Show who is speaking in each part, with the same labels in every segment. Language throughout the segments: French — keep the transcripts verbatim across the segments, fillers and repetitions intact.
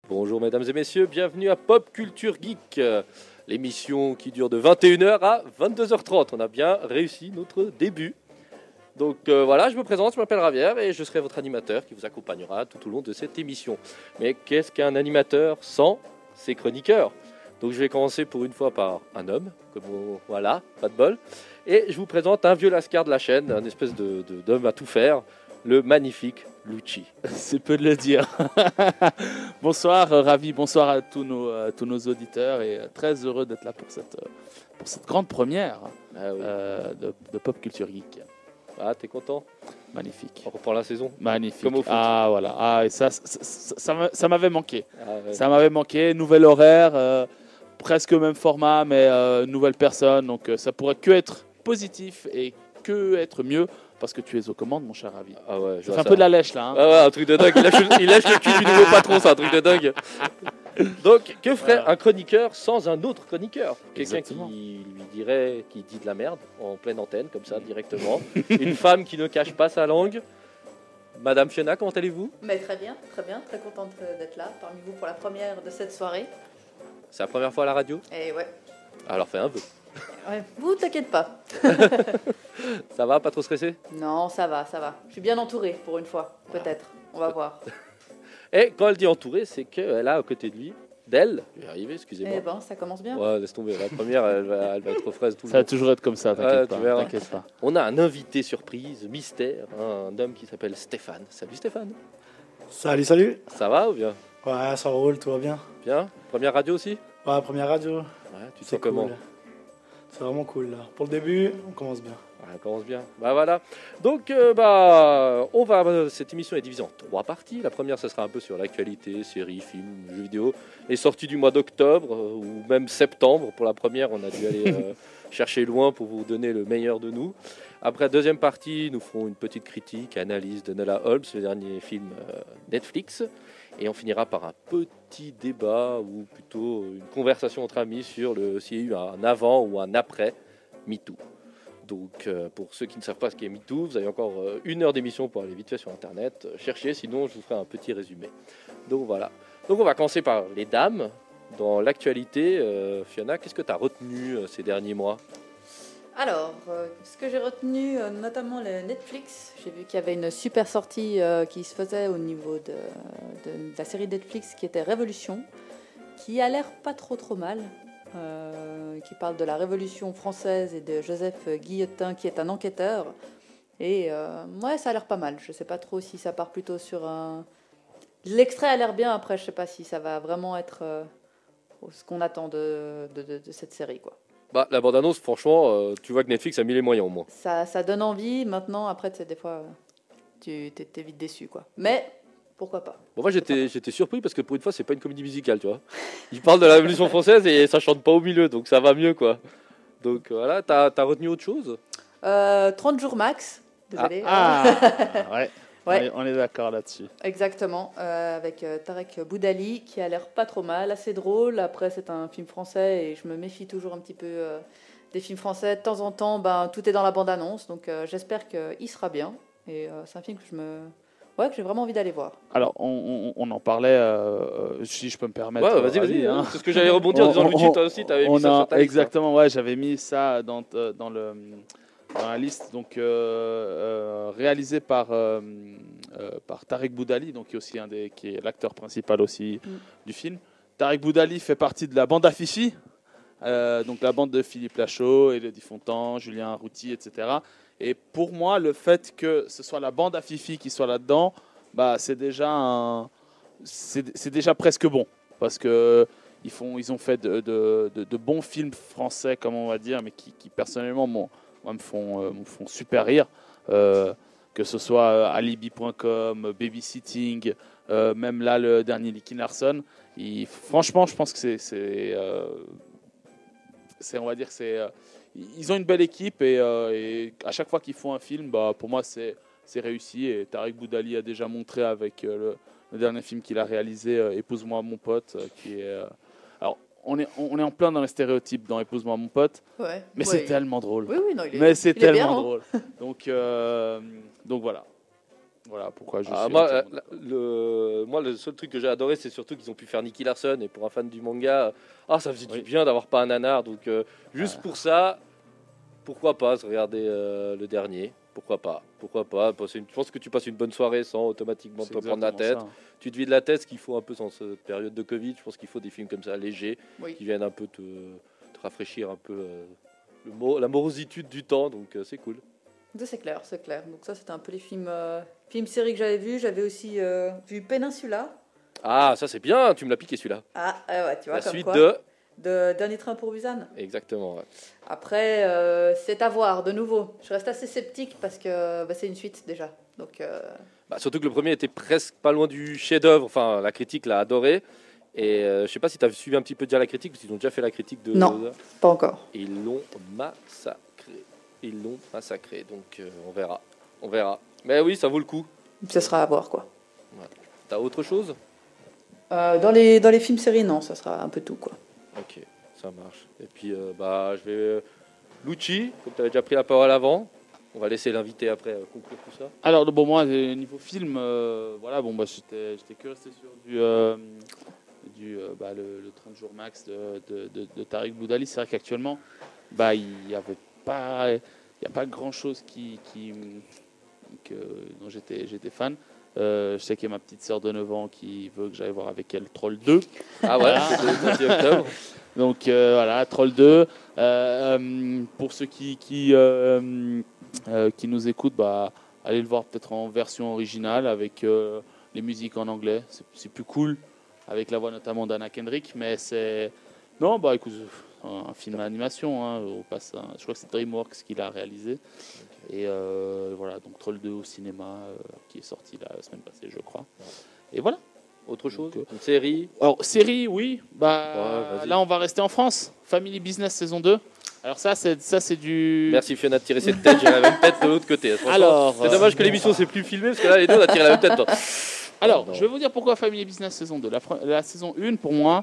Speaker 1: Bonjour mesdames et messieurs, bienvenue à Pop Culture Geek, euh, l'émission qui dure de vingt et une heures à vingt-deux heures trente. On a bien réussi notre début. Donc euh, voilà, je me présente, je m'appelle Ravière et je serai votre animateur qui vous accompagnera tout au long de cette émission. Mais qu'est-ce qu'un animateur sans ses chroniqueurs ? Donc je vais commencer pour une fois par un homme, comme on- voilà, pas de bol. Et je vous présente un vieux lascar de la chaîne, un espèce de, de- d'homme à tout faire, le magnifique Lucci.
Speaker 2: C'est peu de le dire. Bonsoir, euh, ravi, bonsoir à tous nos, euh, tous nos auditeurs et euh, très heureux d'être là pour cette, euh, pour cette grande première
Speaker 1: Ah oui.
Speaker 2: euh, de, de Pop Culture Geek.
Speaker 1: Ah, t'es content ?
Speaker 2: Magnifique.
Speaker 1: On reprend la saison.
Speaker 2: Magnifique.
Speaker 1: Comme au foot.
Speaker 2: Ah voilà. Ah, et ça, ça, ça, ça m'a- ça m'avait manqué.
Speaker 1: Ah, ouais.
Speaker 2: Ça m'avait manqué. Nouvel horaire, euh, presque même format, mais euh, nouvelle personne. Donc euh, ça pourrait que être positif et que être mieux parce que tu es aux commandes, mon cher Ravi.
Speaker 1: Ah ouais, je
Speaker 2: Ça
Speaker 1: vois
Speaker 2: fait un
Speaker 1: ça.
Speaker 2: peu de la lèche là. Hein.
Speaker 1: Ah ouais, un truc de dingue. Il lâche, le- il lâche le cul du nouveau patron, c'est un truc de dingue. Donc, que ferait
Speaker 2: Voilà.
Speaker 1: un chroniqueur sans un autre chroniqueur ? Quelqu'un
Speaker 2: Exactement.
Speaker 1: qui lui dirait, qui dit de la merde en pleine antenne, comme ça, directement. Une femme qui ne cache pas sa langue. Madame Fiona, comment allez-vous ?
Speaker 3: Mais très bien, très bien, très contente euh, d'être là parmi vous pour la première de cette soirée.
Speaker 1: C'est la première fois à la radio ?
Speaker 3: Et ouais,
Speaker 1: Alors fais un vœu.
Speaker 3: ouais. Vous t'inquiète pas.
Speaker 1: Ça va, pas trop stressé ?
Speaker 3: Non, ça va, ça va. Je suis bien entourée pour une fois, peut-être. On va voir.
Speaker 1: Et quand elle dit entourée, c'est qu'elle a à côté de lui, d'elle, je vais y arriver, excusez-moi.
Speaker 3: Eh ben, ça commence bien.
Speaker 1: Ouais, laisse tomber. La première, elle va, elle va être aux fraises tout le
Speaker 2: Ça va
Speaker 1: long.
Speaker 2: toujours être comme ça,
Speaker 1: Ouais,
Speaker 2: t'inquiète
Speaker 1: tu
Speaker 2: pas.
Speaker 1: verras.
Speaker 2: T'inquiète pas.
Speaker 1: On a un invité surprise, mystère, hein, un homme qui s'appelle Stéphane. Salut Stéphane.
Speaker 4: Salut, salut.
Speaker 1: Ça va ou bien ?
Speaker 4: Ouais, ça roule, tout va bien.
Speaker 1: Bien. Première radio aussi ?
Speaker 4: Ouais, première radio,
Speaker 1: Ouais, tu
Speaker 4: c'est
Speaker 1: sais comment
Speaker 4: cool. C'est vraiment cool là. Pour le début, on commence bien.
Speaker 1: Ouais, on commence bien. Bah voilà. Donc euh, bah on va. Cette émission est divisée en trois parties. La première, ce sera un peu sur l'actualité, séries, films, jeux vidéo, les sorties du mois d'octobre euh, ou même septembre. Pour la première, on a dû aller euh, chercher loin pour vous donner le meilleur de nous. Après, deuxième partie, nous ferons une petite critique, analyse de Nola Holmes, le dernier film euh, Netflix. Et on finira par un petit débat ou plutôt une conversation entre amis sur le s'il y a eu un avant ou un après MeToo. Donc euh, pour ceux qui ne savent pas ce qu'est MeToo, vous avez encore euh, une heure d'émission pour aller vite fait sur internet. Euh, cherchez, sinon je vous ferai un petit résumé. Donc voilà. Donc on va commencer par les dames. Dans l'actualité, euh, Fiona, qu'est-ce que tu as retenu euh, ces derniers mois ?
Speaker 3: Alors, euh, ce que j'ai retenu, euh, notamment le Netflix, j'ai vu qu'il y avait une super sortie euh, qui se faisait au niveau de, de- de la série Netflix qui était Révolution, qui a l'air pas trop trop mal, euh, qui parle de la Révolution française et de Joseph Guillotin qui est un enquêteur. Et euh, ouais, ça a l'air pas mal. Je sais pas trop si ça part plutôt sur un... L'extrait a l'air bien, après je sais pas si ça va vraiment être euh, ce qu'on attend de, de- de- de cette série, quoi.
Speaker 1: Bah, la bande-annonce, franchement, euh, tu vois que Netflix a mis les moyens au moins.
Speaker 3: Ça, ça donne envie. Maintenant, après, tu sais, des fois, euh, tu t'es, t'es vite déçu, quoi. Mais pourquoi pas.
Speaker 1: Bon, moi j'étais, j'étais surpris parce que pour une fois, c'est pas une comédie musicale, tu vois. Ils parlent de la Révolution française et ça chante pas au milieu, donc ça va mieux, quoi. Donc voilà, t'as, t'as retenu autre chose ?
Speaker 3: Euh, trente jours max. Désolé.
Speaker 2: Ah, ouais.
Speaker 3: Ouais.
Speaker 2: On est, on est d'accord là-dessus.
Speaker 3: Exactement. Euh, avec euh, Tarek Boudali, qui a l'air pas trop mal, assez drôle. Après, c'est un film français et je me méfie toujours un petit peu euh, des films français. De temps en temps, ben, tout est dans la bande-annonce. Donc, euh, j'espère qu'il sera bien. Et euh, c'est un film que je me... Ouais, que j'ai vraiment envie d'aller voir.
Speaker 2: Alors, on, on- on en parlait, euh, si je peux me permettre.
Speaker 1: Ouais, vas-y,
Speaker 2: euh,
Speaker 1: vas-y.
Speaker 2: Ravi, hein.
Speaker 1: C'est ce que j'allais rebondir en
Speaker 2: On-
Speaker 1: disant,
Speaker 2: on-
Speaker 1: Luigi, toi aussi, t'avais mis
Speaker 2: on
Speaker 1: ça
Speaker 2: a-
Speaker 1: sur ta liste, hein.
Speaker 2: Exactement, ouais, j'avais mis ça dans, euh, dans, le, dans la liste. Donc, euh, euh, réalisé par, euh, euh, par Tarek Boudali, donc qui est aussi un des, qui est l'acteur principal aussi
Speaker 3: Mm.
Speaker 2: du film. Tarek Boudali fait partie de la bande à Fifi, euh, donc la bande de Philippe Lachaud, Élodie Fontan, Julien Routy, et cetera. Et pour moi, le fait que ce soit la bande à Fifi qui soit là-dedans, bah, c'est déjà un, c'est, c'est déjà presque bon, parce que ils font, ils ont fait de, de, de- de bons films français, comme on va dire, mais qui, qui personnellement m'ont- moi, me font, euh, me font super rire. Euh, que ce soit euh, alibi point com, Babysitting, euh, même là le dernier Nicky Larson. Il- franchement, je pense que c'est, c'est, euh, c'est, on va dire, que c'est, euh, ils ont une belle équipe et, euh, et à chaque fois qu'ils font un film, bah, pour moi, c'est, c'est réussi. Et Tarek Boudali a déjà montré avec euh, le, le dernier film qu'il a réalisé, euh, Épouse-moi mon pote, euh, qui est. euh, alors, on est, on est en plein dans les stéréotypes dans Épouse-moi mon pote,
Speaker 3: Ouais.
Speaker 2: mais
Speaker 3: Ouais.
Speaker 2: c'est tellement drôle.
Speaker 3: Oui, oui, non, il est,
Speaker 2: Mais c'est
Speaker 3: il est bien,
Speaker 2: tellement
Speaker 3: hein.
Speaker 2: drôle. Donc, euh, donc voilà. Voilà pourquoi je
Speaker 1: Ah,
Speaker 2: suis.
Speaker 1: moi,
Speaker 2: entièrement
Speaker 1: euh,
Speaker 2: d'accord.
Speaker 1: le, moi, le seul truc que j'ai adoré, c'est surtout qu'ils ont pu faire Nicky Larson. Et pour un fan du manga, euh, ah, ça faisait
Speaker 2: Oui.
Speaker 1: du bien d'avoir pas un nanar. Donc, euh, juste
Speaker 2: Ah.
Speaker 1: pour ça, pourquoi pas se regarder euh, le dernier. Pourquoi pas. Pourquoi pas. passer une- Je pense que tu passes une bonne soirée sans automatiquement
Speaker 2: C'est
Speaker 1: te prendre la tête.
Speaker 2: exactement ça.
Speaker 1: Tu te vides la tête, ce qu'il faut un peu dans cette période de Covid. Je pense qu'il faut des films comme ça, légers,
Speaker 3: Oui.
Speaker 1: qui viennent un peu te, te rafraîchir un peu euh, le mo- la morositude du temps. Donc, euh, c'est cool.
Speaker 3: Ça, c'est clair, c'est clair. Donc ça, c'était un peu les films, euh, films séries que j'avais vus. J'avais aussi euh, vu Peninsula.
Speaker 1: Ah, ça c'est bien. Tu me l'as piqué celui-là.
Speaker 3: Ah, euh, ouais, tu vois,
Speaker 1: La
Speaker 3: comme
Speaker 1: suite
Speaker 3: quoi.
Speaker 1: de.
Speaker 3: De Dernier train pour Busan.
Speaker 1: Exactement. Ouais.
Speaker 3: Après, euh, c'est à voir, de nouveau. Je reste assez sceptique parce que bah, c'est une suite déjà. Donc, euh,
Speaker 1: Bah, surtout que le premier était presque pas loin du chef-d'œuvre. Enfin, la critique l'a adoré. Et euh, je sais pas si tu as suivi un petit peu déjà la critique, parce qu'ils ont déjà fait la critique de.
Speaker 3: Non. pas encore.
Speaker 1: Et ils l'ont massacré. Ils l'ont massacré. Donc euh, on verra. On verra. Mais oui, ça vaut le coup.
Speaker 3: Ce sera à voir, quoi.
Speaker 1: T'as autre chose?
Speaker 3: Euh, dans, les, dans les films séries, non, ça sera un peu tout, quoi.
Speaker 1: Ok, ça marche. Et puis, euh, bah, je vais. euh, Lucci, comme tu avais déjà pris la parole avant, on va laisser l'invité après euh, conclure tout ça.
Speaker 2: Alors bon moi euh, niveau film, euh, voilà bon bah j'étais j'étais que resté sur du euh, du euh, bah, le, le trente jours max de, de, de, de Tariq Boudali. C'est vrai qu'actuellement bah il y avait pas il y a pas grand chose qui, qui que, dont j'étais j'étais fan. Euh, je sais qu'il y a ma petite sœur de neuf ans qui veut que j'aille voir avec elle Troll deux.
Speaker 1: Ah ouais,
Speaker 2: Voilà.
Speaker 1: c'est le trente octobre.
Speaker 2: Donc euh, voilà, Troll deux. Euh, euh, pour ceux qui, qui, euh, euh, qui nous écoutent, bah, allez le voir peut-être en version originale avec euh, les musiques en anglais. C'est, c'est plus cool, avec la voix notamment d'Anna Kendrick. Mais c'est. Non, bah écoute, un, un film d'animation. Hein, on passe à- je crois que c'est DreamWorks qui l'a réalisé. Et euh, voilà, donc Troll deux au cinéma, euh, qui est sorti la semaine passée, je crois. Et voilà.
Speaker 1: Autre chose?
Speaker 2: Donc, euh,
Speaker 1: Une série?
Speaker 2: Alors, série, oui. Bah,
Speaker 1: Ouais, vas-y.
Speaker 2: là, on va rester en France. Family Business saison deux. Alors, ça, c'est, ça, c'est du.
Speaker 1: Merci Fiona de tirer cette tête, j'ai la même tête de l'autre côté. Franchement,
Speaker 2: Alors,
Speaker 1: c'est
Speaker 2: euh,
Speaker 1: dommage que l'émission s'est plus filmée, parce que là, les deux, on a tiré la même tête. toi.
Speaker 2: Alors,
Speaker 1: Non.
Speaker 2: je vais vous dire pourquoi Family Business saison deux. La, pre- la saison un, pour moi,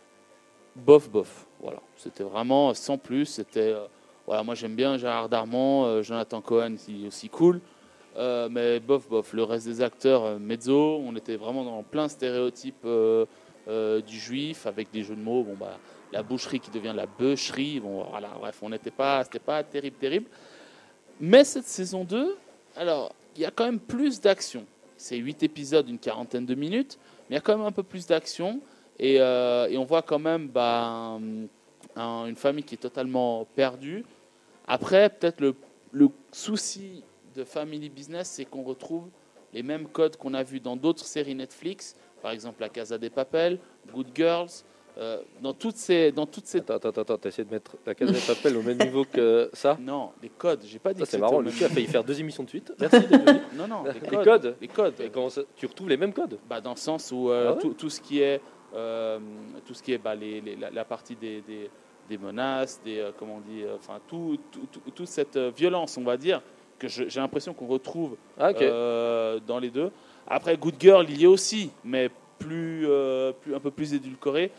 Speaker 2: bof, bof. Voilà. C'était vraiment sans plus. C'était. euh, voilà, moi, j'aime bien Gérard Darmon, euh, Jonathan Cohen, il est aussi cool. Euh, mais bof, bof. Le reste des acteurs, euh, mezzo, on était vraiment dans plein stéréotype euh, euh, du juif, avec des jeux de mots. Bon, bah, la boucherie qui devient la beucherie. Bon, voilà, bref, on n'était pas, c'était pas terrible, terrible. Mais cette saison deux, alors, il y a quand même plus d'action. C'est huit épisodes, une quarantaine de minutes, mais il y a quand même un peu plus d'action. Et, euh, et on voit quand même bah, un- un- une famille qui est totalement perdue. Après, peut-être le, le souci de Family Business, c'est qu'on retrouve les mêmes codes qu'on a vus dans d'autres séries Netflix, par exemple La Casa des Papel, Good Girls, euh, dans toutes ces, dans toutes ces.
Speaker 1: Attends, attends, attends, t'as essayé de mettre la case des papels au même niveau que ça?
Speaker 2: Non, les codes. J'ai pas dit
Speaker 1: Ça,
Speaker 2: que
Speaker 1: c'est
Speaker 2: c'était
Speaker 1: marrant,
Speaker 2: au même
Speaker 1: Lucie a
Speaker 2: niveau.
Speaker 1: failli faire deux émissions de suite. Merci d'être venu.
Speaker 2: Non, non, les
Speaker 1: Les
Speaker 2: codes.
Speaker 1: codes
Speaker 2: Les codes.
Speaker 1: Et comment ça- tu retrouves les mêmes codes?
Speaker 2: Bah, dans le sens où euh,
Speaker 1: Ah ouais
Speaker 2: tout, tout ce qui est, euh, tout ce qui est bah, les, les- la, la partie des, des, des menaces, des, euh, comment on dit, euh, enfin, tout, tout, tout- toute cette euh, violence, on va dire, que je- j'ai l'impression qu'on retrouve
Speaker 1: Ah, ok.
Speaker 2: euh, dans les deux. Après, Good Girl, il y est aussi, mais plus, euh, plus, un peu plus édulcoré.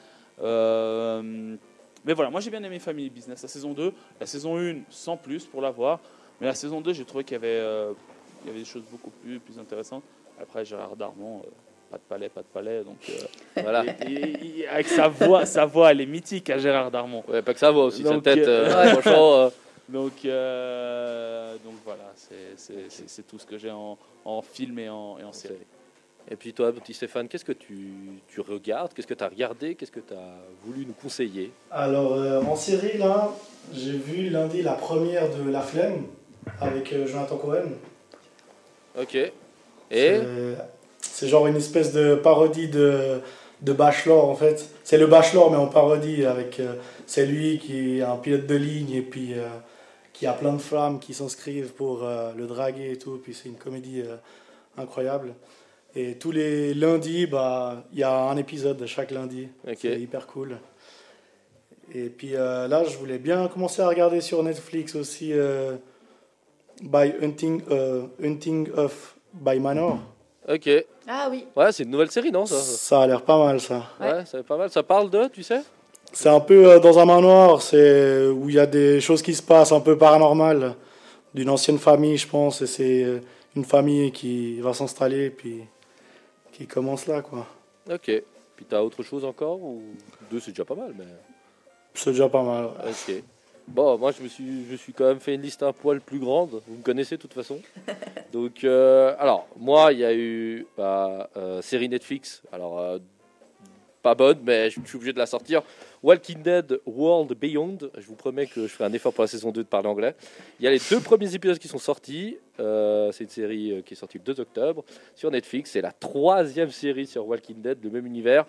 Speaker 2: Euh, mais voilà, moi j'ai bien aimé Family Business, la saison deux. La saison un, sans plus pour la voir. Mais la saison deux, j'ai trouvé qu'il y avait, euh, il y avait des choses beaucoup plus, plus intéressantes. Après, Gérard Darmon, euh, pas de palais, pas de palais. Donc, euh,
Speaker 1: Voilà.
Speaker 2: et- et- et avec sa voix, sa voix, elle est mythique à Gérard Darmon.
Speaker 1: Ouais, pas que ça va aussi, sa
Speaker 2: Donc,
Speaker 1: tête.
Speaker 2: euh,
Speaker 1: euh, Franchement, euh,
Speaker 2: Donc, euh, donc voilà, c'est, c'est, c'est, c'est tout ce que j'ai en, en film et en, et en série.
Speaker 1: Et puis toi, petit Stéphane, qu'est-ce que tu, tu regardes? Qu'est-ce que tu as regardé? Qu'est-ce que tu as voulu nous conseiller?
Speaker 4: Alors, euh, en série, là, j'ai vu lundi la première de La Flemme avec euh, Jonathan Cohen.
Speaker 1: Ok. Et
Speaker 4: C'est- C'est genre une espèce de parodie de, de Bachelor, en fait. C'est le Bachelor, mais en parodie. Avec, euh, c'est lui qui est un pilote de ligne et puis euh, qui a plein de femmes qui s'inscrivent pour euh, le draguer et tout. Puis c'est une comédie euh, incroyable. Et tous les lundis, bah, il y a un épisode chaque lundi.
Speaker 1: Ok.
Speaker 4: C'est hyper cool. Et puis euh, là, je voulais bien commencer à regarder sur Netflix aussi euh, By Hunting, euh, Hunting of By Manor.
Speaker 1: Ok.
Speaker 3: Ah oui.
Speaker 1: Ouais, c'est une nouvelle série, non ça?
Speaker 4: Ça a l'air pas mal, ça.
Speaker 1: Ouais,
Speaker 3: Ouais.
Speaker 1: ça va pas mal. Ça parle de, tu sais?
Speaker 4: C'est un peu euh, dans un manoir, c'est où il y a des choses qui se passent un peu paranormales d'une ancienne famille, je pense. Et c'est euh, une famille qui va s'installer, puis qui commence là, quoi.
Speaker 1: Ok. Puis t'as autre chose encore ou deux, c'est déjà pas mal, mais.
Speaker 4: C'est déjà pas mal. Ouais.
Speaker 1: Ok. Bon, moi je me suis, je suis quand même fait une liste un poil plus grande. Vous me connaissez de toute façon. Donc, euh, alors moi, il y a eu bah, euh, série Netflix. Alors euh, pas bonne, mais je suis obligé de la sortir. Walking Dead World Beyond. Je vous promets que je ferai un effort pour la saison deux de parler anglais. Il y a les deux premiers épisodes qui sont sortis. Euh, c'est une série euh, qui est sortie le deux octobre sur Netflix. C'est la troisième série sur Walking Dead, le même univers.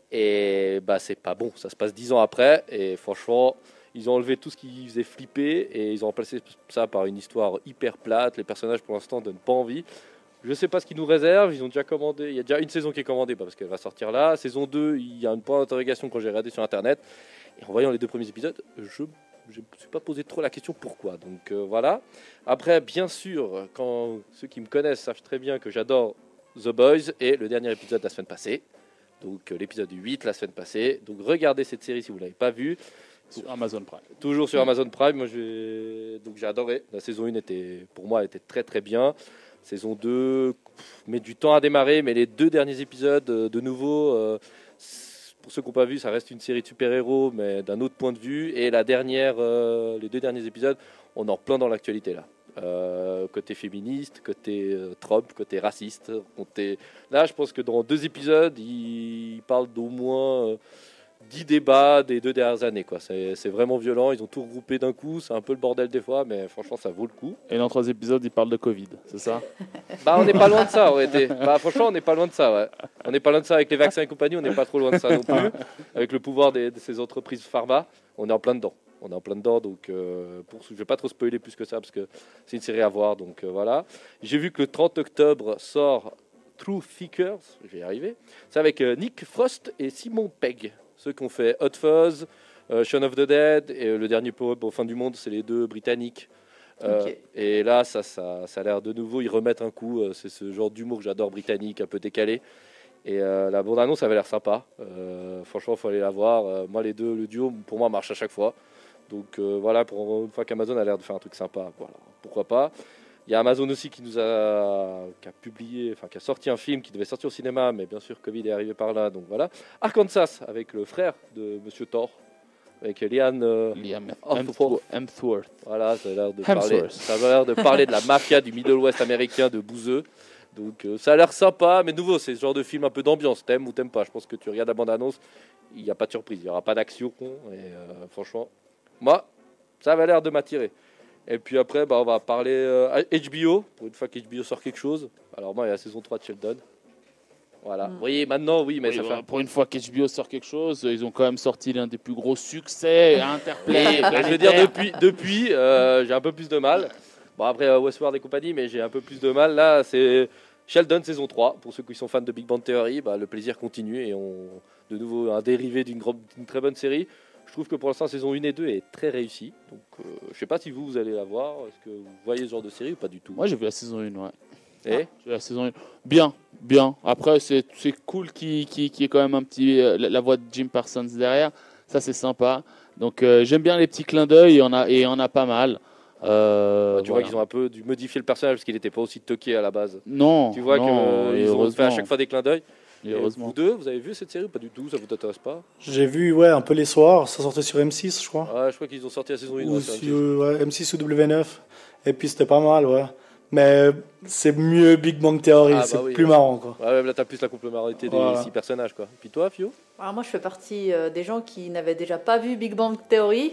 Speaker 1: Et bah c'est pas bon. Ça se passe dix ans après. Et franchement, ils ont enlevé tout ce qui faisait flipper et ils ont remplacé ça par une histoire hyper plate. Les personnages pour l'instant donnent pas envie. Je sais pas ce qu'ils nous réservent. Ils ont déjà commandé. Il y a déjà une saison qui est commandée bah, parce qu'elle va sortir là. Saison deux, il y a une point d'interrogation quand j'ai regardé sur internet. Et en voyant les deux premiers épisodes, je ne me suis pas posé trop la question pourquoi. Donc euh, voilà. Après, bien sûr, quand ceux qui me connaissent savent très bien que j'adore The Boys et le dernier épisode de la semaine passée. Donc euh, l'épisode huit la semaine passée. Donc regardez cette série si vous ne l'avez pas vue.
Speaker 2: Sur Amazon Prime.
Speaker 1: Toujours sur Amazon Prime. Moi, j'ai donc j'ai adoré. La saison un était, pour moi, elle était très très bien. Saison deux pff, met du temps à démarrer, mais les deux derniers épisodes, euh, de nouveau, euh, pour ceux qui n'ont pas vu, ça reste une série de super-héros, mais d'un autre point de vue. Et la dernière, euh, les deux derniers épisodes, on est en plein dans l'actualité là. Euh, côté féministe, côté euh, Trump, côté raciste. Côté... Là, je pense que dans deux épisodes, il parle d'au moins euh, dix débats des deux dernières années. Quoi. C'est, c'est vraiment violent. Ils ont tout regroupé d'un coup. C'est un peu le bordel des fois, mais franchement, ça vaut le coup.
Speaker 2: Et dans trois épisodes, il parle de Covid, c'est ça?
Speaker 1: Bah, on n'est pas loin de ça, ouais. Bah, franchement, on n'est pas loin de ça, ouais. On n'est pas loin de ça avec les vaccins et compagnie. On n'est pas trop loin de ça non plus. Avec le pouvoir des, de ces entreprises pharma, on est en plein dedans. On est en plein dedans, donc euh, pour, je ne vais pas trop spoiler plus que ça parce que c'est une série à voir. Donc euh, voilà. J'ai vu que le trente octobre sort True Thinkers. Je vais y arriver. C'est avec euh, Nick Frost et Simon Pegg. Ceux qui ont fait Hot Fuzz, euh, Shaun of the Dead et euh, le dernier Power au fin du monde, c'est les deux britanniques. Euh,
Speaker 3: Ok.
Speaker 1: Et là, ça, ça, ça a l'air de nouveau, ils remettent un coup. euh, C'est ce genre d'humour que j'adore, britannique, un peu décalé. Et euh, la bande-annonce avait l'air sympa. Euh, franchement, il faut aller la voir. Euh, moi, les deux, le duo, pour moi, marche à chaque fois. Donc euh, voilà, pour une fois qu'Amazon a l'air de faire un truc sympa, voilà, pourquoi pas. Il y a Amazon aussi qui nous a, qui a publié, enfin qui a sorti un film qui devait sortir au cinéma, mais bien sûr Covid est arrivé par là, donc voilà. Arkansas avec le frère de Monsieur Thor, avec Liam, euh,
Speaker 2: Liam
Speaker 1: Hemsworth.
Speaker 2: Hemsworth.
Speaker 1: Voilà, ça a l'air de parler,
Speaker 2: Hemsworth.
Speaker 1: ça a l'air de parler de la mafia du Middle West américain de Bouzeux. Donc euh, ça a l'air sympa, mais de nouveau, c'est ce genre de film un peu d'ambiance, t'aimes ou t'aimes pas. Je pense que tu regardes la bande-annonce, il n'y a pas de surprise, il n'y aura pas d'action, et euh, franchement, moi, ça avait l'air de m'attirer. Et puis après, bah, on va parler euh, H B O, pour une fois qu'H B O sort quelque chose. Alors moi, il y a la saison trois de Sheldon. Voilà.
Speaker 3: Mm.
Speaker 1: Oui, maintenant, oui, mais
Speaker 2: Oui,
Speaker 1: ça
Speaker 2: bah,
Speaker 1: fait...
Speaker 2: pour une fois qu'H B O sort quelque chose, ils ont quand même sorti l'un des plus gros succès interplanétaires.
Speaker 1: Oui, bah, je veux dire, depuis, depuis euh, j'ai un peu plus de mal. Bon, après, euh, Westworld et compagnie, mais j'ai un peu plus de mal. Là, c'est Sheldon saison trois. Pour ceux qui sont fans de Big Bang Theory, bah, le plaisir continue et on... de nouveau un dérivé d'une, grande, d'une très bonne série. Je trouve que pour l'instant, saison un et deux est très réussie. Donc, euh, je sais pas si vous, vous allez la voir. Est-ce que vous voyez ce genre de série ou pas du tout?
Speaker 2: Moi, j'ai vu la saison un, ouais.
Speaker 1: Et
Speaker 2: J'ai vu la saison un. Bien, bien. Après, c'est, c'est cool qu'il qui, qui ait quand même un petit, euh, la, la voix de Jim Parsons derrière. Ça, c'est sympa. Donc, euh, j'aime bien les petits clins d'œil. Il y en a, et il y en a pas mal. Euh,
Speaker 1: bah, tu
Speaker 2: voilà.
Speaker 1: vois qu'ils ont un peu dû modifier le personnage parce qu'il n'était pas aussi toqué à la base.
Speaker 2: Non,
Speaker 1: Tu vois
Speaker 2: non, et
Speaker 1: qu'ils ont fait à
Speaker 2: heureusement.
Speaker 1: chaque fois des clins d'œil.
Speaker 2: Et
Speaker 1: Et
Speaker 2: heureusement.
Speaker 1: vous deux, vous avez vu cette série ou pas du tout? Ça vous intéresse pas?
Speaker 4: J'ai vu ouais, un peu les soirs, ça sortait sur M six, je crois.
Speaker 1: Ah, je crois qu'ils ont sorti la saison un.
Speaker 4: Ou
Speaker 1: ouais, sur
Speaker 4: sur
Speaker 1: M six.
Speaker 4: ouais, M six ou W neuf. Et puis c'était pas mal, ouais. Mais c'est mieux Big Bang Theory,
Speaker 1: Ah, bah
Speaker 4: c'est
Speaker 1: oui,
Speaker 4: plus
Speaker 1: ouais.
Speaker 4: marrant, quoi.
Speaker 1: Ouais, là, t'as plus la complémentarité des
Speaker 4: Voilà.
Speaker 1: six personnages, quoi. Puis toi, Fio?
Speaker 3: Alors moi, je fais partie euh, des gens qui n'avaient déjà pas vu Big Bang Theory.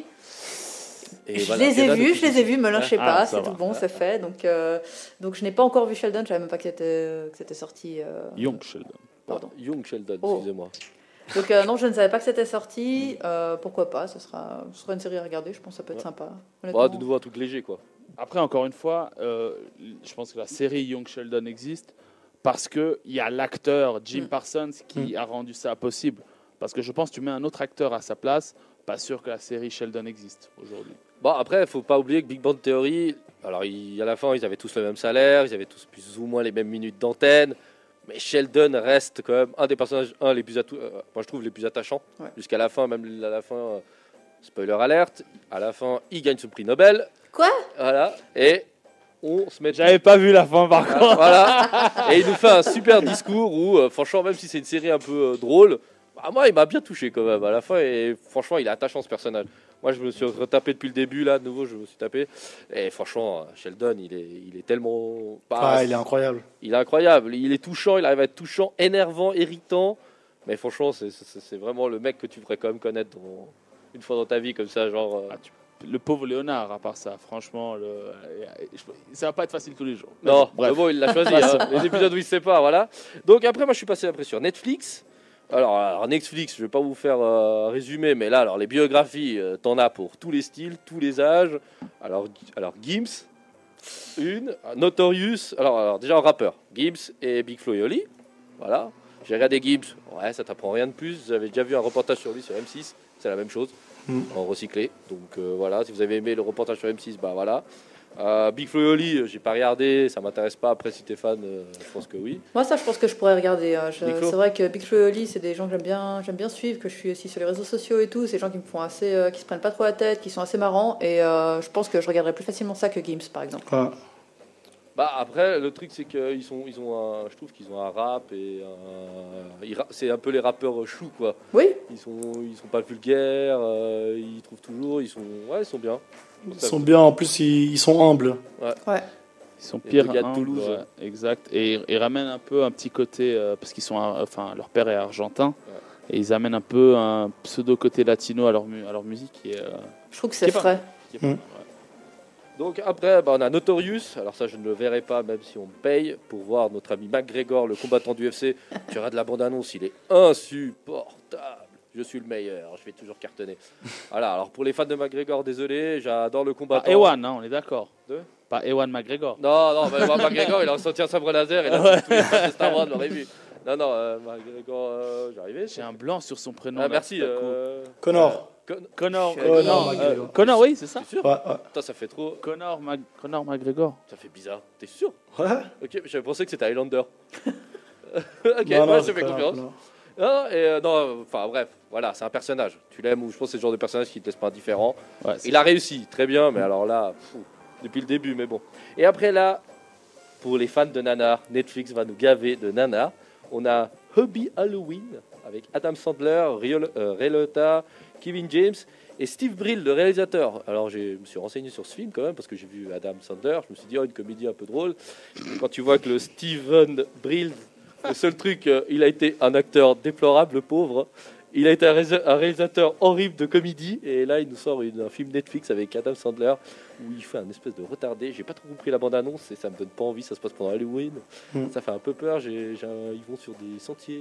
Speaker 1: Et
Speaker 3: je
Speaker 1: voilà,
Speaker 3: les ai
Speaker 1: Kenan
Speaker 3: vus,
Speaker 1: aussi.
Speaker 3: je les ai vus, me lâchez
Speaker 2: Ah,
Speaker 3: pas,
Speaker 2: ça
Speaker 3: c'est
Speaker 2: va.
Speaker 3: tout bon, c'est fait. Donc, euh, donc je n'ai pas encore vu Sheldon, je savais même pas que c'était, que c'était sorti. euh,
Speaker 2: Young Sheldon.
Speaker 3: Pardon.
Speaker 1: Ah, Young Sheldon,
Speaker 3: Oh.
Speaker 1: excusez-moi.
Speaker 3: Donc euh, non, je ne savais pas que c'était sorti. Euh, pourquoi pas, ce sera, ce sera une série à regarder, je pense que ça peut être
Speaker 1: Ouais.
Speaker 3: sympa.
Speaker 1: Bah,
Speaker 3: honnêtement.
Speaker 1: de nouveau, un truc léger, quoi.
Speaker 2: Après, encore une fois, euh, je pense que la série Young Sheldon existe parce qu'il y a l'acteur Jim
Speaker 3: Mm.
Speaker 2: Parsons qui
Speaker 4: Mm.
Speaker 2: a rendu ça possible. Parce que je pense que tu mets un autre acteur à sa place, pas sûr que la série Sheldon existe aujourd'hui.
Speaker 1: Bon, après, il faut pas oublier que Big Bang Theory, alors il- à la fin, ils avaient tous le même salaire, ils avaient tous plus ou moins les mêmes minutes d'antenne, mais Sheldon reste quand même un des personnages, un les plus attou- euh, moi je trouve les plus attachants,
Speaker 3: Ouais.
Speaker 1: jusqu'à la fin, même à la fin, euh, spoiler alerte, à la fin, il gagne son prix Nobel.
Speaker 3: Quoi?
Speaker 1: Voilà, et on se met.
Speaker 2: J'avais pas vu la fin par contre.
Speaker 1: Voilà. Et il nous fait un super discours où, euh, franchement, même si c'est une série un peu euh, drôle, bah, moi, il m'a bien touché quand même à la fin. Et franchement, il est attachant ce personnage. Moi, je me suis retapé depuis le début, là, de nouveau, je me suis tapé. Et franchement, Sheldon, il est, il est tellement. Bah,
Speaker 4: Ah, il est incroyable.
Speaker 1: Il est incroyable. Il est touchant, il arrive à être touchant, énervant, irritant. Mais franchement, c'est, c'est, c'est vraiment le mec que tu devrais quand même connaître dans- une fois dans ta vie, comme ça, genre. euh,
Speaker 2: Ah, tu- Le pauvre Léonard, à part ça, franchement, le... ça va pas être facile tous les jours. Mais
Speaker 1: Non,
Speaker 2: bon, bref.
Speaker 1: mais bon, il l'a choisi. hein. Les épisodes où il se sépare, voilà. Donc après, moi, je suis passé après sur Netflix. Alors, alors, Netflix, je vais pas vous faire euh, résumer, mais là, alors les biographies, euh, t'en as pour tous les styles, tous les âges. Alors, alors Gims, une, Notorious. Alors, alors déjà en rappeur, Gims et Big Flo et Oli. Voilà. J'ai regardé Gims. Ouais, ça t'apprend rien de plus. J'avais déjà vu un reportage sur lui sur M six. C'est la même chose.
Speaker 4: Mm.
Speaker 1: En recyclé. Donc euh, voilà, si vous avez aimé le reportage sur M six, bah voilà. Euh, Big Flo et Oli, euh, j'ai pas regardé, ça m'intéresse pas. Après, si t'es fan, euh, je pense que oui.
Speaker 3: Moi, ça, je pense que je pourrais regarder. euh, je-
Speaker 1: Big Flo.
Speaker 3: C'est vrai que Big Flo et Oli, c'est des gens que j'aime bien, j'aime bien suivre, que je suis aussi sur les réseaux sociaux et tout. C'est des gens qui me font assez, euh, qui se prennent pas trop la tête, qui sont assez marrants. Et euh, je pense que je regarderais plus facilement ça que Gims, par exemple.
Speaker 4: Ouais.
Speaker 1: Bah après, le truc c'est qu'ils sont, ils ont, un, je trouve qu'ils ont un rap et un, ils ra- c'est un peu les rappeurs choux quoi.
Speaker 3: Oui,
Speaker 1: Ils sont, ils sont pas vulgaires, euh, ils trouvent toujours, ils sont, ouais, ils sont bien.
Speaker 4: Ils sont bien, en plus, ils, ils sont humbles.
Speaker 3: ouais.
Speaker 2: Ils sont
Speaker 1: Les
Speaker 2: pires
Speaker 1: deux gars de
Speaker 2: humbles,
Speaker 1: Toulouse.
Speaker 2: ouais, exact. Et ils- ils ramènent un peu un petit côté, euh, parce qu'ils sont, un- enfin, leur père est argentin, et ils amènent un peu un pseudo côté latino à leur, mu- à leur musique qui est, euh,
Speaker 3: Je trouve que
Speaker 2: Qui
Speaker 3: c'est
Speaker 2: est pas-
Speaker 3: frais.
Speaker 2: qui est pas
Speaker 4: Mm.
Speaker 2: mal, ouais.
Speaker 1: Donc après, bah, on a Notorious. Alors ça, je ne le verrai pas, même si on me paye pour voir notre ami McGregor, le combattant du U F C. Tu regardes la bande-annonce, il est insupportable. Je suis le meilleur, je vais toujours cartonner. Voilà. Alors pour les fans de McGregor, désolé, j'adore le
Speaker 2: Pas
Speaker 1: combattant.
Speaker 2: Ewan, hein, on est d'accord.
Speaker 1: De
Speaker 2: Pas Ewan McGregor.
Speaker 1: Non, non, mais moi, McGregor, il a sorti un sabre laser et là,
Speaker 2: Ouais.
Speaker 1: tous les fans de Star Wars l'auraient vu. Non, non, euh, McGregor, euh, j'arrivais.
Speaker 2: J'ai un blanc sur son prénom.
Speaker 1: Ah,
Speaker 2: là,
Speaker 1: merci.
Speaker 2: tout à coup.
Speaker 1: Euh...
Speaker 4: Connor.
Speaker 1: Con-
Speaker 2: Connor.
Speaker 3: Je-
Speaker 2: Connor,
Speaker 4: Connor
Speaker 2: euh,
Speaker 4: McGregor.
Speaker 2: Connor, oui, c'est ça.
Speaker 1: T'es sûr
Speaker 4: Ouais, ouais.
Speaker 1: Putain, ça fait trop.
Speaker 2: Connor, Mag- Connor McGregor.
Speaker 1: Ça fait bizarre. T'es sûr
Speaker 4: Ouais.
Speaker 1: Ok, j'avais pensé que c'était Highlander. ok,
Speaker 4: Non,
Speaker 1: ouais,
Speaker 4: non,
Speaker 1: je
Speaker 4: c'est
Speaker 1: te fais
Speaker 4: Connor,
Speaker 1: confiance.
Speaker 4: Connor.
Speaker 1: Non, et euh, non, enfin bref, voilà, c'est un personnage. Tu l'aimes ou je pense que c'est le genre de personnage qui te laisse pas indifférent.
Speaker 2: Ouais, c'est-
Speaker 1: Il a réussi, très bien, mais alors là, pfou, depuis le début, mais bon. Et après là, pour les fans de Nana, Netflix va nous gaver de Nana. On a Hubby Halloween avec Adam Sandler, Riol- euh, Ray Liotta, Kevin James et Steve Brill, le réalisateur. Alors je me suis renseigné sur ce film quand même parce que j'ai vu Adam Sandler. Je me suis dit, oh, une comédie un peu drôle. Et quand tu vois que le Steven Brill, le seul truc, euh, il a été un acteur déplorable, le pauvre. Il a été un, résa- un réalisateur horrible de comédie. Et là, il nous sort une- un film Netflix avec Adam Sandler où il fait un espèce de retardé. J'ai pas trop compris la bande-annonce et ça me donne pas envie. Ça se passe pendant Halloween.
Speaker 4: Mm.
Speaker 1: Ça fait un peu peur. J'ai, j'ai un- ils vont sur des sentiers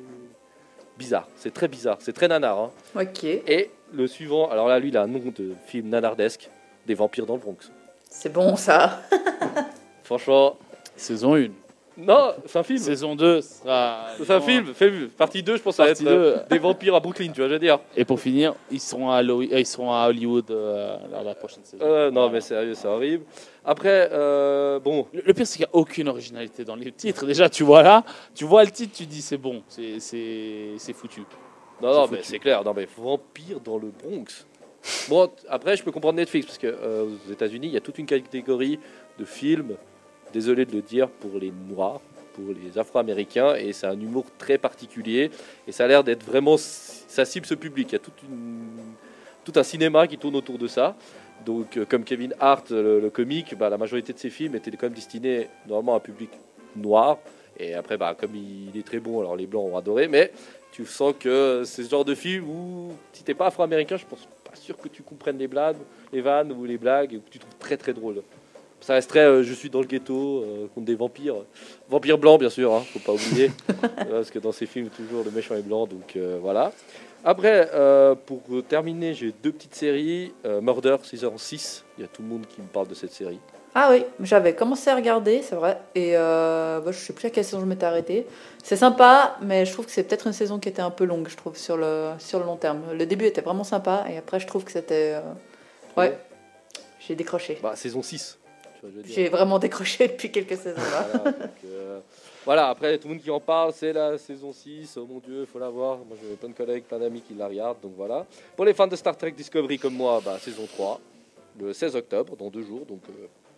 Speaker 1: bizarres. C'est très bizarre. C'est très nanar. hein.
Speaker 3: Ok,
Speaker 1: Et le suivant, alors là, lui, il a un nom de film nanardesque, Des vampires dans le Bronx.
Speaker 3: c'est bon ça.
Speaker 1: Franchement,
Speaker 2: Saison un.
Speaker 1: non, c'est un film.
Speaker 2: Saison deux sera.
Speaker 1: C'est un film, film. Partie deux, je pense, ça va être
Speaker 2: Partie
Speaker 1: euh,
Speaker 2: deux.
Speaker 1: des vampires à Brooklyn, tu vois, je veux dire.
Speaker 2: Et pour finir, ils seront à, Halloween- euh, ils seront à Hollywood euh, lors de la prochaine saison.
Speaker 1: Euh, non,
Speaker 2: Voilà.
Speaker 1: mais sérieux, c'est horrible. Après, euh, bon,
Speaker 2: Le, le pire, c'est qu'il n'y a aucune originalité dans les titres. Déjà, tu vois là, tu vois le titre, tu dis c'est bon, c'est- c'est c'est foutu.
Speaker 1: non, non,
Speaker 2: C'est
Speaker 1: mais
Speaker 2: foutu.
Speaker 1: c'est clair, non, mais vampire dans le Bronx. Bon, t- après, je peux comprendre Netflix, parce que euh, aux États-Unis, il y a toute une catégorie de films, désolé de le dire, pour les Noirs, pour les Afro-Américains, et c'est un humour très particulier, et ça a l'air d'être vraiment, ça cible ce public. Il y a toute une, tout un cinéma qui tourne autour de ça. Donc, euh, comme Kevin Hart, le, le comique, bah, la majorité de ses films étaient quand même destinés normalement à un public noir. Et après, bah, comme il est très bon, alors les blancs ont adoré, mais tu sens que c'est ce genre de film où, si t'es pas afro-américain, je pense pas sûr que tu comprennes les blagues, les vannes ou les blagues, ou que tu trouves très très drôle. Ça resterait, euh, je suis dans le ghetto euh, contre des vampires, vampires blancs bien sûr, hein, faut pas oublier, parce que dans ces films toujours le méchant est blanc, donc euh, voilà. Après, euh, pour terminer, j'ai deux petites séries. Euh, Murder saison six, il y a tout le monde qui me parle de cette série.
Speaker 3: Ah oui, j'avais commencé à regarder, c'est vrai, et euh, bah, je sais plus à quelle saison je m'étais arrêtée. C'est sympa, mais je trouve que c'est peut-être une saison qui était un peu longue, je trouve, sur le, sur le long terme. Le début était vraiment sympa, et après je trouve que c'était... euh, Ouais, j'ai décroché.
Speaker 1: Bah, saison six, tu vois, je veux dire.
Speaker 3: J'ai vraiment décroché depuis quelques saisons là.
Speaker 1: Voilà, donc, euh, voilà, après tout le monde qui en parle, c'est la saison six, oh mon dieu, il faut la voir. Moi j'ai plein de collègues, plein d'amis qui la regardent, donc voilà. Pour les fans de Star Trek Discovery comme moi, bah, saison trois, le seize octobre, dans deux jours, donc euh,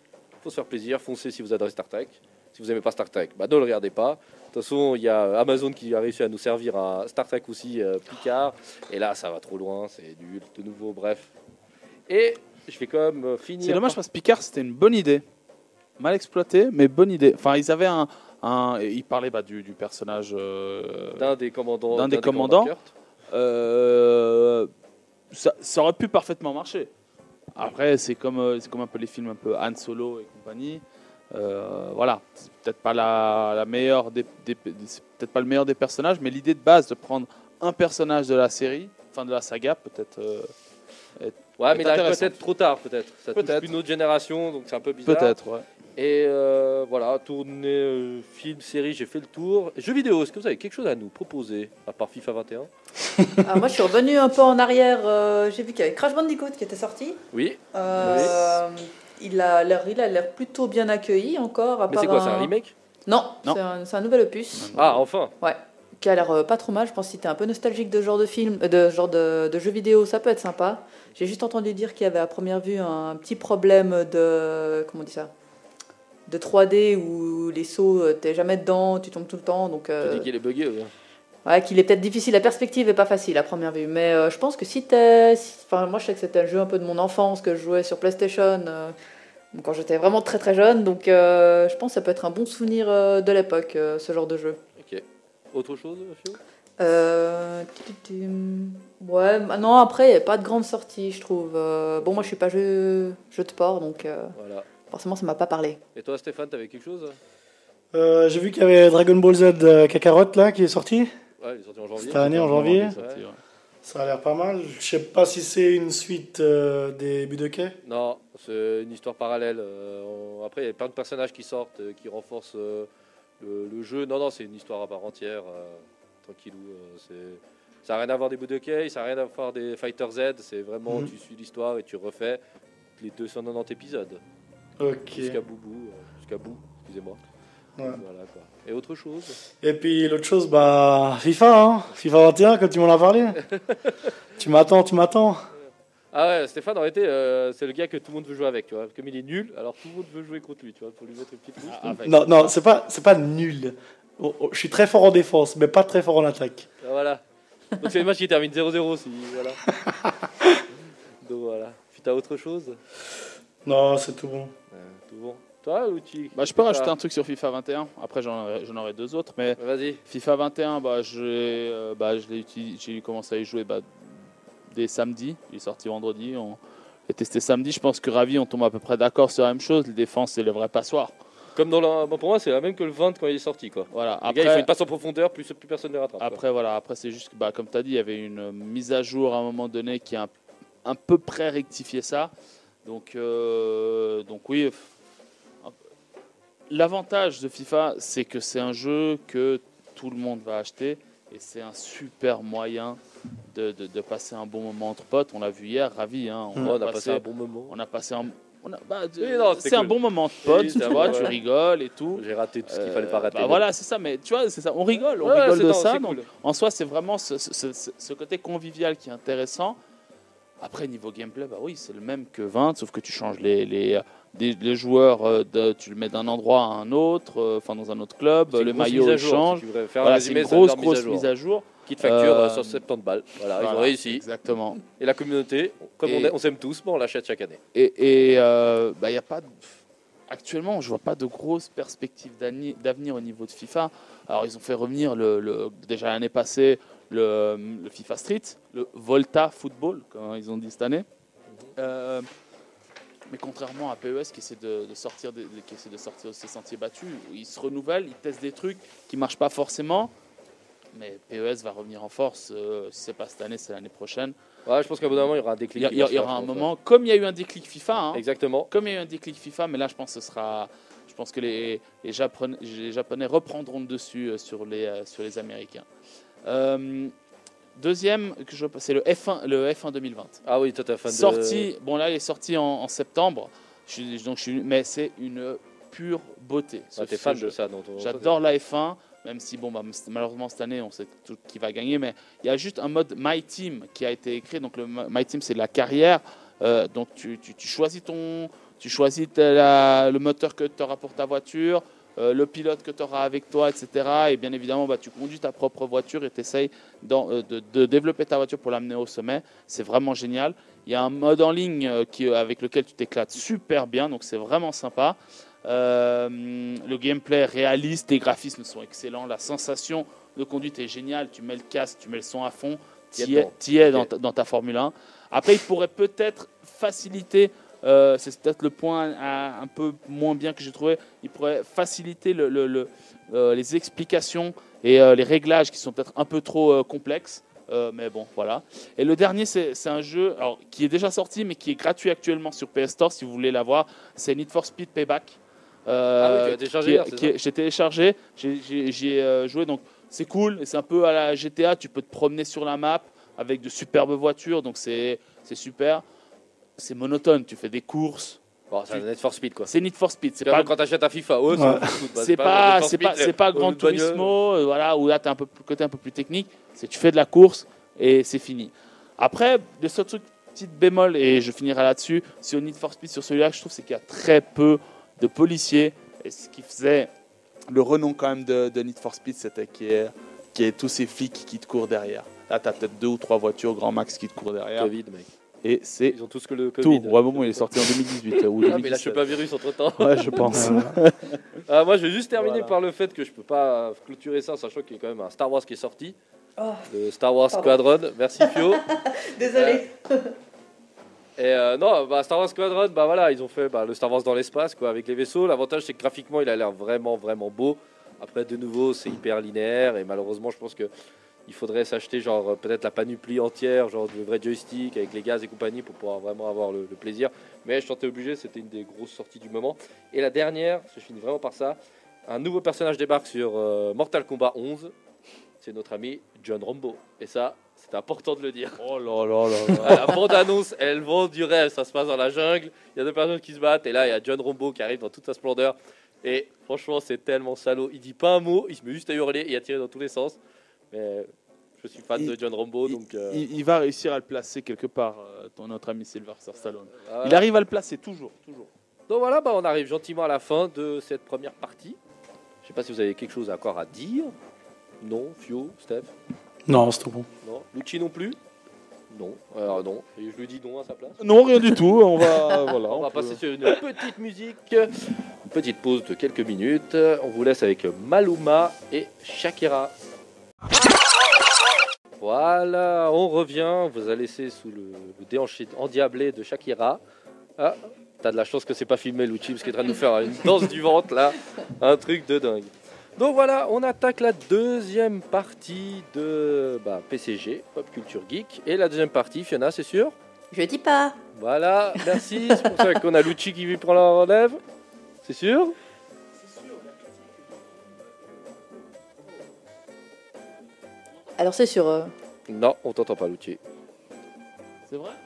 Speaker 1: faut se faire plaisir, foncez si vous adorez Star Trek. Si vous n'aimez pas Star Trek, bah, ne le regardez pas. De toute façon, il y a Amazon qui a réussi à nous servir un Star Trek aussi, euh, Picard. Et là, ça va trop loin, c'est nul, de nouveau, bref. Et je vais quand même finir.
Speaker 2: C'est dommage parce que Picard, c'était une bonne idée. Mal exploité, mais bonne idée. Enfin, ils avaient un. un ils parlaient bah, du, du personnage. Euh,
Speaker 1: d'un des commandants.
Speaker 2: D'un des, des commandants.
Speaker 1: commandants
Speaker 2: euh, ça, ça aurait pu parfaitement marcher. Après, c'est comme, c'est comme un peu les films un peu Han Solo et compagnie. Euh, voilà, c'est peut-être pas la, la meilleure des, des c'est peut-être pas le meilleur des personnages, mais l'idée de base de prendre un personnage de la série, enfin de la saga, peut-être. Euh, est,
Speaker 1: ouais,
Speaker 2: est
Speaker 1: mais là peut-être trop tard, peut-être. Ça touche
Speaker 2: peut-être.
Speaker 1: Une autre génération, donc c'est un peu bizarre.
Speaker 2: Peut-être, ouais.
Speaker 1: Et euh, voilà, tournée, euh, film, série, j'ai fait le tour. Jeux vidéo, est-ce que vous avez quelque chose à nous proposer à part FIFA vingt et un?
Speaker 3: Alors moi, je suis revenu un peu en arrière. Euh, j'ai vu qu'il y avait Crash Bandicoot qui était sorti.
Speaker 1: Oui.
Speaker 3: Euh, oui. Il a l'air, il a l'air plutôt bien accueilli encore. À
Speaker 1: Mais
Speaker 3: part
Speaker 1: c'est quoi,
Speaker 3: un...
Speaker 1: c'est un remake?
Speaker 3: Non,
Speaker 2: non.
Speaker 3: C'est, un, c'est un nouvel opus.
Speaker 1: Ah, enfin.
Speaker 3: Ouais. Qui a l'air euh, pas trop mal. Je pense que si t'es un peu nostalgique de ce genre de film, euh, de genre de, de jeux vidéo, ça peut être sympa. J'ai juste entendu dire qu'il y avait à première vue un petit problème de comment on dit ça, de trois D où les sauts t'es jamais dedans, tu tombes tout le temps. Donc. Euh...
Speaker 1: Tu dis qu'il est bugué. Ouais.
Speaker 3: Ouais, qu'il est peut-être difficile, la perspective est pas facile à première vue, mais euh, je pense que si t'es... Si... Enfin, moi je sais que c'était un jeu un peu de mon enfance, que je jouais sur PlayStation euh, quand j'étais vraiment très très jeune, donc euh, je pense que ça peut être un bon souvenir euh, de l'époque, euh, ce genre de jeu.
Speaker 1: Ok. Autre chose, Fio?
Speaker 3: euh... Ouais, non, après il n'y a pas de grande sortie, je trouve. Euh, bon, moi je suis pas jeu, jeu de sport, donc euh, voilà. Forcément ça m'a pas parlé.
Speaker 1: Et toi Stéphane, t'avais quelque chose?
Speaker 4: euh, J'ai vu qu'il y avait Dragon Ball Z euh, Kakarot là, qui est sorti.
Speaker 1: Ouais, il est sorti en janvier.
Speaker 4: Cette année, en janvier.
Speaker 2: Ouais. Sorti, ouais.
Speaker 4: Ça a l'air pas mal. Je sais pas si c'est une suite euh, des Budokai.
Speaker 1: Non, c'est une histoire parallèle. Euh, on... Après, il y a plein de personnages qui sortent, euh, qui renforcent euh, le, le jeu. Non, non, c'est une histoire à part entière. Euh, tranquillou. Euh, c'est... Ça n'a rien à voir des Budokai, ça n'a rien à voir des Fighter Z. C'est vraiment, mm-hmm. tu suis l'histoire et tu refais les deux cent quatre-vingt-dix épisodes.
Speaker 4: Ok.
Speaker 1: Jusqu'à Boubou, euh, jusqu'à bout, excusez-moi.
Speaker 4: Ouais.
Speaker 1: Voilà, quoi. Et autre chose?
Speaker 4: Et puis l'autre chose, bah FIFA, hein. FIFA vingt et un, comme tu m'en as parlé. Tu m'attends, tu m'attends.
Speaker 1: Ah ouais, Stéphane, en réalité, euh, c'est le gars que tout le monde veut jouer avec, tu vois. Comme il est nul, alors tout le monde veut jouer contre lui, tu vois, pour lui mettre une petite liste.
Speaker 2: Ah, avec.
Speaker 4: Non, non, c'est pas, c'est pas nul. Oh, oh, je suis très fort en défense, mais pas très fort en attaque.
Speaker 1: Ah, voilà. Donc c'est le match qui termine zéro zéro, si, voilà. Donc voilà. Puis t'as autre chose?
Speaker 4: Non, c'est tout bon.
Speaker 1: Ouais, tout bon. Toi, Luchi?
Speaker 2: Bah, je peux rajouter un truc sur FIFA vingt et un. Après, j'en aurai, j'en aurai deux autres. Mais
Speaker 1: vas-y.
Speaker 2: FIFA vingt et un, bah, j'ai, euh, bah, je l'ai utilisé, j'ai commencé à y jouer bah, dès samedi. Il est sorti vendredi. On l'a testé samedi. Je pense que Ravi, on tombe à peu près d'accord sur la même chose. Les défenses, c'est le vrai passoir.
Speaker 1: Comme dans la... bon, pour moi, c'est la même que le vingt quand il est sorti, quoi.
Speaker 2: Voilà.
Speaker 1: Les
Speaker 2: après,
Speaker 1: gars, il faut une passe en profondeur, plus, plus personne ne les rattrape.
Speaker 2: Après, quoi. Voilà. Après, c'est juste que, bah, comme tu as dit, il y avait une mise à jour à un moment donné qui a un, un peu près rectifié ça. Donc, euh, donc oui. L'avantage de FIFA, c'est que c'est un jeu que tout le monde va acheter et c'est un super moyen de, de, de passer un bon moment entre potes. On l'a vu hier, Ravi. Hein,
Speaker 1: on, mmh. a on a passé, passé un bon moment.
Speaker 2: On a passé un. On a, bah,
Speaker 1: oui, non,
Speaker 2: c'est
Speaker 1: cool.
Speaker 2: un bon moment de potes,
Speaker 1: oui,
Speaker 2: tu vois, tu rigoles et tout.
Speaker 1: J'ai raté tout ce qu'il euh, fallait pas rater.
Speaker 2: Bah voilà, c'est ça, mais tu vois, c'est ça. On rigole, on
Speaker 1: ouais,
Speaker 2: rigole de
Speaker 1: non,
Speaker 2: ça.
Speaker 1: Cool.
Speaker 2: Donc, en soi, c'est vraiment ce, ce, ce, ce côté convivial qui est intéressant. Après, niveau gameplay, bah oui, c'est le même que vingt, sauf que tu changes les, les, les, les joueurs, de, tu le mets d'un endroit à un autre, enfin dans un autre club, le maillot change.
Speaker 1: Si faire
Speaker 2: voilà,
Speaker 1: un
Speaker 2: c'est une grosse, grosse mise à jour. Mise à jour.
Speaker 1: Qui te facture euh, cent soixante-dix balles. Voilà, voilà, ils ont réussi.
Speaker 2: Exactement.
Speaker 1: Et la communauté, comme et, on, est, on s'aime tous, bon, on l'achète chaque année.
Speaker 2: Et, et euh, bah, y a pas de... Actuellement, je vois pas de grosses perspectives d'avenir au niveau de FIFA. Alors, ils ont fait revenir le, le, déjà l'année passée le, le FIFA Street, le Volta Football, comme ils ont dit cette année. Mm-hmm. euh, mais contrairement à P E S qui essaie de, de sortir, de, qui essaie de sortir de ses sentiers battus, ils se renouvellent, ils testent des trucs qui marchent pas forcément. Mais P E S va revener en force. Euh, si c'est pas cette année, c'est l'année prochaine.
Speaker 1: Ouais, je pense qu'à bout d'un moment, il y aura un déclic.
Speaker 2: Il y, y, y aura un moment, comme il y a eu un déclic FIFA. Hein,
Speaker 1: Exactement.
Speaker 2: Comme il y a eu un déclic FIFA, mais là, je pense que ce sera. Je pense que les, les, Japonais, les Japonais reprendront le dessus sur les, sur les Américains. Euh, deuxième, que je, c'est le F un, le F un deux mille vingt.
Speaker 1: Ah oui, toi, t'as fan
Speaker 2: sorti,
Speaker 1: de...
Speaker 2: Bon, là, il est sorti en, en septembre. Je suis, donc, je suis, mais c'est une pure beauté.
Speaker 1: Ah, t'es fan jeu. de ça, donc.
Speaker 2: J'adore la F un. Même si, bon, bah, malheureusement, cette année, on sait tout qui va gagner, mais il y a juste un mode My Team qui a été écrit. Donc, le My Team, c'est la carrière. Euh, donc, tu, tu, tu choisis ton, Tu choisis ta- la- le moteur que tu auras pour ta voiture, euh, le pilote que tu auras avec toi, et cetera. Et bien évidemment, bah, tu conduis ta propre voiture et tu essayes de, de, de développer ta voiture pour l'amener au sommet. C'est vraiment génial. Il y a un mode en ligne euh, qui, avec lequel tu t'éclates super bien, donc c'est vraiment sympa. Euh, le gameplay est réaliste, les graphismes sont excellents, la sensation de conduite est géniale. Tu mets le casque, tu mets le son à fond, tu y es, t'y es
Speaker 1: Ok.
Speaker 2: dans, ta, dans ta Formule un. Après, il pourrait peut-être faciliter, euh, c'est peut-être le point à- un peu moins bien que j'ai trouvé, il pourrait faciliter le, le- le, euh, les explications et euh, les réglages qui sont peut-être un peu trop euh, complexes. Euh, mais bon, voilà. Et le dernier, c'est c'est un jeu alors, qui est déjà sorti, mais qui est gratuit actuellement sur P S Store, si vous voulez l'avoir. C'est Need for Speed Payback. Euh,
Speaker 1: Ah oui, tu l'as téléchargé
Speaker 2: qui est-
Speaker 1: hier, c'est
Speaker 2: qui est-
Speaker 1: ça
Speaker 2: J'ai téléchargé, j'ai- j'ai j'y ai euh, joué, donc c'est cool. Et c'est un peu à la G T A, tu peux te promener sur la map avec de superbes voitures, donc c'est c'est super. C'est monotone, tu fais des courses.
Speaker 1: Bon, c'est un Need for Speed quoi.
Speaker 2: C'est Need for Speed, c'est
Speaker 1: C'est
Speaker 2: pas
Speaker 1: pas quand t'achètes un FIFA, ouais,
Speaker 4: Ouais.
Speaker 1: c'est un foot, bah,
Speaker 2: c'est
Speaker 1: pas
Speaker 2: pas,
Speaker 1: Need for
Speaker 2: c'est
Speaker 1: Speed,
Speaker 2: pas, c'est pas
Speaker 1: au
Speaker 2: Gran
Speaker 1: lieu de bagnole.
Speaker 2: Turismo, euh, voilà, où là tu as un peu plus, côté un peu plus technique. C'est tu fais de la course et c'est fini. Après, le seul truc, petite bémol, et je finirai là-dessus, sur Need for Speed, sur celui-là, je trouve, c'est qu'il y a très peu de policiers. Et ce qui faisait le renom quand même de, de Need for Speed, c'était qu'il y ait, qu'il y ait tous ces flics qui te courent derrière. Là, tu as peut-être deux ou trois voitures, grand max, qui te courent derrière.
Speaker 1: Covid, mec.
Speaker 2: Et c'est
Speaker 1: Ils ont tous que le
Speaker 2: tout.
Speaker 1: Covid.
Speaker 2: Vraiment, il est sorti en deux mille dix-huit ou
Speaker 1: Ah, mais il a chopé un
Speaker 2: deux mille dix-sept.
Speaker 1: virus entre temps.
Speaker 2: Ouais, je pense.
Speaker 4: Voilà.
Speaker 1: Ah, moi, je vais juste terminer
Speaker 2: Voilà.
Speaker 1: par le fait que je peux pas clôturer ça, sachant qu'il y a quand même un Star Wars qui est sorti.
Speaker 3: Oh.
Speaker 1: Le Star Wars
Speaker 3: Pardon.
Speaker 1: Squadron. Merci Fio.
Speaker 3: Désolée.
Speaker 1: Et euh, non, bah, Star Wars Squadron, bah voilà, ils ont fait bah, le Star Wars dans l'espace, quoi, avec les vaisseaux. L'avantage, c'est que graphiquement, il a l'air vraiment, vraiment beau. Après, de nouveau, c'est hyper linéaire et malheureusement, je pense que il faudrait s'acheter genre euh, peut-être la panoplie entière, genre de vrai joystick avec les gaz et compagnie pour pouvoir vraiment avoir le, le plaisir. Mais je sentais obligé, c'était une des grosses sorties du moment. Et la dernière, je finis vraiment par ça, un nouveau personnage débarque sur euh, Mortal Kombat onze. C'est notre ami John Rambo. Et ça, c'est important de le dire.
Speaker 2: Oh là là là là.
Speaker 1: Ah, la bande-annonce, elle vend du rêve. Ça se passe dans la jungle. Il y a deux personnes qui se battent. Et là, il y a John Rambo qui arrive dans toute sa splendeur. Et franchement, c'est tellement salaud. Il dit pas un mot. Il se met juste à hurler et à tirer dans tous les sens. Mais je suis fan
Speaker 2: Il-
Speaker 1: de John Rambo.
Speaker 2: Il,
Speaker 1: Donc, euh,
Speaker 2: il- il va réussir à le placer quelque part, euh, ton notre ami Sylvester Stallone.
Speaker 1: voilà.
Speaker 2: Il arrive à le placer toujours, toujours.
Speaker 1: Donc voilà, bah, on arrive gentiment à la fin de cette première partie. Je sais pas si vous avez quelque chose encore à dire. Non, Fio, Steph.
Speaker 4: Non, c'est tout bon.
Speaker 1: Non, Lucci non plus. Non, alors non. Et je lui dis non à sa place.
Speaker 2: Non, rien du tout. On va, voilà,
Speaker 1: On va
Speaker 2: peut-
Speaker 1: passer sur une petite musique, une petite pause de quelques minutes. On vous laisse avec Maluma et Shakira. Voilà, on revient. On vous a laissé sous le, le déhanché endiablé de Shakira. Ah, t'as de la chance que c'est pas filmé, Lucci, parce qu'il est en train de nous faire une danse du ventre là, un truc de dingue. Donc voilà, on attaque la deuxième partie de bah, P C G, Pop Culture Geek. Et la deuxième partie, Fiona, c'est sûr?
Speaker 3: Je dis pas.
Speaker 1: Voilà, merci. C'est pour ça qu'on a Lucci qui lui prend la relève. C'est sûr?
Speaker 3: Alors c'est sur. euh,
Speaker 1: Non, on t'entend pas, Lucci.
Speaker 2: C'est vrai?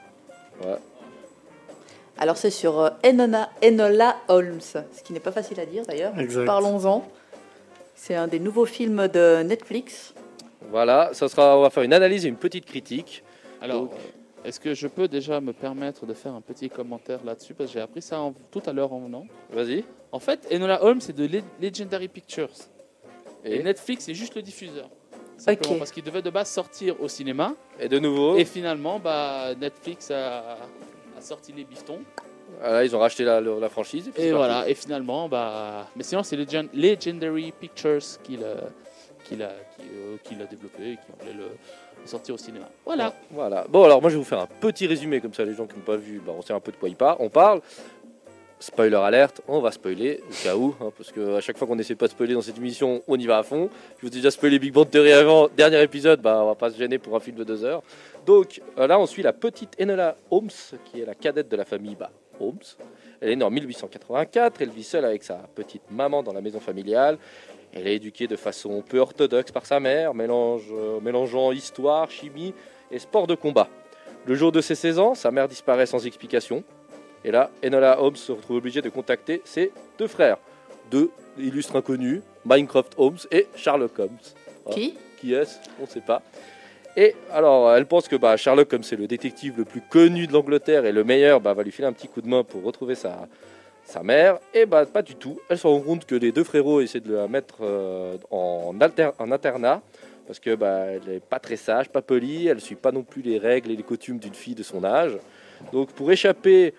Speaker 3: Alors c'est sur euh, Enola, Enola Holmes, ce qui n'est pas facile à dire d'ailleurs.
Speaker 4: Exact.
Speaker 3: Parlons-en. C'est un des nouveaux films de Netflix.
Speaker 1: Voilà, ça sera, on va faire une analyse et une petite critique.
Speaker 2: Alors,
Speaker 1: Donc-
Speaker 2: euh, est-ce que je peux déjà me permettre de faire un petit commentaire là-dessus? Parce que j'ai appris ça en- tout à l'heure en venant.
Speaker 1: Vas-y.
Speaker 2: En fait, Enola Holmes, c'est de Le- Legendary Pictures. Et,
Speaker 1: Et,
Speaker 2: Netflix, c'est juste le diffuseur. Simplement
Speaker 3: Ok.
Speaker 2: parce qu'il devait de base sortir au cinéma.
Speaker 1: et de nouveau,
Speaker 2: Et finalement, bah, Netflix a, a sorti les bifetons.
Speaker 1: voilà, ils ont racheté la, la franchise. puis
Speaker 2: Et
Speaker 1: c'est
Speaker 2: voilà,
Speaker 1: parti.
Speaker 2: et finalement, bah, mais sinon c'est Legend- Legendary Pictures qui l'a, qui l'a, qui, euh, qui l'a développé et qui voulait le, le sortir au cinéma. Voilà.
Speaker 1: Voilà. Bon, alors moi je vais vous faire un petit résumé, comme ça les gens qui n'ont pas vu, bah, on sait un peu de quoi il parle. On parle. Spoiler alerte, on va spoiler au cas où, hein, parce qu'à chaque fois qu'on essaie pas de spoiler dans cette émission, on y va à fond. Je vous ai déjà spoilé Big Bang Theory avant, dernier épisode, bah on va pas se gêner pour un film de deux heures. Donc euh, là on suit la petite Enola Holmes, qui est la cadette de la famille bah, Holmes. Elle est née en mille huit cent quatre-vingt-quatre, elle vit seule avec sa petite maman dans la maison familiale. Elle est éduquée de façon peu orthodoxe par sa mère, mélange, euh, mélangeant histoire, chimie et sport de combat. Le jour de ses seize ans, sa mère disparaît sans explication. Et là, Enola Holmes se retrouve obligée de contacter ses deux frères, deux illustres inconnus, Minecraft Holmes et Sherlock Holmes. Voilà.
Speaker 3: Qui
Speaker 1: Qui est-ce? On ne sait pas. Et alors, elle pense que bah, Sherlock, comme c'est le détective le plus connu de l'Angleterre et le meilleur, bah, va lui filer un petit coup de main pour retrouver sa, sa mère. Et bah, pas du tout. Elle se rend compte que les deux frérots essaient de la mettre euh, en, alter, en internat. Parce que bah, elle n'est pas très sage, pas polie, elle ne suit pas non plus les règles et les coutumes d'une fille de son âge. Donc pour échapper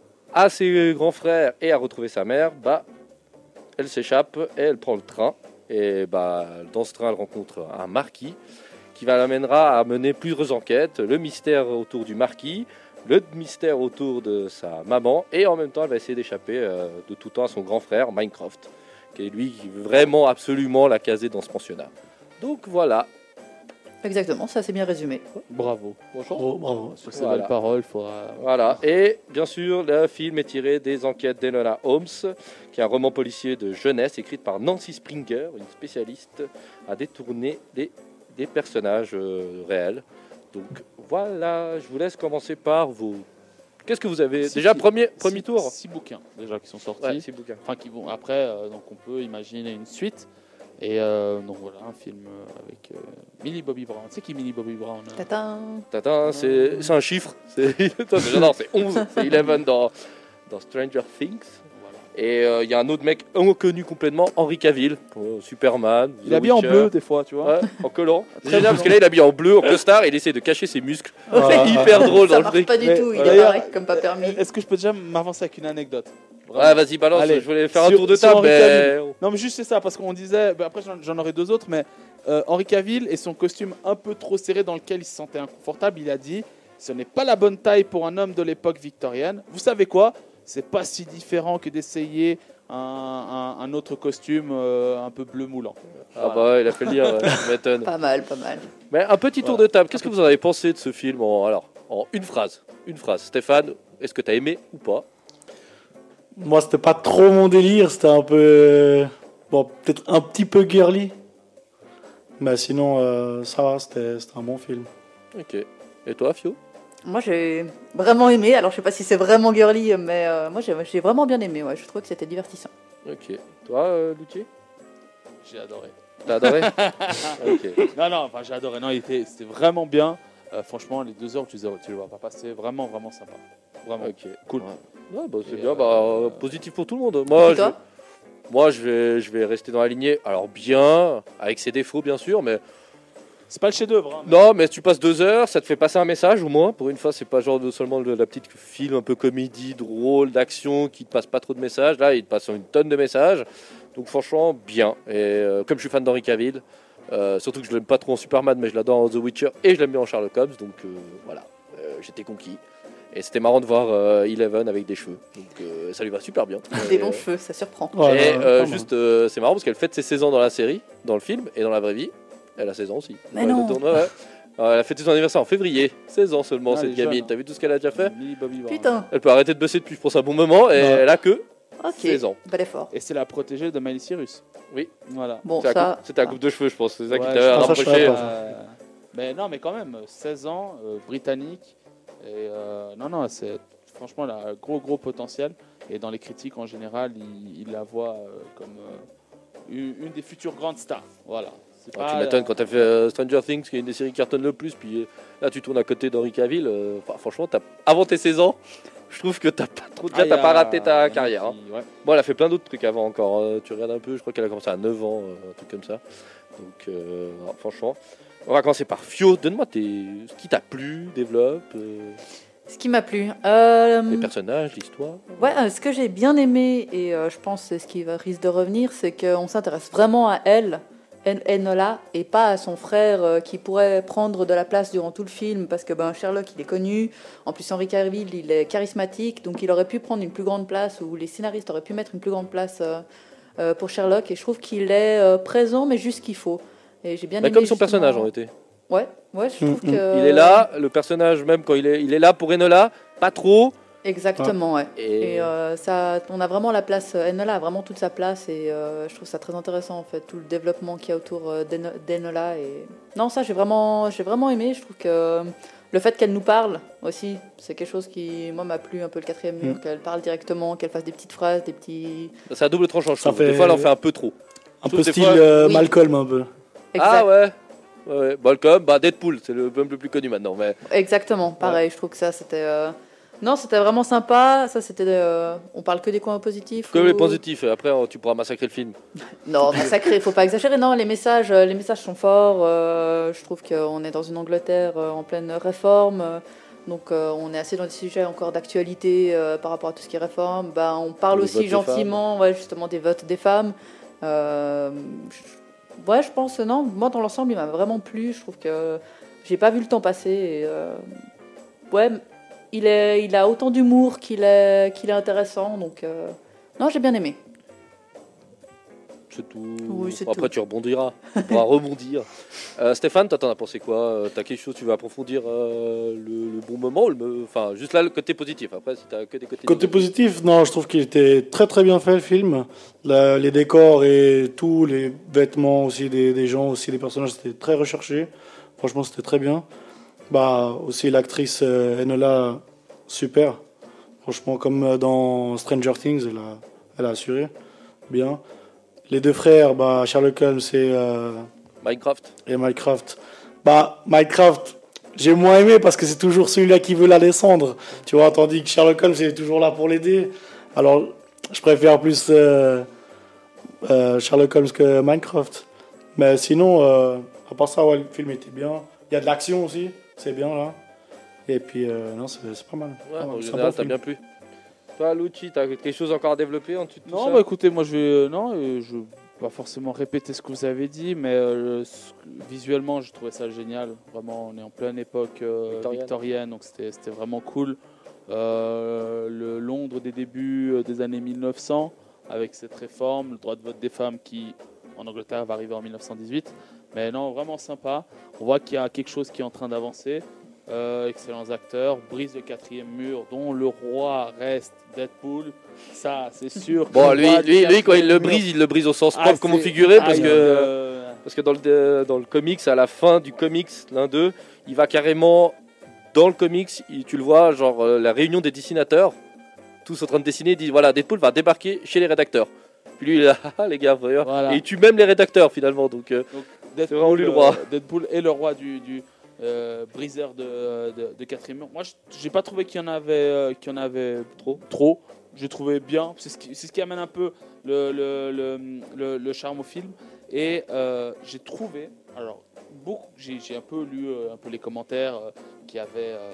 Speaker 1: à ses grands frères et à retrouver sa mère, bah, elle s'échappe et elle prend le train. Et bah, dans ce train, elle rencontre un marquis qui va l'amènera à mener plusieurs enquêtes. Le mystère autour du marquis, le mystère autour de sa maman. Et en même temps, elle va essayer d'échapper euh, de tout temps à son grand frère, Mycroft, qui est lui qui veut vraiment absolument la caser dans ce pensionnat. Donc voilà.
Speaker 3: Exactement, ça c'est bien résumé.
Speaker 2: Bravo.
Speaker 4: Bravo, bravo.
Speaker 2: Sur ces
Speaker 1: Voilà.
Speaker 2: belles paroles, il faudra...
Speaker 1: Voilà. Et bien sûr, le film est tiré des enquêtes d'Enola Holmes, qui est un roman policier de jeunesse écrit par Nancy Springer, une spécialiste à détourner des, des personnages euh, réels. Donc voilà, je vous laisse commencer par vos... Qu'est-ce que vous avez
Speaker 2: Six
Speaker 1: déjà
Speaker 2: films.
Speaker 1: premier premier
Speaker 2: six,
Speaker 1: tour.
Speaker 2: Six bouquins déjà qui sont sortis.
Speaker 1: Ouais, six bouquins.
Speaker 2: Enfin qui vont après, euh, donc on peut imaginer une suite. Et euh, donc voilà, un film euh, avec euh, Millie Bobby Brown. C'est qui Millie Bobby Brown hein
Speaker 3: Tatin.
Speaker 1: Tatin, c'est c'est un chiffre. C'est non, c'est onze, c'est onze dans, dans Stranger Things.
Speaker 2: Voilà.
Speaker 1: Et il euh, y a un autre mec inconnu complètement, Henry Cavill, euh, Superman.
Speaker 2: Il
Speaker 1: The
Speaker 2: est habillé en
Speaker 1: Witcher.
Speaker 2: bleu des fois, tu vois.
Speaker 1: Ouais, en collant. C'est génial parce que là il est habillé en bleu, en costard, et il essaie de cacher ses muscles.
Speaker 4: Ah,
Speaker 1: C'est hyper drôle
Speaker 3: Ça
Speaker 1: dans le
Speaker 3: marche
Speaker 1: truc.
Speaker 3: pas du
Speaker 2: Mais-
Speaker 3: tout, il
Speaker 2: voilà.
Speaker 3: est barré comme pas permis.
Speaker 2: Est-ce que je peux déjà m'avancer avec une anecdote
Speaker 1: Ouais, vas-y, balance.
Speaker 2: Allez.
Speaker 1: Je voulais faire un
Speaker 2: Sur-
Speaker 1: tour de
Speaker 2: sur
Speaker 1: table,
Speaker 2: Henry
Speaker 1: mais.
Speaker 2: Non mais juste c'est ça, parce qu'on disait, bah, après j'en- j'en aurai deux autres, mais euh, Henry Cavill et son costume un peu trop serré dans lequel il se sentait inconfortable, il a dit, ce n'est pas la bonne taille pour un homme de l'époque victorienne. Vous savez quoi? C'est pas si différent que d'essayer un, un- un autre costume euh, un peu bleu moulant.
Speaker 1: Ah bah, il a fait le lire, ouais, tu m'étonnes.
Speaker 3: Pas mal, pas mal.
Speaker 1: Mais un petit tour
Speaker 2: Voilà.
Speaker 1: de table. Qu'est-ce que vous en avez pensé de ce film en, alors, en une phrase? Une phrase. Stéphane, est-ce que tu as aimé ou pas?
Speaker 4: Moi, c'était pas trop mon délire, c'était un peu. Bon, peut-être un petit peu girly. Mais sinon, euh, ça va, c'était c'était un bon film.
Speaker 1: Ok. Et toi, Fio?
Speaker 3: Moi j'ai vraiment aimé, alors je sais pas si c'est vraiment girly, mais euh, moi j'ai j'ai vraiment bien aimé, ouais. Je trouve que c'était divertissant.
Speaker 1: Ok. Toi, euh, Lucie?
Speaker 2: J'ai adoré.
Speaker 1: T'as adoré? Ok.
Speaker 2: Non, non, enfin j'ai adoré. Non, il était, c'était vraiment bien. Euh, franchement, les deux heures, tu ne les vois pas passer. Vraiment, vraiment sympa. Vraiment.
Speaker 1: Ok.
Speaker 2: Cool.
Speaker 1: Ouais, bah, c'est
Speaker 2: Et,
Speaker 1: bien.
Speaker 2: euh,
Speaker 1: Bah, euh, positif pour tout le monde. Moi,
Speaker 3: Et
Speaker 1: je,
Speaker 3: toi
Speaker 1: moi je, vais, je vais rester dans la lignée. Alors, bien, avec ses défauts, bien sûr, mais.
Speaker 2: C'est pas le chef-d'œuvre. Hein, mais-
Speaker 1: Non, mais tu passes deux heures, ça te fait passer un message au moins. Pour une fois, c'est pas genre de, seulement de la petite film un peu comédie, drôle, d'action qui te passe pas trop de messages. Là, il te passe une tonne de messages. Donc franchement, bien. Et euh, comme je suis fan d'Henry Cavill, euh, surtout que je l'aime pas trop en Superman, mais je l'adore en The Witcher et je l'aime bien en Sherlock Holmes. Donc euh, voilà, euh, j'étais conquis. Et c'était marrant de voir euh, Eleven avec des cheveux. Donc euh, ça lui va super bien.
Speaker 3: Des
Speaker 1: Et,
Speaker 3: longs cheveux, ça surprend.
Speaker 4: Ouais,
Speaker 1: et
Speaker 4: ouais,
Speaker 1: euh,
Speaker 4: pas mal.
Speaker 1: juste, euh, c'est marrant parce qu'elle fête ses seize ans dans la série, dans le film et dans la vraie vie. Elle a seize ans aussi.
Speaker 3: Mais
Speaker 1: Ouais,
Speaker 3: non.
Speaker 1: elle tourne, ouais, ouais. Euh, Elle a fêté son anniversaire en février. seize ans seulement,
Speaker 2: Ah,
Speaker 1: cette
Speaker 2: elle est jeune,
Speaker 1: gamine.
Speaker 2: hein.
Speaker 1: T'as vu tout ce qu'elle a déjà fait?
Speaker 2: Millie Bobby Brown.
Speaker 3: Putain,
Speaker 1: Elle peut arrêter de bosser depuis pour un bon moment et
Speaker 4: Ouais.
Speaker 1: elle a que
Speaker 3: ok,
Speaker 1: seize ans.
Speaker 3: bel effort.
Speaker 2: Et c'est la protégée de Miley Cyrus.
Speaker 1: Oui.
Speaker 2: Voilà.
Speaker 3: Bon,
Speaker 1: C'était la
Speaker 3: ça,
Speaker 1: coupe- C'était la coupe de cheveux, je pense. C'est ça qui
Speaker 2: Ouais,
Speaker 1: t'avait
Speaker 2: je pense
Speaker 4: que je
Speaker 1: rapproché.
Speaker 4: savais pas.
Speaker 2: Euh, mais non, mais quand même, seize ans, euh, britannique. Et euh, non, non, c'est franchement elle a un gros, gros potentiel. Et dans les critiques en général, ils il la voient euh, comme euh, une, une des futures grandes stars. Voilà. C'est
Speaker 1: Oh,
Speaker 2: pas
Speaker 1: tu
Speaker 2: la-
Speaker 1: m'étonnes quand t'as fait euh, Stranger Things, qui est une des séries qui cartonne le plus, puis euh, là tu tournes à côté d'Henry Cavill. euh, enfin, franchement, t'as- avant tes seize ans, je trouve que t'as pas trop, déjà
Speaker 2: Ah,
Speaker 1: t'as
Speaker 2: y a-
Speaker 1: pas raté ta
Speaker 2: y en a
Speaker 1: carrière. hein.
Speaker 2: qui- ouais.
Speaker 1: Bon, elle a fait plein d'autres trucs avant encore. euh, tu regardes un peu, je crois qu'elle a commencé à neuf ans, euh, un truc comme ça. Donc, euh, non, franchement, on va commencer par Fio. Donne-moi tes... ce qui t'a plu, développe, euh,
Speaker 3: ce qui m'a plu. Euh,
Speaker 1: les personnages, l'histoire.
Speaker 3: Ouais, euh, ce que j'ai bien aimé, et euh, je pense que c'est ce qui va- risque de revenir, c'est qu'on s'intéresse vraiment à elle, En- Enola, et pas à son frère euh, qui pourrait prendre de la place durant tout le film, parce que ben, Sherlock, il est connu, en plus Henry Cavill, il est charismatique, donc il aurait pu prendre une plus grande place, ou les scénaristes auraient pu mettre une plus grande place euh, euh, pour Sherlock, et je trouve qu'il est euh, présent, mais juste ce qu'il faut. Et j'ai bien
Speaker 1: Bah,
Speaker 3: aimé
Speaker 1: comme son
Speaker 3: justement-
Speaker 1: personnage en été.
Speaker 3: Ouais, ouais, je trouve
Speaker 4: Mm, mm.
Speaker 3: que...
Speaker 1: Il est là, le personnage même quand il est, il est là pour Enola, pas trop.
Speaker 3: Exactement, ouais.
Speaker 1: Et,
Speaker 3: Et euh, ça, on a vraiment la place, Enola a vraiment toute sa place et euh, je trouve ça très intéressant en fait, tout le développement qu'il y a autour euh, d'Eno- d'Enola. Et... Non, ça j'ai vraiment, j'ai vraiment aimé, je trouve que euh, le fait qu'elle nous parle aussi, c'est quelque chose qui, moi, m'a plu un peu le quatrième mur,
Speaker 4: Mm.
Speaker 3: qu'elle parle directement, qu'elle fasse des petites phrases, des petits...
Speaker 1: c'est à double tranchant, je
Speaker 4: Ça
Speaker 1: trouve. Des
Speaker 4: fait-
Speaker 1: fois, elle en fait un peu trop.
Speaker 4: Un
Speaker 1: trouve
Speaker 4: peu
Speaker 1: des
Speaker 4: style
Speaker 1: fois-
Speaker 4: euh,
Speaker 3: Oui.
Speaker 4: Malcolm, un peu.
Speaker 1: Ah ouais. Ouais, Malcolm, bah Deadpool, c'est le même le plus connu maintenant. Mais...
Speaker 3: Exactement, pareil, ouais. Je trouve que ça c'était. Euh... Non, c'était vraiment sympa. Ça, c'était. Euh... On parle que des points positifs.
Speaker 1: Que
Speaker 3: ou...
Speaker 1: les positifs. Après, tu pourras massacrer le film.
Speaker 3: Non, massacrer, il faut pas exagérer. Non, les messages, les messages sont forts. Euh... Je trouve qu'on est dans une Angleterre euh, en pleine réforme. Euh... Donc, euh, on est assez dans des sujets encore d'actualité euh, par rapport à tout ce qui est réforme. Bah, on parle les aussi gentiment, ouais, justement, des votes des femmes. Euh... Je... Ouais, je pense, non. Moi, dans l'ensemble, il m'a vraiment plu. Je trouve que j'ai pas vu le temps passer. Et, euh... Ouais. Il, est, il a autant d'humour qu'il est, qu'il est intéressant, donc euh... non, j'ai bien aimé.
Speaker 1: C'est tout.
Speaker 3: Oui, c'est
Speaker 1: Après,
Speaker 3: tout.
Speaker 1: tu rebondiras, tu pourras rebondir. Euh, Stéphane, toi, t'en as pensé quoi? T'as quelque chose, tu veux approfondir euh, le, le bon moment, le, enfin, juste là le côté positif. Après, si t'as que des côtés.
Speaker 4: Côté positif, non, je trouve qu'il était très très bien fait le film. La, les décors et tous les vêtements aussi des, des gens, aussi des personnages, c'était très recherché. Franchement, c'était très bien. Bah, aussi l'actrice euh, Enola, super. Franchement, comme dans Stranger Things, elle a, elle a assuré. Bien. Les deux frères, bah, Sherlock Holmes et, euh,
Speaker 1: Minecraft.
Speaker 4: et Minecraft. Bah, Minecraft, j'ai moins aimé parce que c'est toujours celui-là qui veut la descendre. Tu vois, tandis que Sherlock Holmes est toujours là pour l'aider. Alors, je préfère plus euh, euh, Sherlock Holmes que Minecraft. Mais sinon, euh, à part ça, ouais, le film était bien. Il y a de l'action aussi. C'est bien là. Et puis, euh, non, c'est, c'est pas mal.
Speaker 1: Ouais,
Speaker 4: pas mal.
Speaker 1: en
Speaker 4: C'est
Speaker 1: général,
Speaker 4: un bon
Speaker 1: t'as
Speaker 4: film.
Speaker 1: bien plu. Toi, Lucci, t'as quelque chose encore à développer en dessous de tout
Speaker 2: Non,
Speaker 1: ça
Speaker 2: bah écoutez, moi je vais. Euh, non, euh, je vais pas forcément répéter ce que vous avez dit, mais euh, ce- visuellement, je trouvais ça génial. Vraiment, on est en pleine époque euh,
Speaker 1: Victorienne.
Speaker 2: victorienne, donc c'était, c'était vraiment cool. Euh, le Londres des débuts euh, des années mille neuf cents, avec cette réforme, le droit de vote des femmes qui, en Angleterre, va arriver en mille neuf cent dix-huit. Mais non, vraiment sympa. On voit qu'il y a quelque chose qui est en train d'avancer. Euh, excellents acteurs, brise le quatrième mur, dont le roi reste Deadpool. Ça, c'est sûr.
Speaker 1: Bon,
Speaker 2: Le
Speaker 1: lui,
Speaker 2: roi du
Speaker 1: lui, lui, quand il le
Speaker 2: quatrième
Speaker 1: brise, il le brise au sens
Speaker 2: Ah,
Speaker 1: propre, comme on
Speaker 2: c'est-
Speaker 1: figurait,
Speaker 2: ah,
Speaker 1: parce
Speaker 2: il,
Speaker 1: que,
Speaker 2: euh,
Speaker 1: parce que dans, le, dans le comics, à la fin du comics, l'un d'eux, il va carrément, dans le comics, il- tu le vois, genre euh, la réunion des dessinateurs, tous en train de dessiner, ils disent voilà, Deadpool va débarquer chez les rédacteurs. Puis lui, il est là, ah, les gars, voyons.
Speaker 2: Voilà.
Speaker 1: Et il tue même les rédacteurs finalement. Donc, euh,
Speaker 2: donc,
Speaker 1: c'est vraiment lui le roi.
Speaker 2: euh, Deadpool est le roi du, du euh, briseur de, de, de quatrième mur. Moi, je- j'ai pas trouvé qu'il y en avait, euh, qu'il y en avait trop. Trop. J'ai trouvé bien. C'est ce qui, c'est ce qui amène un peu le, le, le, le, le charme au film. Et euh, j'ai trouvé, alors beaucoup, j'ai, j'ai un peu lu euh, un peu les commentaires euh, qui avaient euh,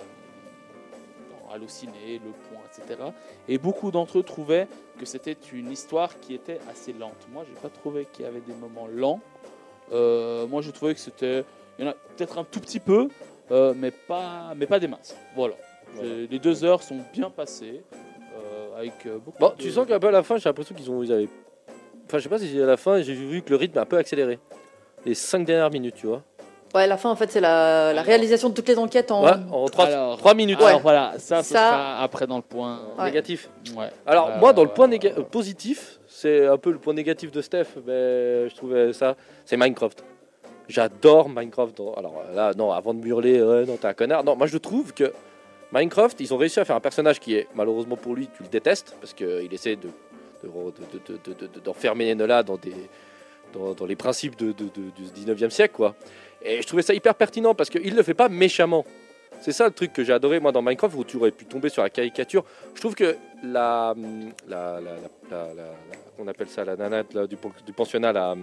Speaker 2: dans Allociné, Le Point, et cetera. Et beaucoup d'entre eux trouvaient que c'était une histoire qui était assez lente. Moi, j'ai pas trouvé qu'il y avait des moments lents. Euh, moi, je trouvais que c'était, il y en a peut-être un tout petit peu, euh, mais pas, mais pas des masses. Voilà.
Speaker 1: Voilà.
Speaker 2: C'est- Les deux heures sont bien passées, euh, avec euh, beaucoup.
Speaker 1: bon,
Speaker 2: de...
Speaker 1: tu sens qu'un peu à la fin, j'ai l'impression qu'ils ont, ils avaient, enfin, je sais pas si à la fin, j'ai vu que le rythme a un peu accéléré. Les cinq dernières minutes, tu vois.
Speaker 3: Ouais, la fin, en fait, c'est la, la réalisation de toutes les enquêtes en.
Speaker 1: Ouais, en trois
Speaker 2: Alors,
Speaker 1: minutes.
Speaker 2: Alors
Speaker 3: Ouais.
Speaker 2: voilà, ça, ce
Speaker 3: Ça-
Speaker 2: sera après dans le point.
Speaker 3: Ouais.
Speaker 1: Négatif.
Speaker 2: Ouais.
Speaker 1: Alors
Speaker 2: Euh,
Speaker 1: moi dans le point néga- euh, positif, c'est un peu le point négatif de Steph, mais je trouvais ça, c'est Minecraft. J'adore Minecraft. dans- Alors là non, avant de me hurler, ouais, non t'es un connard. Non, moi je trouve que Minecraft, ils ont réussi à faire un personnage qui est malheureusement pour lui, tu le détestes parce qu'il essaie de, de, de- de- de- de- de- d'enfermer Enola dans des dans, dans les principes de, de- de- du dix-neuvième siècle quoi. Et je trouvais ça hyper pertinent parce qu'il le fait pas méchamment. C'est ça le truc que j'ai adoré moi dans Minecraft où tu aurais pu tomber sur la caricature. Je trouve que la la la, la, la- la- la- on appelle ça la nana là, du, pen- du pensionnat la,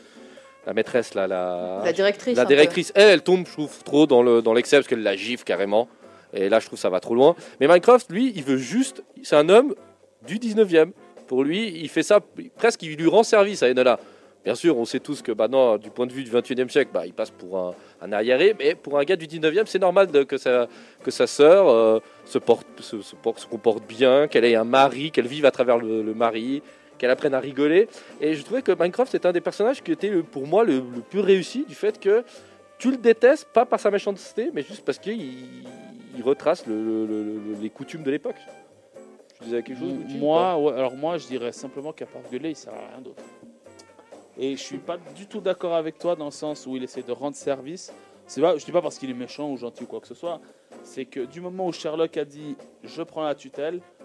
Speaker 1: la maîtresse là la
Speaker 3: La directrice.
Speaker 1: la
Speaker 3: un peu.
Speaker 1: directrice elle elle tombe je trouve trop dans le dans l'excès parce qu'elle la gifle carrément et là je trouve ça va trop loin. Mais Minecraft lui il veut juste c'est un homme du dix-neuvième. Pour lui il fait ça presque il lui rend service à Enola. Bien sûr, on sait tous que bah non, du point de vue du vingt et unième siècle, bah, il passe pour un, un arriéré, mais pour un gars du dix-neuvième, c'est normal de- que, sa, que sa sœur euh, se, porte, se, se porte- se comporte bien, qu'elle ait un mari, qu'elle vive à travers le, le mari, qu'elle apprenne à rigoler. Et je trouvais que Minecraft est un des personnages qui était euh, pour moi le, le plus réussi, du fait que tu le détestes, pas par sa méchanceté, mais juste parce qu'il il retrace le- le- le- le- les coutumes de l'époque. Je disais quelque chose Gucci, ou
Speaker 2: Moi, ouais, alors moi, je dirais simplement qu'à part gueuler, il sert à rien d'autre. Et je suis pas du tout d'accord avec toi dans le sens où il essaie de rendre service. C'est pas, je dis pas parce qu'il est méchant ou gentil ou quoi que ce soit. C'est que du moment où Sherlock a dit je prends la tutelle,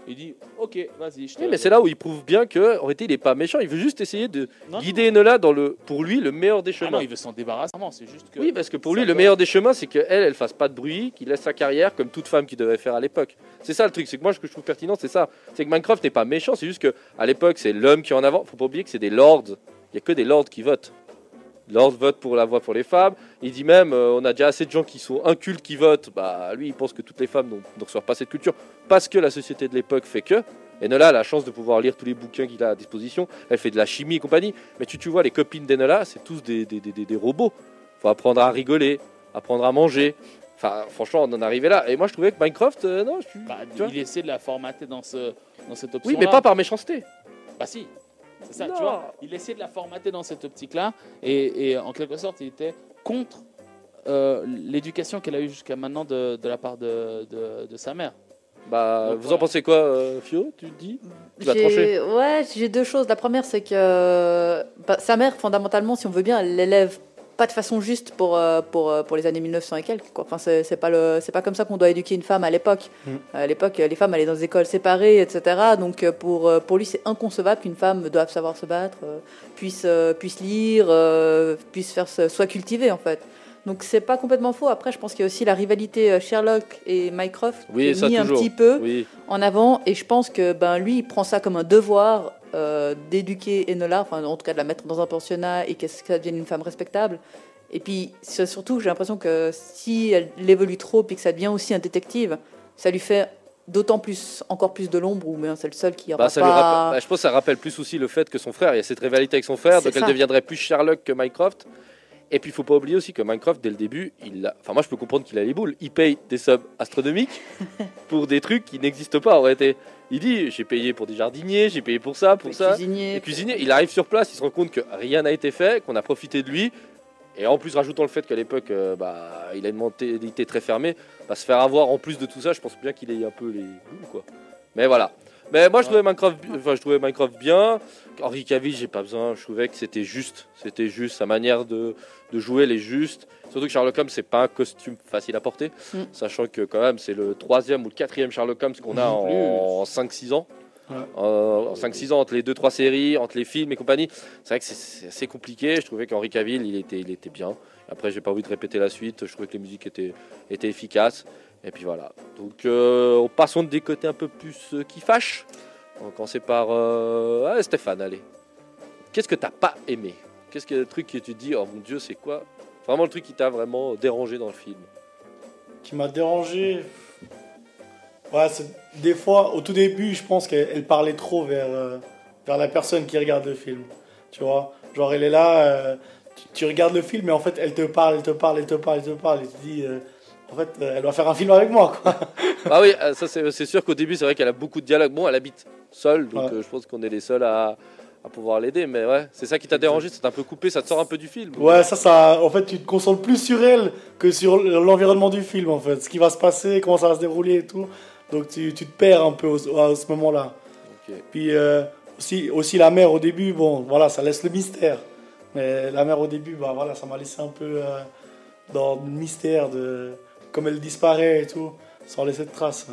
Speaker 2: Il dit ok, vas-y, je te
Speaker 1: Oui,
Speaker 2: la
Speaker 1: mais c'est
Speaker 2: donne.
Speaker 1: là où il prouve bien que, en réalité, il est pas méchant. Il veut juste essayer de
Speaker 2: Non,
Speaker 1: guider Enola dans le, pour lui, le meilleur des
Speaker 2: Ah
Speaker 1: chemins.
Speaker 2: non, il veut s'en débarrasser. Non, c'est juste que.
Speaker 1: Oui, parce que pour
Speaker 2: ça
Speaker 1: lui, le
Speaker 2: doit-
Speaker 1: meilleur des chemins, c'est qu'elle, elle fasse pas de bruit, qu'il laisse sa carrière comme toute femme qui devait faire à l'époque. C'est ça le truc. C'est que moi, ce que je trouve pertinent, c'est ça. C'est que Minecraft n'est pas méchant. C'est juste que à l'époque, c'est l'homme qui est en avant. Faut pas oublier que c'est des lords. Il y a que des lords qui votent. Lord vote pour la voix pour les femmes. Il dit même, euh, on a déjà assez de gens qui sont incultes qui votent. Bah, lui, il pense que toutes les femmes n'ont- ne reçoivent pas cette culture parce que la société de l'époque fait que. Enola a la chance de pouvoir lire tous les bouquins qu'il a à disposition. Elle fait de la chimie et compagnie. Mais tu, tu vois, les copines d'Enola, c'est tous des, des, des, des- des robots. Faut apprendre à rigoler, apprendre à manger. Enfin, franchement, on en est arrivé là. Et moi, je trouvais que Minecraft, euh, non, je suis.
Speaker 2: Bah,
Speaker 1: tu vois.
Speaker 2: il essaie de la formater dans, ce, dans cette option.
Speaker 1: Oui, mais pas par méchanceté.
Speaker 2: Bah si, c'est ça,
Speaker 1: Non.
Speaker 2: tu vois. Il essaie de la formater dans cette optique-là. Et, et en quelque sorte, il était contre euh, l'éducation qu'elle a eue jusqu'à maintenant de, de la part de, de, de sa mère.
Speaker 1: Bah,
Speaker 2: Donc,
Speaker 1: vous en
Speaker 2: voilà.
Speaker 1: pensez quoi, euh, Fio? Tu te dis Tu vas
Speaker 3: J'ai-
Speaker 1: trancher.
Speaker 3: Ouais, j'ai deux choses. La première, c'est que bah, sa mère, fondamentalement, si on veut bien, elle l'élève pas de façon juste pour, euh, pour, euh, pour les années mille neuf cents et quelques. Quoi. Enfin, c'est c'est pas, le- c'est pas comme ça qu'on doit éduquer une femme à l'époque.
Speaker 4: Mm.
Speaker 3: À l'époque, les femmes allaient dans des écoles séparées, et cetera. Donc euh, pour, euh, pour lui, c'est inconcevable qu'une femme doive savoir se battre, euh, puisse, euh, puisse lire, euh, puisse faire ce- soit cultivée, en fait. Donc c'est pas complètement faux. Après, je pense qu'il y a aussi la rivalité euh, Sherlock et Mycroft
Speaker 1: Oui,
Speaker 3: qui est
Speaker 1: ça,
Speaker 3: mis un
Speaker 1: toujours.
Speaker 3: petit peu
Speaker 1: Oui.
Speaker 3: en avant, et je pense que ben lui il prend ça comme un devoir euh, d'éduquer Enola, enfin en tout cas de la mettre dans un pensionnat et qu'elle qu'elle devienne une femme respectable. Et puis c'est surtout, j'ai l'impression que si elle évolue trop et que ça devient aussi un détective, ça lui fait d'autant plus, encore plus de l'ombre, ou bien c'est le seul qui aura
Speaker 1: Bah, ça lui
Speaker 3: pas.
Speaker 1: rappelle- bah, je pense que ça rappelle plus aussi le fait que son frère, il y a cette rivalité avec son frère,
Speaker 3: C'est
Speaker 1: donc elle
Speaker 3: ça.
Speaker 1: deviendrait plus Sherlock que Mycroft. Et puis il faut pas oublier aussi que Minecraft, dès le début, il a... enfin moi je peux comprendre qu'il a les boules. Il paye des subs astronomiques pour des trucs qui n'existent pas en réalité. Il dit j'ai payé pour des jardiniers, j'ai payé pour ça, pour
Speaker 3: Les
Speaker 1: ça.
Speaker 3: cuisiniers.
Speaker 1: Les cuisiniers, il arrive sur place, il se rend compte que rien n'a été fait, qu'on a profité de lui. Et en plus, rajoutant le fait qu'à l'époque, euh, bah, il a une mentalité très fermée, bah, se faire avoir en plus de tout ça, je pense bien qu'il ait un peu les boules, quoi. Mais voilà. Mais moi, je trouvais Minecraft, bi- enfin, je trouvais Minecraft bien. Henry Cavill, j'ai pas besoin. Je trouvais que c'était juste, c'était juste sa manière de, de jouer, elle est juste. Surtout que Sherlock Holmes, c'est pas un costume facile à porter,
Speaker 3: Mm.
Speaker 1: sachant que quand même, c'est le troisième ou le quatrième Sherlock Holmes qu'on a
Speaker 2: Plus.
Speaker 1: en, en cinq six ans.
Speaker 4: Ouais.
Speaker 1: Euh, en cinq six ans entre les deux trois séries, entre les films et compagnie. C'est vrai que c'est- c'est assez compliqué. Je trouvais qu'Henry Cavill, il était, il était bien. Après, j'ai pas envie de répéter la suite. Je trouvais que les musiques étaient, étaient efficaces. Et puis voilà. Donc, euh, passons des côtés un peu plus euh, qui fâchent. On va commencer par euh, ah, Stéphane. Allez. Qu'est-ce que t'as pas aimé? Qu'est-ce que le truc que tu te dis, oh mon Dieu, c'est quoi? Vraiment le truc qui t'a vraiment dérangé dans le film.
Speaker 4: Qui m'a dérangé. Ouais, c'est- des fois, au tout début, je pense qu'elle elle parlait trop vers, euh, vers la personne qui regarde le film. Tu vois? Genre, elle est là, euh, tu, tu regardes le film, mais en fait, elle te parle, elle te parle, elle te parle, elle te parle, et tu te dis, euh, en fait, euh, elle va faire un film avec moi, quoi.
Speaker 1: Ah oui, euh, ça c'est c'est sûr qu'au début, c'est vrai qu'elle a beaucoup de dialogues. Bon, elle habite seule, donc
Speaker 4: Ouais.
Speaker 1: euh, je pense qu'on est les seuls à, à pouvoir l'aider. Mais ouais, c'est ça qui t'a dérangé, c'est un peu coupé, ça te sort un peu du film.
Speaker 4: Ouais, ça, ça, en fait, tu te concentres plus sur elle que sur l'environnement du film, en fait. Ce qui va se passer, comment ça va se dérouler et tout. Donc, tu, tu te perds un peu au- à ce moment-là.
Speaker 1: Ok.
Speaker 4: Puis, euh, aussi, aussi la mère au début, bon, voilà, ça laisse le mystère. Mais la mère au début, bah voilà, ça m'a laissé un peu euh, dans le mystère de comme elle disparaît et tout, sans laisser de traces.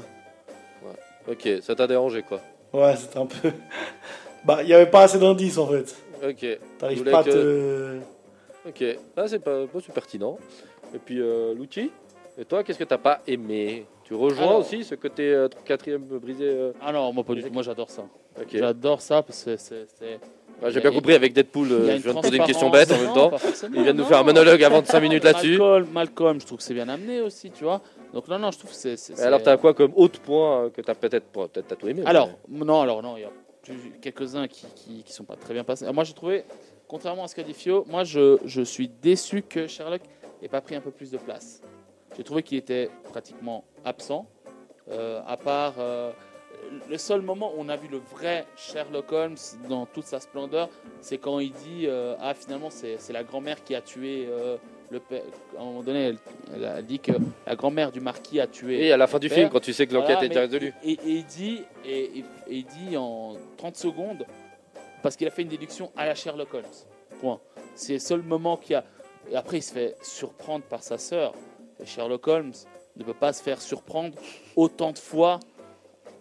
Speaker 1: Ok, ça t'a dérangé quoi.
Speaker 4: Ouais, c'était un peu. Bah, il n'y avait pas assez d'indices en fait.
Speaker 1: Ok,
Speaker 4: T'arrives
Speaker 1: voulais
Speaker 4: pas à
Speaker 1: que-
Speaker 4: te.
Speaker 1: ok. Là, c'est pas, pas super pertinent. Et puis, euh, Lucci, et toi, qu'est-ce que t'as pas aimé? Tu rejoins
Speaker 2: Alors-
Speaker 1: aussi ce côté euh, quatrième brisé euh,
Speaker 2: Ah non, moi pas du tout. Moi j'adore ça.
Speaker 1: Ok.
Speaker 2: J'adore ça parce que c'est. c'est-
Speaker 1: Ouais, j'ai bien
Speaker 2: Et-
Speaker 1: compris avec Deadpool, euh,
Speaker 2: il y a
Speaker 1: je
Speaker 2: une
Speaker 1: viens de poser une question bête en même
Speaker 2: transparence.
Speaker 1: temps.
Speaker 2: Non, pas forcément,
Speaker 1: Il vient de nous
Speaker 2: non.
Speaker 1: faire un monologue avant de cinq minutes là-dessus.
Speaker 2: Malcolm, Malcolm, je trouve que c'est bien amené aussi, tu vois. Donc non, non, je trouve que c'est. c'est-
Speaker 1: Et alors,
Speaker 2: c'est-
Speaker 1: t'as quoi comme autre point euh, que t'as peut-être bon, peut-être t'as tout aimé?
Speaker 2: Alors,
Speaker 1: mais-
Speaker 2: non, alors non, il y a plus- quelques-uns qui, qui, qui sont pas très bien passés. Alors, moi, j'ai trouvé, contrairement à ce qu'a dit Fio, moi, je, je suis déçu que Sherlock n'ait pas pris un peu plus de place. J'ai trouvé qu'il était pratiquement absent, euh, à part euh, le seul moment où on a vu le vrai Sherlock Holmes dans toute sa splendeur, c'est quand il dit euh, ah finalement c'est c'est la grand-mère qui a tué euh, le père. À un moment donné, elle, elle a dit que la grand-mère du marquis a tué.
Speaker 1: Et à la fin du
Speaker 2: Père.
Speaker 1: film, quand tu sais que l'enquête
Speaker 2: Voilà,
Speaker 1: est déjà
Speaker 2: mais-
Speaker 1: résolue.
Speaker 2: Et, et il dit, et, et- et il dit en trente secondes, parce qu'il a fait une déduction à la Sherlock Holmes. Point. C'est le seul moment qu'il y a. Et après, il se fait surprendre par sa sœur. Et Sherlock Holmes ne peut pas se faire surprendre autant de fois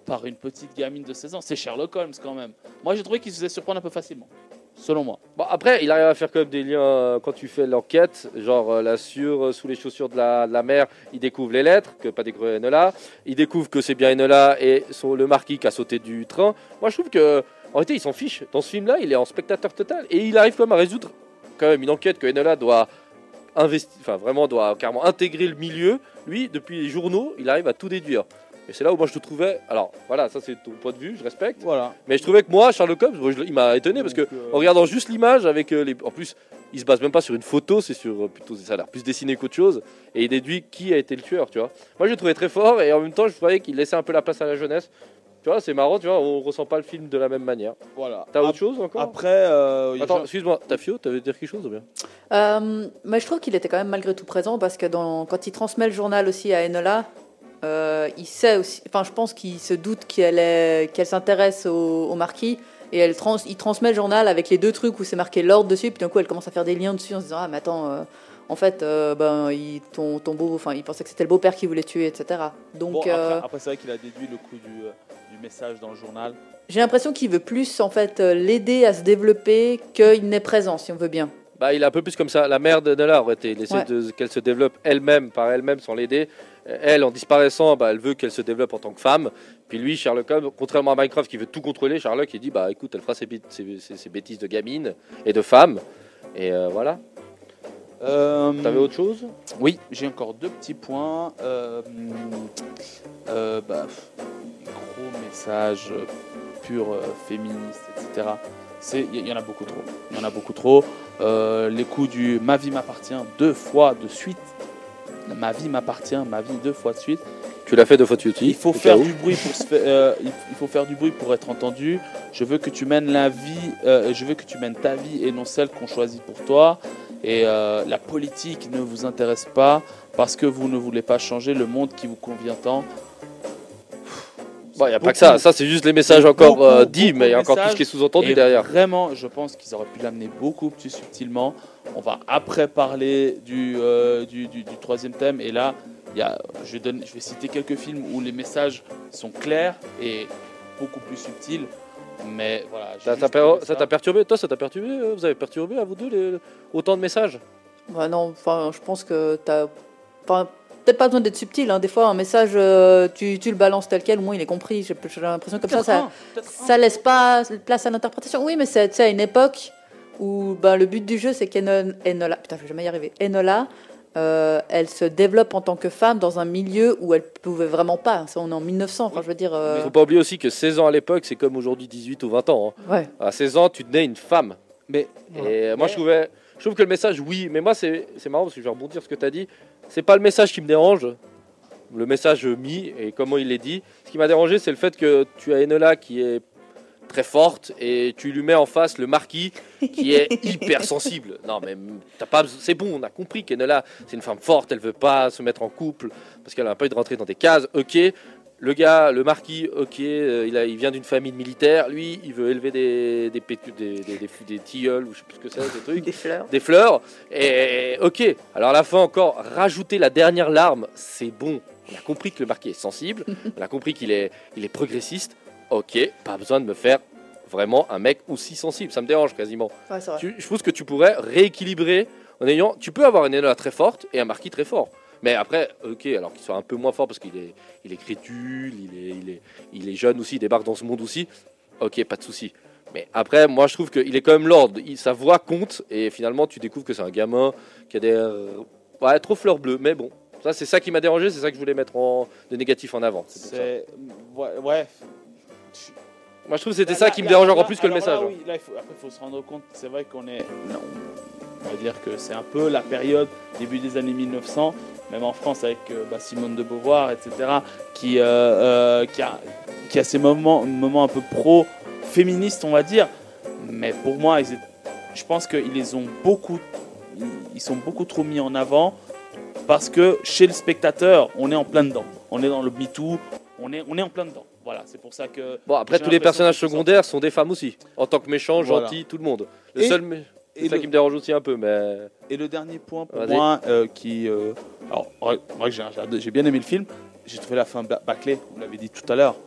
Speaker 2: par une petite gamine de seize ans. C'est Sherlock Holmes quand même. Moi, j'ai trouvé qu'il se faisait surprendre un peu facilement, selon moi.
Speaker 1: Bon, après, il arrive à faire comme des liens euh, quand tu fais l'enquête, genre euh, la sur, euh, sous les chaussures de la, de la mère, il découvre les lettres, que pas découvrir Enola, il découvre que c'est bien Enola et son, le marquis qui a sauté du train. Moi, je trouve que en réalité, il s'en fiche. Dans ce film-là, il est en spectateur total et il arrive quand même à résoudre quand même une enquête que Enola doit investir, enfin vraiment doit carrément intégrer le milieu. Lui, depuis les journaux, il arrive à tout déduire. Et c'est là où moi je le trouvais. Alors voilà, ça c'est ton point de vue, je respecte.
Speaker 2: Voilà.
Speaker 1: Mais je trouvais que moi, Sherlock Holmes, je- il m'a étonné parce que
Speaker 2: Donc, euh,
Speaker 1: en regardant juste l'image avec euh, les, en plus, il se base même pas sur une photo, c'est sur euh, plutôt ça a l'air plus dessiné qu'autre chose et il déduit qui a été le tueur, tu vois. Moi je le trouvais très fort et en même temps je croyais qu'il laissait un peu la place à la jeunesse. Tu vois, c'est marrant, tu vois, on ressent pas le film de la même manière.
Speaker 2: Voilà.
Speaker 1: T'as
Speaker 2: Ap-
Speaker 1: autre chose encore?
Speaker 2: Après, euh, y a
Speaker 1: Attends,
Speaker 2: genre-
Speaker 1: excuse-moi, Tafio, t'avais dire quelque chose ou bien?
Speaker 3: Euh, mais je trouve qu'il était quand même malgré tout présent parce que dans, quand il transmet le journal aussi à Enola, euh, il sait aussi, enfin je pense qu'il se doute qu'elle est, qu'elle s'intéresse au, au marquis et elle trans, il transmet le journal avec les deux trucs où c'est marqué l'ordre dessus, puis d'un coup elle commence à faire des liens dessus en se disant ah mais attends, euh, en fait euh, ben il, ton, ton beau, enfin il pensait que c'était le beau-père qui voulait tuer, et cetera. Donc
Speaker 2: Bon, après,
Speaker 3: euh,
Speaker 2: après, c'est vrai qu'il a déduit le coup du, euh, du message dans le journal.
Speaker 3: j'ai l'impression qu'il veut plus en fait euh, l'aider à se développer qu'il n'est présent si on veut bien.
Speaker 1: Bah, il est un peu plus comme ça. La mère d'Enola aurait été laissée
Speaker 3: Ouais.
Speaker 1: de- qu'elle se développe elle-même, par elle-même, sans l'aider. Elle, en disparaissant, bah, elle veut qu'elle se développe en tant que femme. Puis lui, Sherlock Holmes, contrairement à Minecraft qui veut tout contrôler, Sherlock, il dit bah écoute, elle fera ses, bêt- ses- ses- ses bêtises de gamine et de femme. Et euh, voilà.
Speaker 2: Euh,
Speaker 1: T'avais autre chose?
Speaker 2: Oui, j'ai encore deux petits points. Euh, euh, bah, pff, des gros messages euh, purs euh, féministes, et cetera. C'est- Il y, y en a beaucoup trop. Il y en a beaucoup trop. Euh, les coups du ma vie m'appartient deux fois de suite. Ma vie m'appartient, ma vie deux fois de suite.
Speaker 1: Tu l'as fait deux fois de suite.
Speaker 2: Il faut
Speaker 1: au
Speaker 2: faire
Speaker 1: cas où.
Speaker 2: du bruit pour se faire, euh, il il faut faire du bruit pour être entendu. Je veux que tu mènes la vie, euh, je veux que tu mènes ta vie et non celle qu'on choisit pour toi. Et euh, la politique ne vous intéresse pas parce que vous ne voulez pas changer le monde qui vous convient tant.
Speaker 1: Bon, il n'y a
Speaker 2: Beaucoup.
Speaker 1: pas que ça. Ça, c'est juste les messages encore
Speaker 2: Beaucoup,
Speaker 1: euh, dits,
Speaker 2: beaucoup
Speaker 1: mais il y a
Speaker 2: de
Speaker 1: encore tout ce
Speaker 2: messages.
Speaker 1: qui est sous-entendu
Speaker 2: Et
Speaker 1: derrière.
Speaker 2: Vraiment, je pense qu'ils auraient pu l'amener beaucoup plus subtilement. On va après parler du, euh, du, du- du troisième thème. Et là, il y a, je, donne, je vais citer quelques films où les messages sont clairs et beaucoup plus subtils. Mais voilà. j'ai
Speaker 1: Ça
Speaker 2: juste
Speaker 1: t'a per-
Speaker 2: trouvé
Speaker 1: ça t'a perturbé? Toi, ça t'a perturbé? euh, Vous avez perturbé à vous deux les- autant de messages?
Speaker 3: Bah non, enfin, je pense que t'as, enfin, peut-être pas besoin d'être subtil. Hein. Des fois, un message, euh, tu, tu le balances tel quel, au moins il est compris. J'ai, j'ai l'impression que comme ça, ça, ça laisse pas place à l'interprétation. Oui, mais c'est tu sais, à une époque où ben, le but du jeu, c'est qu'Enola, putain, je vais jamais y arriver. Enola, euh, elle se développe en tant que femme dans un milieu où elle pouvait vraiment pas. Ça, on est en mille neuf cents. Enfin, je veux dire. euh,
Speaker 1: Il faut pas oublier aussi que seize ans à l'époque, c'est comme aujourd'hui dix-huit ou vingt ans. hein.
Speaker 3: Ouais.
Speaker 1: À seize ans, tu nais une femme.
Speaker 2: Mais
Speaker 1: Et euh, moi, je trouvais, je trouve que le message, oui, mais moi, c'est c'est marrant parce que je vais rebondir sur ce que tu as dit. C'est pas le message qui me dérange, le message mis et comment il est dit. Ce qui m'a dérangé, c'est le fait que tu as Enola qui est très forte et tu lui mets en face le marquis qui est hyper sensible. Non, mais t'as pas, besoin- c'est bon, on a compris qu'Enola, c'est une femme forte, elle veut pas se mettre en couple parce qu'elle a pas envie de rentrer dans des cases. Ok. Le gars, le marquis, ok, euh, il, a, il vient d'une famille militaire. Lui, il veut élever des, des, pétu- des, des, des, des tilleuls, ou je sais plus ce que c'est, des trucs,
Speaker 3: Des fleurs.
Speaker 1: des fleurs. Et ok, alors à la fin encore, rajouter la dernière larme, c'est bon. On a compris que le marquis est sensible, on a compris qu'il est, il est progressiste. Ok, pas besoin de me faire vraiment un mec aussi sensible, ça me dérange quasiment.
Speaker 3: Ouais, c'est vrai.
Speaker 1: Tu- je pense que tu pourrais rééquilibrer en ayant. Tu peux avoir une Enola très forte et un marquis très fort. Mais après, ok, alors qu'il soit un peu moins fort parce qu'il est, il est crédule, il est, il, est, il est jeune aussi, il débarque dans ce monde aussi. Ok, pas de souci. Mais après, moi je trouve qu'il est quand même lord. Il- sa voix compte et finalement tu découvres que c'est un gamin qui a des. euh, Ouais, trop fleur bleue. Mais bon, ça c'est ça qui m'a dérangé, c'est ça que je voulais mettre en, de négatif en avant. C'est pour ça.
Speaker 2: c'est. Ouais. ouais.
Speaker 1: Moi je trouve que c'était
Speaker 2: Là,
Speaker 1: ça
Speaker 2: là,
Speaker 1: qui me
Speaker 2: là,
Speaker 1: dérange
Speaker 2: là,
Speaker 1: encore plus que le
Speaker 2: alors
Speaker 1: message.
Speaker 2: là,
Speaker 1: hein.
Speaker 2: oui, là, il faut, après, il faut se rendre compte, c'est vrai qu'on est. Non, on va dire que c'est un peu la période début des années mille neuf cents, même en France avec euh, bah, Simone de Beauvoir, et cetera, qui, euh, euh, qui, a, qui a ces moments, moments un peu pro-féministes, on va dire. Mais pour moi, ils étaient- je pense qu'ils les ont beaucoup. Ils sont beaucoup trop mis en avant parce que chez le spectateur, on est en plein dedans. On est dans le MeToo, on est, on est en plein dedans. Voilà, c'est pour ça que.
Speaker 1: Bon, après,
Speaker 2: j'ai
Speaker 1: tous les
Speaker 2: l'impression
Speaker 1: personnages
Speaker 2: qu'ils sont
Speaker 1: secondaires sont des femmes aussi. En tant que méchants,
Speaker 2: Voilà.
Speaker 1: gentils, tout le monde. Le
Speaker 2: Et-
Speaker 1: seul. mé- C'est
Speaker 2: et
Speaker 1: ça
Speaker 2: le-
Speaker 1: qui me dérange aussi un peu, mais.
Speaker 2: Et le dernier point pour
Speaker 1: Vas-y.
Speaker 2: moi, euh, qui. euh, alors, ouais, moi, j'ai j'ai- j'ai bien aimé le film. J'ai trouvé la fin ba- bâclée, vous l'avez dit tout à l'heure.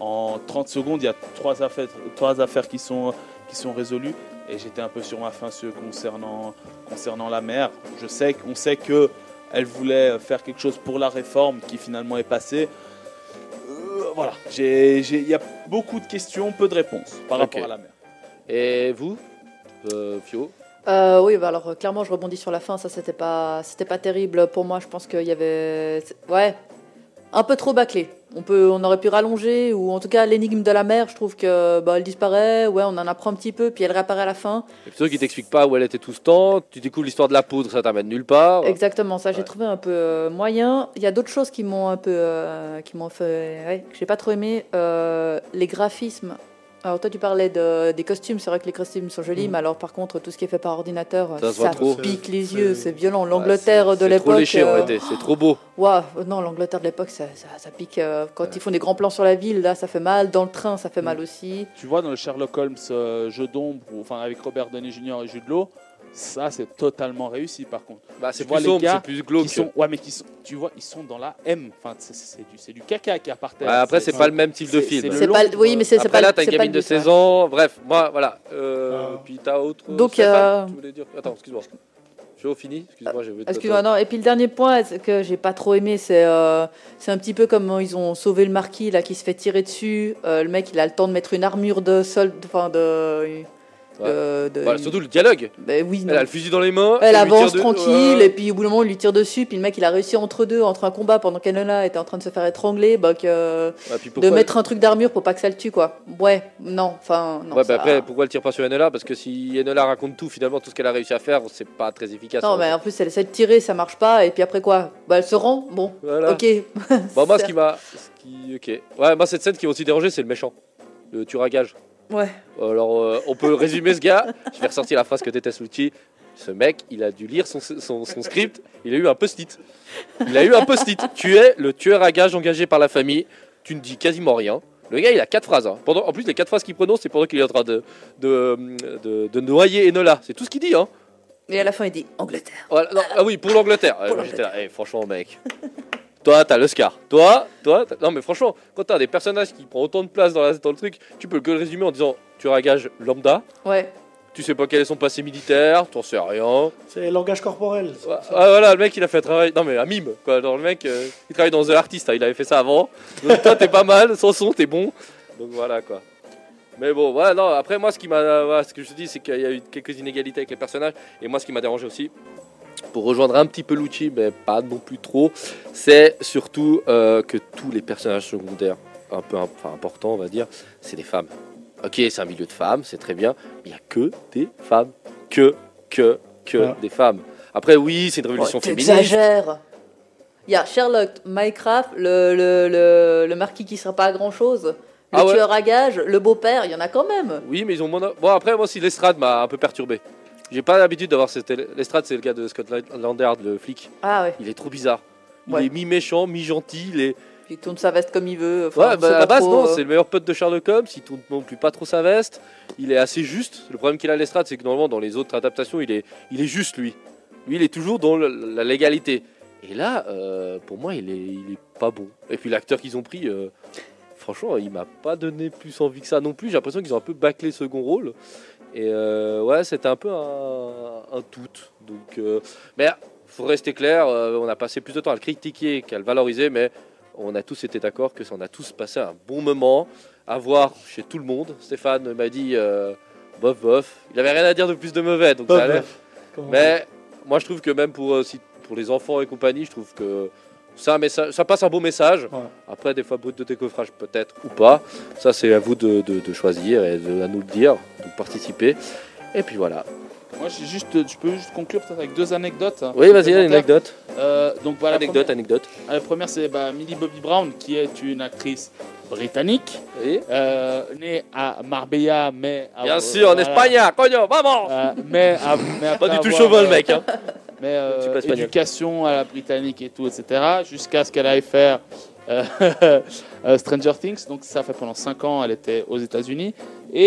Speaker 2: en trente secondes, il y a trois affaires, trois affaires qui, sont, qui sont résolues. Et j'étais un peu sur ma fin concernant, concernant la mère. Je sais, on sait qu'elle voulait faire quelque chose pour la réforme qui finalement est passée. Euh, voilà, il y a beaucoup de questions, peu de réponses par
Speaker 1: okay.
Speaker 2: rapport à la mère.
Speaker 1: Et vous, euh, Fio?
Speaker 3: Euh, oui, bah alors clairement, je rebondis sur la fin. Ça, c'était pas, c'était pas terrible pour moi. Je pense qu'il y avait, ouais, un peu trop bâclé. On peut, on aurait pu rallonger, ou en tout cas l'énigme de la mère. Je trouve que bah, elle disparaît. Ouais, on en apprend un petit peu, puis elle réapparaît à la fin.
Speaker 1: Et plutôt qu'ils t'expliquent pas où elle était tout ce temps. Tu découvres l'histoire de la poudre, ça t'amène nulle part.
Speaker 3: Exactement, ça,
Speaker 1: ouais.
Speaker 3: j'ai trouvé un peu euh, moyen. Il y a d'autres choses qui m'ont un peu, euh, qui m'ont fait, ouais, que j'ai pas trop aimé. Euh, les graphismes. Alors toi tu parlais de, des costumes, c'est vrai que les costumes sont jolis, mmh. mais alors par contre tout ce qui est fait par ordinateur, ça, ça pique les c'est... yeux, c'est violent. L'Angleterre ouais, de l'époque... C'est trop
Speaker 1: léché
Speaker 3: euh...
Speaker 1: en réalité, c'est trop beau.
Speaker 3: Ouais, non, l'Angleterre de l'époque ça, ça, ça pique. Euh, quand ouais. ils font des grands plans sur la ville, là ça fait mal. Dans le train ça fait mmh. mal aussi.
Speaker 2: Tu vois dans le Sherlock Holmes euh, jeu d'ombre, enfin avec Robert Downey junior et Jude Law, ça c'est totalement réussi par contre.
Speaker 1: Bah, c'est plus sombre, c'est plus glauque.
Speaker 2: Sont, ouais mais qui sont, tu vois, ils sont dans la M. Enfin, c'est, c'est, du, c'est du caca qui est par terre.
Speaker 1: Ouais, après c'est,
Speaker 2: c'est
Speaker 1: pas le même type de
Speaker 3: c'est,
Speaker 1: film.
Speaker 3: C'est, c'est pas, oui mais c'est,
Speaker 1: après
Speaker 3: c'est pas.
Speaker 1: Là t'as une
Speaker 3: c'est
Speaker 1: gamine de seize ans. Bref, moi voilà. Euh, ah. Puis t'as autre.
Speaker 3: Donc euh...
Speaker 1: tu voulais dire. Attends, excuse-moi. J'ai fini. Excuse-moi, j'ai oublié de
Speaker 3: Excuse-moi, non. Et puis le dernier point que j'ai pas trop aimé, c'est euh, c'est un petit peu comme ils ont sauvé le marquis là qui se fait tirer dessus. Euh, le mec il a le temps de mettre une armure de sol, enfin de.
Speaker 1: Ouais.
Speaker 3: De, de,
Speaker 1: voilà, surtout le dialogue.
Speaker 3: Bah, oui,
Speaker 1: elle a le fusil dans les mains.
Speaker 3: Elle avance tranquille,
Speaker 1: de...
Speaker 3: et puis au bout d'un moment, il lui tire dessus. Puis le mec, il a réussi entre deux, entre un combat pendant qu'Enola était en train de se faire étrangler, bah, que ouais, de mettre un truc d'armure pour pas que ça le tue, quoi. Ouais, non, enfin. Non,
Speaker 1: ouais,
Speaker 3: ça...
Speaker 1: bah après, pourquoi elle tire pas sur Enola? Parce que si Enola raconte tout, finalement, tout ce qu'elle a réussi à faire, c'est pas très efficace.
Speaker 3: Non, mais en plus, elle essaie de tirer, ça marche pas, et puis après quoi? Bah, elle se rend, bon, voilà. Ok.
Speaker 1: Bon, moi, ce qui m'a. Ce qui... Ok. Ouais, moi, cette scène qui m'a aussi dérangé, c'est le méchant, le tueur à gage.
Speaker 3: Ouais.
Speaker 1: Alors, euh, on peut résumer ce gars. Je vais ressortir la phrase que déteste Lucci. Ce mec, il a dû lire son, son, son script. Il a eu un post-it. Il a eu un post-it. Tu es le tueur à gages engagé par la famille. Tu ne dis quasiment rien. Le gars, il a quatre phrases. Hein. Pendant, en plus, les quatre phrases qu'il prononce, c'est pendant qu'il est en train de, de, de, de noyer Enola. C'est tout ce qu'il dit. Hein.
Speaker 3: Et à la fin, il dit Angleterre.
Speaker 1: Voilà, non, ah oui, pour l'Angleterre.
Speaker 3: Pour l'Angleterre.
Speaker 1: J'étais là, hey, franchement, mec. Toi, t'as l'Oscar. Toi, toi, t'as... non mais franchement, quand t'as des personnages qui prennent autant de place dans, la, dans le truc, tu peux que le résumer en disant tu as un gage lambda.
Speaker 3: Ouais.
Speaker 1: Tu sais pas quel est son passé militaire, t'en sais rien.
Speaker 4: C'est langage corporel.
Speaker 1: Ouais, ah, voilà, le mec il a fait un travail. Non mais un mime quoi. Genre, le mec euh, il travaille dans The Artist, hein, il avait fait ça avant. Donc toi t'es pas mal, sans son t'es bon. Donc voilà quoi. Mais bon, voilà, non, après moi ce qui m'a. Voilà, ce que je te dis, c'est qu'il y a eu quelques inégalités avec les personnages. Et moi ce qui m'a dérangé aussi, pour rejoindre un petit peu Lucci, mais pas non plus trop, c'est surtout euh, que tous les personnages secondaires, un peu enfin, importants on va dire, c'est des femmes. Ok, c'est un milieu de femmes, c'est très bien, mais il n'y a que des femmes. Que, que, que ouais. des femmes. Après oui, c'est une révolution
Speaker 3: oh,
Speaker 1: féministe.
Speaker 3: T'exagères. Il y a Sherlock, Mycraft, le, le, le, le marquis qui ne sera pas à grand chose. Le ah tueur ouais. à gages, le beau-père, il y en a quand même.
Speaker 1: Oui, mais ils ont moins... Bon, après, moi aussi, l'estrade m'a un peu perturbé. J'ai pas l'habitude d'avoir cette... L'estrade, c'est le gars de Scott Landard, le flic.
Speaker 3: Ah ouais.
Speaker 1: Il est trop bizarre. Il
Speaker 3: ouais.
Speaker 1: est mi-méchant, mi-gentil, il est...
Speaker 3: Il tourne sa veste comme il veut.
Speaker 1: Enfin, ouais, bah, à la base,
Speaker 3: trop,
Speaker 1: non,
Speaker 3: euh...
Speaker 1: c'est le meilleur pote de Sherlock Holmes. Il tourne non plus pas trop sa veste. Il est assez juste. Le problème qu'il a à l'estrade, c'est que normalement, dans les autres adaptations, il est, il est juste, lui. Lui, il est toujours dans le, la légalité. Et là, euh, pour moi, il est, il est pas bon. Et puis l'acteur qu'ils ont pris, euh, franchement, il m'a pas donné plus envie que ça non plus. J'ai l'impression qu'ils ont un peu bâclé le second rôle. Et euh, ouais, c'était un peu un, un tout. Donc, euh, mais faut rester clair. Euh, on a passé plus de temps à le critiquer qu'à le valoriser, mais on a tous été d'accord que ça, on a tous passé un bon moment à voir chez tout le monde. Stéphane m'a dit euh, bof bof. Il avait rien à dire de plus de mauvais, donc bof, ça allait. Mais moi, je trouve que même pour euh, si, pour les enfants et compagnie, je trouve que c'est un message, ça passe un beau message. Ouais. Après, des fois, brut de décoffrage peut-être ou pas. Ça, c'est à vous de, de, de choisir et de, à nous le dire, de participer. Et puis voilà.
Speaker 2: Moi, j'ai juste, je peux juste conclure peut-être avec deux anecdotes. Hein,
Speaker 1: oui, vas-y, une anecdote.
Speaker 2: Euh, donc voilà.
Speaker 1: Anecdote,
Speaker 2: la
Speaker 1: anecdote.
Speaker 2: La première, c'est bah, Millie Bobby Brown, qui est une actrice britannique,
Speaker 1: oui.
Speaker 2: euh, née à Marbella, mais à,
Speaker 1: bien euh, sûr, en Espagne, coño, vamos.
Speaker 2: Euh, mais, à, mais
Speaker 1: pas du tout chauvin le mec. Hein.
Speaker 2: Mais euh, éducation à la britannique et tout, et cetera. Jusqu'à ce qu'elle aille faire euh, Stranger Things. Donc ça fait pendant cinq ans, elle était aux États-Unis et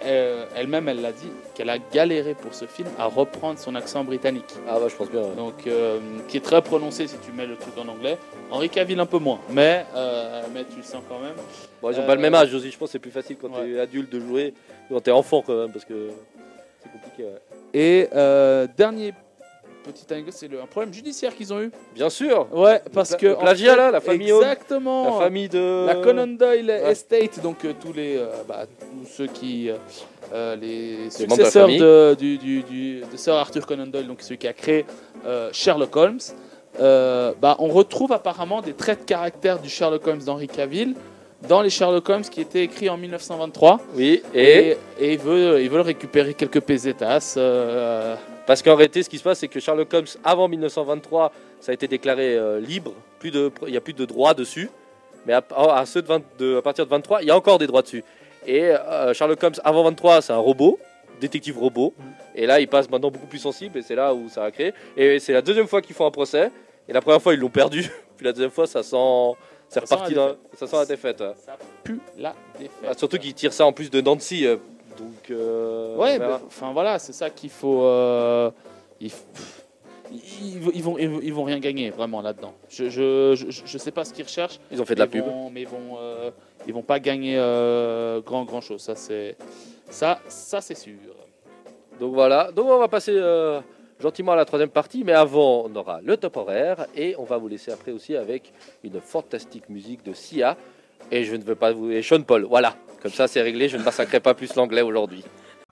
Speaker 2: euh, elle-même, elle l'a dit, qu'elle a galéré pour ce film à reprendre son accent britannique.
Speaker 1: Ah bah je pense bien. Ouais.
Speaker 2: Donc, euh, qui est très prononcé si tu mets le truc en anglais. Henri Cavill un peu moins, mais, euh, mais tu le sens quand même.
Speaker 1: Bon, ils ont
Speaker 2: Euh,
Speaker 1: pas le même âge aussi, je pense que c'est plus facile quand
Speaker 2: ouais.
Speaker 1: t'es adulte de jouer que quand t'es enfant quand même, parce que c'est compliqué. Ouais.
Speaker 2: Et euh, dernier petite anecdote, c'est le, un problème judiciaire qu'ils ont eu.
Speaker 1: Bien sûr.
Speaker 2: Ouais, parce
Speaker 1: Le
Speaker 2: que
Speaker 1: le plagiat
Speaker 2: en fait,
Speaker 1: là, la famille Home,
Speaker 2: exactement.
Speaker 1: la famille de
Speaker 2: La Conan Doyle
Speaker 1: Ouais.
Speaker 2: Estate, donc euh, tous les, euh, bah, tous ceux qui, euh, euh, les
Speaker 1: membres de la
Speaker 2: successeurs
Speaker 1: famille.
Speaker 2: de, du, du, du- de Sir Arthur Conan Doyle, donc celui qui a créé euh, Sherlock Holmes. Euh, bah, on retrouve apparemment des traits de caractère du Sherlock Holmes d'Henry Cavill dans les Sherlock Holmes qui étaient écrits en mille neuf cent vingt-trois.
Speaker 1: Oui, et,
Speaker 2: Et, et ils, veulent, ils veulent récupérer quelques pesetas. Euh,
Speaker 1: parce qu'en réalité, ce qui se passe, c'est que Sherlock Holmes, avant mille neuf cent vingt-trois, ça a été déclaré euh, libre, plus de, il n'y a plus de droits dessus. Mais à, à, ceux de vingt, de, à partir de vingt-trois, il y a encore des droits dessus. Et euh, Sherlock Holmes, avant vingt-trois, c'est un robot, détective robot. Et là, il passe maintenant beaucoup plus sensible, et c'est là où ça a créé. Et c'est la deuxième fois qu'ils font un procès. Et la première fois, ils l'ont perdu. Puis la deuxième fois, ça sent, c'est
Speaker 2: Ça
Speaker 1: reparti
Speaker 2: sent la
Speaker 1: dans, ça sent la défaite. Ouais.
Speaker 2: ça pue la défaite.
Speaker 1: Ah, surtout qu'ils tirent ça en plus de Nancy. euh, donc, euh,
Speaker 2: Ouais,
Speaker 1: on verra.
Speaker 2: bah, enfin voilà, c'est ça qu'il faut. Euh, il f- ils, ils vont, ils, vont- ils vont rien gagner vraiment là-dedans. Je, je, je, je sais pas ce qu'ils recherchent.
Speaker 1: Ils ont fait de la
Speaker 2: mais
Speaker 1: pub.
Speaker 2: Vont, mais ils vont, euh, ils vont pas gagner euh, grand, grand chose. Ça c'est, ça, ça c'est sûr.
Speaker 1: Donc voilà, donc on va passer euh, gentiment à la troisième partie, mais avant on aura le top horaire et on va vous laisser après aussi avec une fantastique musique de Sia et je ne veux pas vous et Sean Paul. Voilà, comme ça c'est réglé, je ne massacrerai pas plus l'anglais aujourd'hui.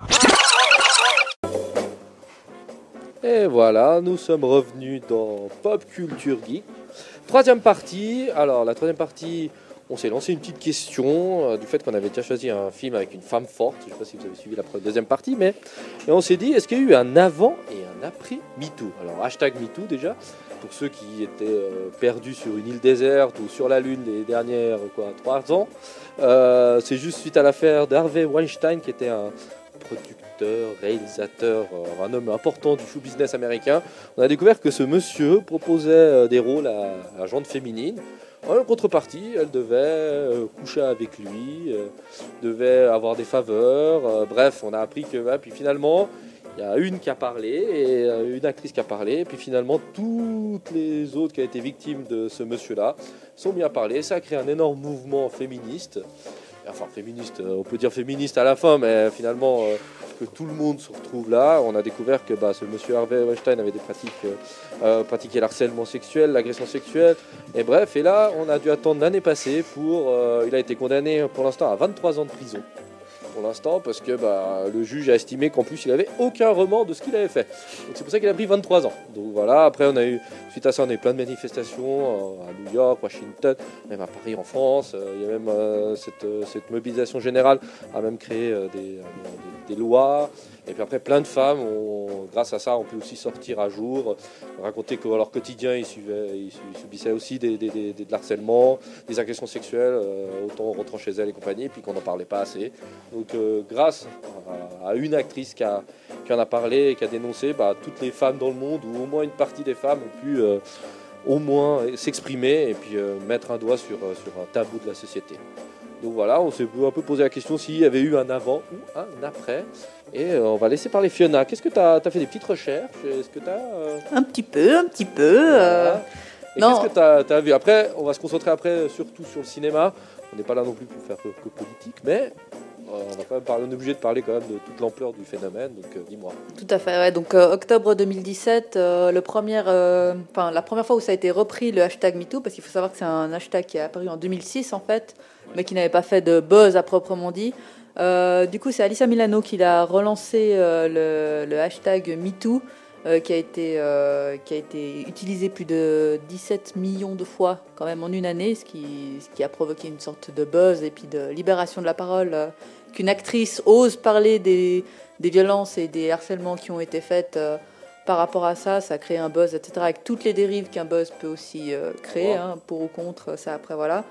Speaker 1: Et voilà, nous sommes revenus dans Pop Culture Geek. Troisième partie. Alors la troisième partie, on s'est lancé une petite question euh, du fait qu'on avait déjà choisi un film avec une femme forte. Je ne sais pas si vous avez suivi la pre- deuxième partie, mais et on s'est dit, est-ce qu'il y a eu un avant et un après MeToo? Alors hashtag MeToo déjà, pour ceux qui étaient euh, perdus sur une île déserte ou sur la Lune les dernières quoi, trois ans. Euh, c'est juste suite à l'affaire d'Harvey Weinstein, qui était un producteur, réalisateur, euh, un homme important du show business américain. On a découvert que ce monsieur proposait euh, des rôles à, à gente féminine. En contrepartie, elle devait euh, coucher avec lui, euh, devait avoir des faveurs. euh, bref, on a appris que, ouais, puis finalement, il y a une qui a parlé, et euh, une actrice qui a parlé, et puis finalement, toutes les autres qui ont été victimes de ce monsieur-là sont mis à parler. Ça a créé un énorme mouvement féministe. Enfin, féministe, euh, on peut dire féministe à la fin, mais finalement, euh, que tout le monde se retrouve là. On a découvert que bah, ce monsieur Harvey Weinstein avait des pratiques, euh, euh, pratiqué l'harcèlement sexuel, l'agression sexuelle, et bref. Et là, on a dû attendre l'année passée pour. Euh, il a été condamné pour l'instant à vingt-trois ans de prison. Pour l'instant, parce que bah, le juge a estimé qu'en plus il avait aucun remords de ce qu'il avait fait. Donc c'est pour ça qu'il a pris vingt-trois ans. Donc voilà, après on a eu, suite à ça, on a eu plein de manifestations euh, à New York, Washington, même à Paris, en France. Euh, il y a même euh, cette, euh, cette mobilisation générale a même créé euh, des, euh, des, des lois. Et puis après, plein de femmes, ont, grâce à ça, on peut aussi sortir à jour, raconter que dans leur quotidien, ils, suivaient, ils subissaient aussi des, des, des, des, de l'harcèlement, des agressions sexuelles, euh, autant en rentrant chez elles et compagnie, et puis qu'on n'en parlait pas assez. Donc euh, grâce à, à une actrice qui, a, qui en a parlé et qui a dénoncé, bah, toutes les femmes dans le monde, ou au moins une partie des femmes, ont pu euh, au moins s'exprimer et puis euh, mettre un doigt sur, sur un tabou de la société. Donc voilà, on s'est un peu posé la question s'il y avait eu un avant ou un après. Et euh, on va laisser parler Fiona. Qu'est-ce que tu as fait des petites recherches? Est-ce que tu as... Euh...
Speaker 3: Un petit peu, un petit peu. euh,
Speaker 1: Voilà. Et
Speaker 3: non.
Speaker 1: qu'est-ce que tu as vu? Après, on va se concentrer après surtout sur le cinéma. On n'est pas là non plus pour faire que, que politique, mais euh, on va quand même parler, on est obligé de parler quand même de toute l'ampleur du phénomène. Donc euh, dis-moi.
Speaker 3: Tout à fait, ouais. Donc euh, octobre deux mille dix-sept, euh, le premier, euh, enfin, la première fois où ça a été repris le hashtag MeToo, parce qu'il faut savoir que c'est un hashtag qui est apparu en deux mille six en fait, mais qui n'avait pas fait de buzz à proprement dit. Euh, du coup, c'est Alyssa Milano qui a relancé euh, le, le hashtag MeToo, euh, qui a été euh, qui a été utilisé plus de dix-sept millions de fois quand même en une année, ce qui ce qui a provoqué une sorte de buzz et puis de libération de la parole, euh, qu'une actrice ose parler des des violences et des harcèlements qui ont été faites euh, par rapport à ça, ça a créé un buzz, et cetera. Avec toutes les dérives qu'un buzz peut aussi euh, créer,
Speaker 1: Wow.
Speaker 3: hein, pour ou contre, ça après voilà.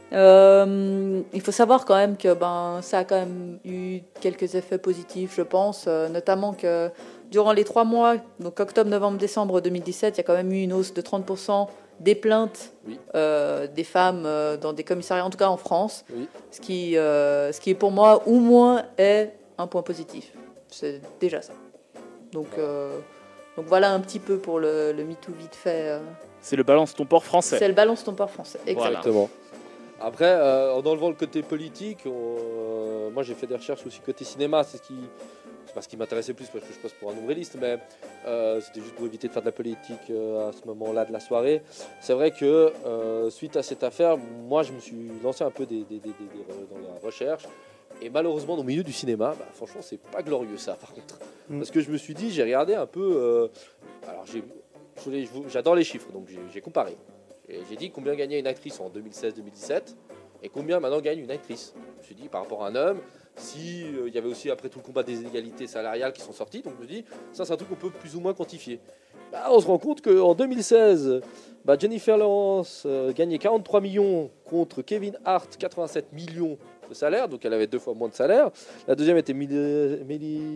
Speaker 3: Euh, il faut savoir quand même que ben, ça a quand même eu quelques effets positifs, je pense, euh, notamment que durant les trois mois, donc octobre, novembre, décembre deux mille dix-sept, il y a quand même eu une hausse de trente pour cent des plaintes
Speaker 1: Oui.
Speaker 3: euh, des femmes euh, dans des commissariats, en tout cas en France,
Speaker 1: Oui.
Speaker 3: ce qui, euh, ce qui est pour moi, au moins, est un point positif. C'est déjà ça. Donc, euh, donc voilà un petit peu pour le, le MeToo vite fait. Euh.
Speaker 2: C'est le balance ton port français.
Speaker 3: C'est le balance ton port français,
Speaker 1: exactement. Voilà. Après, euh, en enlevant le côté politique, on, euh, moi j'ai fait des recherches aussi côté cinéma, c'est ce qui... C'est pas ce qui m'intéressait plus parce que je passe pour un nombréliste, mais euh, c'était juste pour éviter de faire de la politique euh, à ce moment-là de la soirée. C'est vrai que euh, suite à cette affaire, moi je me suis lancé un peu des, des, des, des, des, dans la recherche. Et malheureusement, au milieu du cinéma, bah, franchement, c'est pas glorieux ça par contre. Mm. Parce que je me suis dit, j'ai regardé un peu. Euh, alors j'ai, j'adore les chiffres, donc j'ai, j'ai comparé. Et j'ai dit combien gagnait une actrice en deux mille seize deux mille dix-sept et combien maintenant gagne une actrice. Je me suis dit par rapport à un homme. Si il euh, y avait aussi après tout le combat des inégalités salariales qui sont sortis, donc je me dis ça c'est un truc qu'on peut plus ou moins quantifier. Bah, on se rend compte qu'en deux mille seize, bah, Jennifer Lawrence euh, gagnait quarante-trois millions contre Kevin Hart quatre-vingt-sept millions de salaire, donc elle avait deux fois moins de salaire. La deuxième était Millie,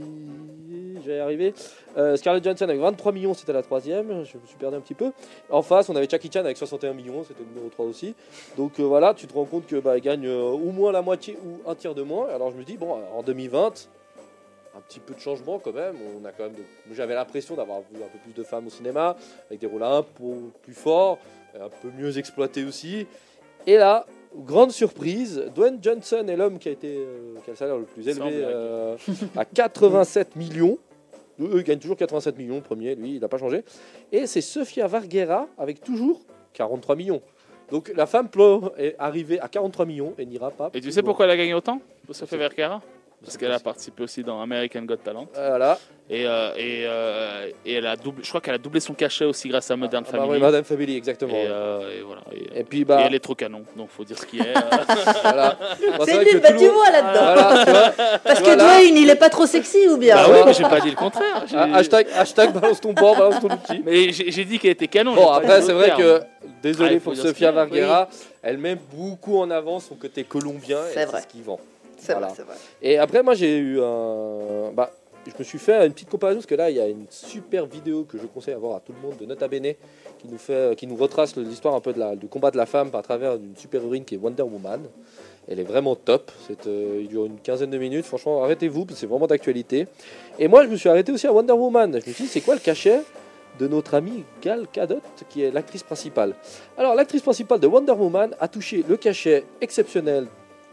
Speaker 1: j'ai arrivé. Euh, Scarlett Johansson avec vingt-trois millions, c'était la troisième. Je me suis perdu un petit peu. En face, on avait Jackie Chan avec soixante et un millions, c'était le numéro trois aussi. Donc euh, voilà, tu te rends compte que bah, elle gagne euh, au moins la moitié ou un tiers de moins. Alors je me dis bon, en deux mille vingt, un petit peu de changement quand même. On a quand même. De... J'avais l'impression d'avoir vu un peu plus de femmes au cinéma, avec des rôles un peu plus forts, un peu mieux exploités aussi. Et là. Grande surprise, Dwayne Johnson est l'homme qui a été euh, qui a le salaire le plus élevé euh, à quatre-vingt-sept millions. Eux, ils gagnent toujours quatre-vingt-sept millions, premier, lui, il n'a pas changé. Et c'est Sofia Vergara avec toujours quarante-trois millions. Donc la femme est arrivée à quarante-trois millions et n'ira pas.
Speaker 2: Et tu sais pourquoi elle a gagné autant, Sofia Vergara? Parce qu'elle a participé aussi dans American Got Talent.
Speaker 1: Voilà.
Speaker 2: Et, euh, et, euh, et elle a doublé, je crois qu'elle a doublé son cachet aussi grâce à Modern
Speaker 1: ah,
Speaker 2: Family.
Speaker 1: Bah oui, Modern Family, exactement.
Speaker 2: Et, euh, et voilà. Et,
Speaker 1: et puis bah.
Speaker 2: Et elle est trop canon, donc faut dire ce qu'il est.
Speaker 3: voilà. Bon, c'est nul, bah tu vois là-dedans. Voilà, tu vois, parce que voilà. Dwayne, il est pas trop sexy ou bien?
Speaker 2: Bah oui, mais j'ai pas dit le contraire.
Speaker 1: hashtag, hashtag balance ton port, balance ton outil.
Speaker 2: Mais j'ai, j'ai dit qu'elle était canon.
Speaker 1: Bon après c'est vrai terme. que désolé ah, pour Sofia Vergara,
Speaker 3: oui.
Speaker 1: elle met beaucoup en avant son côté colombien et c'est ce qu'il vend.
Speaker 3: C'est voilà. vrai, c'est vrai.
Speaker 1: Et après, moi, j'ai eu un... Bah, je me suis fait une petite comparaison, parce que là, il y a une super vidéo que je conseille à voir à tout le monde, de Nota Bene, qui nous, fait, qui nous retrace l'histoire un peu de la, du combat de la femme par travers d'une super-héroïne qui est Wonder Woman. Elle est vraiment top. C'est, euh, il dure une quinzaine de minutes. Franchement, arrêtez-vous, c'est vraiment d'actualité. Et moi, je me suis arrêté aussi à Wonder Woman. Je me suis dit, c'est quoi le cachet de notre amie Gal Gadot, qui est l'actrice principale? Alors, l'actrice principale de Wonder Woman a touché le cachet exceptionnel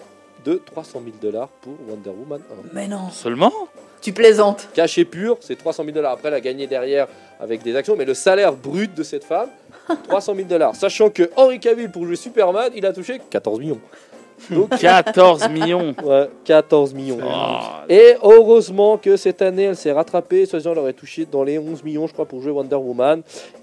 Speaker 1: de trois cent mille dollars pour Wonder Woman un.
Speaker 3: Mais non.
Speaker 2: Seulement?
Speaker 3: Tu plaisantes.
Speaker 1: Cachet pur, c'est trois cent mille dollars. Après, elle a gagné derrière avec des actions, mais le salaire brut de cette femme, trois cent mille dollars. Sachant que Henry Cavill, pour jouer Superman, il a touché quatorze millions.
Speaker 2: Donc, quatorze millions.
Speaker 1: Ouais, quatorze millions.
Speaker 2: Oh.
Speaker 1: Et heureusement que cette année, elle s'est rattrapée. Soi-disant, elle aurait touché dans les onze millions, je crois, pour jouer Wonder Woman.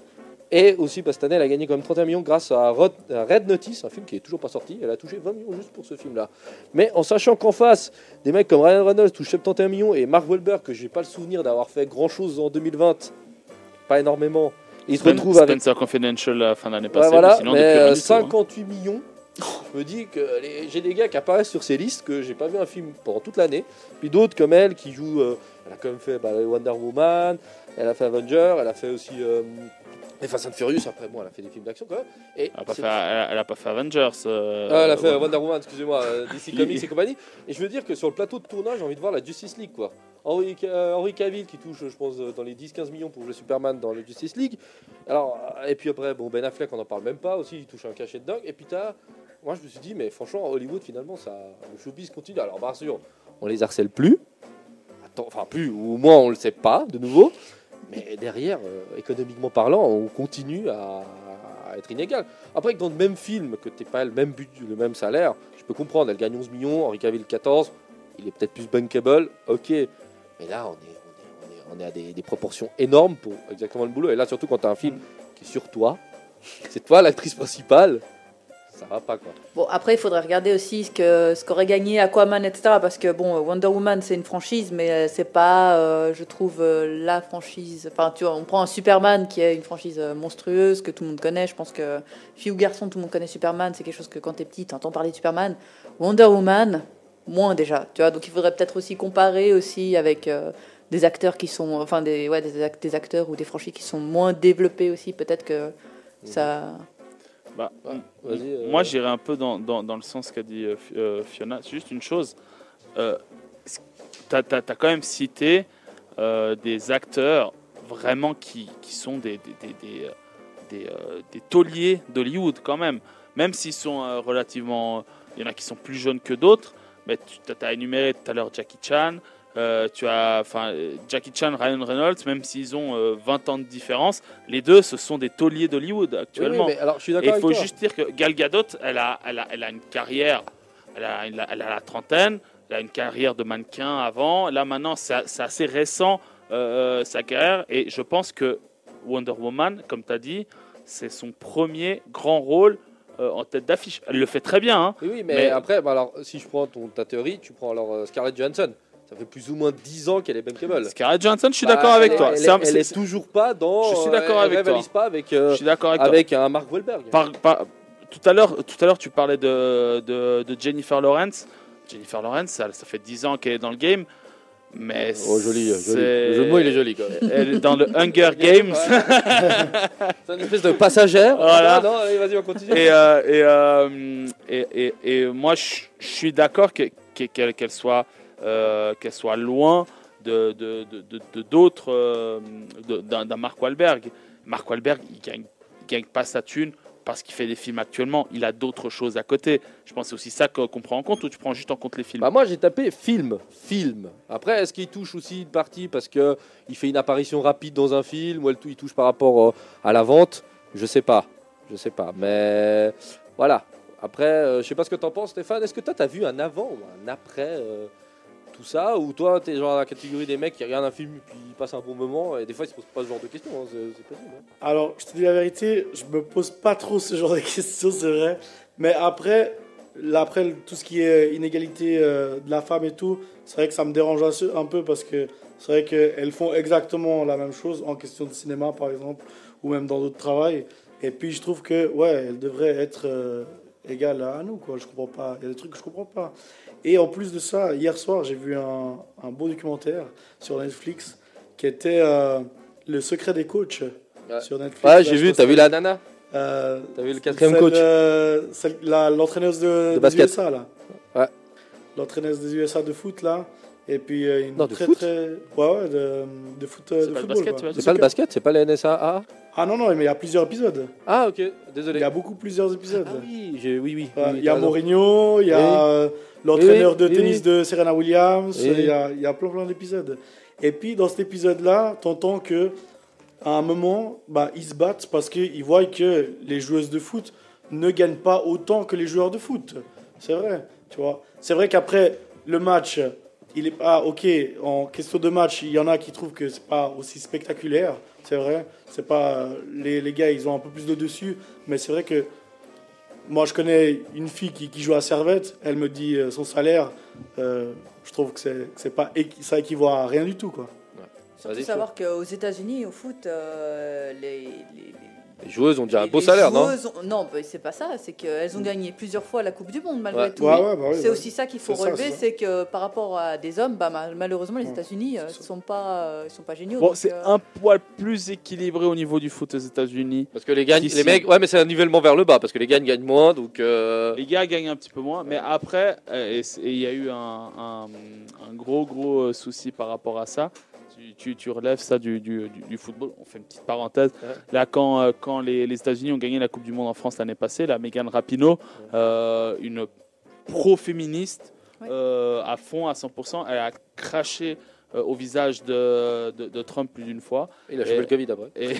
Speaker 1: Et aussi, parce que cette année, elle a gagné quand même trente et un millions grâce à Red Notice, un film qui n'est toujours pas sorti. Elle a touché vingt millions juste pour ce film-là. Mais en sachant qu'en face, des mecs comme Ryan Reynolds touchent soixante et un millions et Mark Wahlberg, que je n'ai pas le souvenir d'avoir fait grand-chose en deux mille vingt, pas énormément. Et il se retrouve avec
Speaker 2: Spencer Confidential la fin d'année passée.
Speaker 1: Ouais, voilà,
Speaker 2: mais sinon,
Speaker 1: mais cinquante-huit millions. Je me dis que les... j'ai des gars qui apparaissent sur ces listes que j'ai pas vu un film pendant toute l'année. Puis d'autres comme elle qui jouent. Euh, elle a quand même fait bah, Wonder Woman, elle a fait Avenger, elle a fait aussi. Euh, Et Fast and Furious, après, bon, elle a fait des films d'action quand même. Et
Speaker 2: elle, a pas fait, elle, elle a pas fait Avengers. Euh,
Speaker 1: ah, elle a fait ouais. Wonder Woman, excusez-moi, euh, D C Comics et compagnie. Et je veux dire que sur le plateau de tournage, j'ai envie de voir la Justice League, quoi. Henry, euh, Henry Cavill qui touche, je pense, dans les dix à quinze millions pour jouer Superman dans la Justice League. Alors, et puis après, bon, Ben Affleck, on n'en parle même pas aussi, il touche un cachet de dingue. Et puis t'as. Moi, je me suis dit, mais franchement, Hollywood, finalement, ça, le showbiz continue. Alors, bien sûr, on les harcèle plus. Attends, enfin, plus, ou au moins, on le sait pas, de nouveau. Mais derrière, euh, économiquement parlant, on continue à, à être inégal. Après, que dans le même film, que tu n'aies pas le même but, le même salaire, je peux comprendre. Elle gagne onze millions, Henry Cavill quatorze, il est peut-être plus bankable, ok. Mais là, on est, on est, on est, on est à des, des proportions énormes pour exactement le boulot. Et là, surtout quand tu as un film qui est sur toi, c'est toi l'actrice principale. Ça va pas, quoi.
Speaker 3: Bon, après, il faudrait regarder aussi ce que ce qu'aurait gagné Aquaman, et cetera. Parce que bon, Wonder Woman, c'est une franchise, mais c'est pas, euh, je trouve, euh, la franchise. Enfin, tu vois, on prend un Superman qui est une franchise euh, monstrueuse que tout le monde connaît. Je pense que fille ou garçon, tout le monde connaît Superman. C'est quelque chose que quand t'es petit, t'entends parler de Superman. Wonder Woman, moins déjà. Tu vois, donc il faudrait peut-être aussi comparer aussi avec euh, des acteurs qui sont, enfin des, ouais, des, des acteurs ou des franchises qui sont moins développés aussi. Peut-être que mmh. ça.
Speaker 2: Bah, ouais, euh... Moi, j'irais un peu dans, dans, dans le sens qu'a dit euh, Fiona. C'est juste une chose. Euh, tu as quand même cité euh, des acteurs vraiment qui, qui sont des, des, des, des, des, euh, des tauliers d'Hollywood quand même. Même s'ils sont euh, relativement... Il y en a qui sont plus jeunes que d'autres, mais tu as énuméré tout à l'heure Jackie Chan, euh, tu as enfin, Jackie Chan, Ryan Reynolds, même s'ils ont euh, vingt ans de différence, les deux, ce sont des tauliers d'Hollywood actuellement.
Speaker 1: Oui, oui, mais alors, je suis
Speaker 2: Et
Speaker 1: d'accord
Speaker 2: il faut
Speaker 1: avec toi.
Speaker 2: juste dire que Gal Gadot, elle a, elle a, elle a une carrière, elle a, elle a, elle a la trentaine, elle a une carrière de mannequin avant, là maintenant c'est assez récent euh, sa carrière, et je pense que Wonder Woman, comme tu as dit, c'est son premier grand rôle euh, en tête d'affiche. Elle le fait très bien. Hein,
Speaker 1: oui, oui, mais,
Speaker 2: mais
Speaker 1: après, bah alors, si je prends ton, ta théorie, tu prends alors euh, Scarlett Johansson. Ça fait plus ou moins dix ans qu'elle est bankable.
Speaker 2: Scarlett Johansson, je suis
Speaker 1: bah,
Speaker 2: d'accord avec
Speaker 1: elle,
Speaker 2: toi.
Speaker 1: Elle,
Speaker 2: c'est
Speaker 1: elle,
Speaker 2: un,
Speaker 1: elle est toujours pas dans.
Speaker 2: Je suis d'accord
Speaker 1: elle,
Speaker 2: avec
Speaker 1: elle
Speaker 2: toi.
Speaker 1: rivalise pas avec. Euh,
Speaker 2: je suis d'accord avec,
Speaker 1: avec
Speaker 2: toi.
Speaker 1: un Mark Wahlberg.
Speaker 2: Par, par, tout à l'heure, tout à l'heure, tu parlais de, de, de Jennifer Lawrence. Jennifer Lawrence, ça, ça fait dix ans qu'elle est dans le game. Mais
Speaker 1: oh, joli, joli. Le jeu de mots, il est joli quand même.
Speaker 2: Elle est dans le Hunger Games.
Speaker 1: C'est une espèce de passagère.
Speaker 2: Voilà.
Speaker 1: Ah, non, allez, vas-y, on continue.
Speaker 2: Et, euh, et, euh, et, et, et moi, je, je suis d'accord qu'elle que, qu'elle soit, euh, qu'elle soit loin de d'autres, de, de, de, d'un Mark Wahlberg. Mark Wahlberg, il gagne, il gagne pas sa thune parce qu'il fait des films actuellement, il a d'autres choses à côté. Je pense que c'est aussi ça qu'on prend en compte, ou tu prends juste en compte les films?
Speaker 1: Bah moi j'ai tapé film, film. Après est-ce qu'il touche aussi une partie parce que il fait une apparition rapide dans un film, ou il touche par rapport euh, à la vente? Je sais pas, je sais pas. Mais voilà. Après, euh, je sais pas ce que t'en penses, Stéphane. Est-ce que toi t'as vu un avant ou un après euh, tout ça, ou toi t'es genre la catégorie des mecs qui regardent un film et puis ils passent un bon moment et des fois ils se posent pas ce genre de questions, hein, c'est possible. Hein.
Speaker 4: Alors je te dis la vérité, je me pose pas trop ce genre de questions, c'est vrai, mais après, là, après tout ce qui est inégalité euh, de la femme et tout, c'est vrai que ça me dérange un peu parce que c'est vrai qu'elles font exactement la même chose en question de cinéma par exemple, ou même dans d'autres travails, et puis je trouve que ouais, elles devraient être euh, égales à nous, quoi. Je comprends pas, il y a des trucs que je comprends pas. Et en plus de ça, hier soir, j'ai vu un, un beau documentaire sur Netflix qui était euh, Le secret des coachs
Speaker 1: ouais.
Speaker 4: sur Netflix.
Speaker 1: Ouais, j'ai vu, t'as vu la nana
Speaker 4: euh,
Speaker 1: T'as vu le quatrième
Speaker 4: celle,
Speaker 1: coach
Speaker 4: euh, l'entraîneuse de,
Speaker 1: de basket.
Speaker 4: des U S A, là.
Speaker 1: Ouais.
Speaker 4: L'entraîneuse des U S A de foot, là. Et puis euh, une
Speaker 1: non, de
Speaker 4: très,
Speaker 1: foot
Speaker 4: très... Ouais, ouais, de, de foot.
Speaker 2: C'est
Speaker 4: de
Speaker 2: pas
Speaker 4: football,
Speaker 2: le basket, tu vois.
Speaker 1: C'est pas le basket, c'est pas le N S A A?
Speaker 4: Ah non, non, mais il y a plusieurs épisodes.
Speaker 1: Ah ok, désolé.
Speaker 4: Il y a beaucoup plusieurs épisodes.
Speaker 1: Ah oui, j'ai, oui, oui.
Speaker 4: Ouais,
Speaker 1: oui,
Speaker 4: il y a
Speaker 1: raison.
Speaker 4: Mourinho, il y a
Speaker 1: Oui.
Speaker 4: euh, l'entraîneur
Speaker 1: Oui,
Speaker 4: de
Speaker 1: oui,
Speaker 4: tennis
Speaker 1: oui.
Speaker 4: de Serena Williams,
Speaker 1: Oui.
Speaker 4: il y a, il y a plein plein d'épisodes. Et puis dans cet épisode-là, t'entends que à un moment, bah, ils se battent parce qu'ils voient que les joueuses de foot ne gagnent pas autant que les joueurs de foot. C'est vrai, tu vois. C'est vrai qu'après le match, il est pas ok. En question de match, il y en a qui trouvent que c'est pas aussi spectaculaire. C'est vrai, c'est pas les, les gars, ils ont un peu plus de dessus, mais c'est vrai que moi, je connais une fille qui, qui joue à Servette. Elle me dit euh, son salaire. Euh, je trouve que c'est, que c'est pas, ça équivaut à rien du tout, quoi.
Speaker 3: Il faut savoir qu'aux États-Unis, au foot, euh, les, les,
Speaker 1: les joueuses ont déjà un
Speaker 3: les,
Speaker 1: beau
Speaker 3: les
Speaker 1: salaire, non
Speaker 3: ont, Non, bah, c'est pas ça. C'est qu'elles ont gagné plusieurs fois la Coupe du Monde, malgré
Speaker 1: ouais.
Speaker 3: tout.
Speaker 4: Ouais, ouais, bah oui,
Speaker 3: c'est
Speaker 4: ouais.
Speaker 3: aussi ça qu'il faut
Speaker 4: c'est
Speaker 3: relever,
Speaker 4: ça, c'est,
Speaker 3: c'est que par rapport à des hommes, bah, malheureusement, les
Speaker 4: ouais.
Speaker 3: États-Unis ne sont pas, sont pas géniaux.
Speaker 2: Bon,
Speaker 3: donc,
Speaker 2: c'est
Speaker 3: euh...
Speaker 2: un poil plus équilibré au niveau du foot aux États-Unis.
Speaker 1: Parce que les gars,
Speaker 2: Ici.
Speaker 1: les mecs, ouais, mais c'est un nivellement vers le bas parce que les gars gagnent moins, donc. Euh...
Speaker 2: Les gars gagnent un petit peu moins, mais après, il y a eu un, un, un gros gros souci par rapport à ça. Tu, tu, tu relèves ça du, du, du, du football. On fait une petite parenthèse. Ouais. Là, quand, quand les, les États-Unis ont gagné la Coupe du Monde en France l'année passée, la Megan Rapinoe, ouais. euh, une pro-féministe, ouais. euh, à fond, à cent pour cent, elle a craché euh, au visage de, de, de Trump plus d'une fois.
Speaker 1: Il a chopé le Covid après.
Speaker 2: Et, et,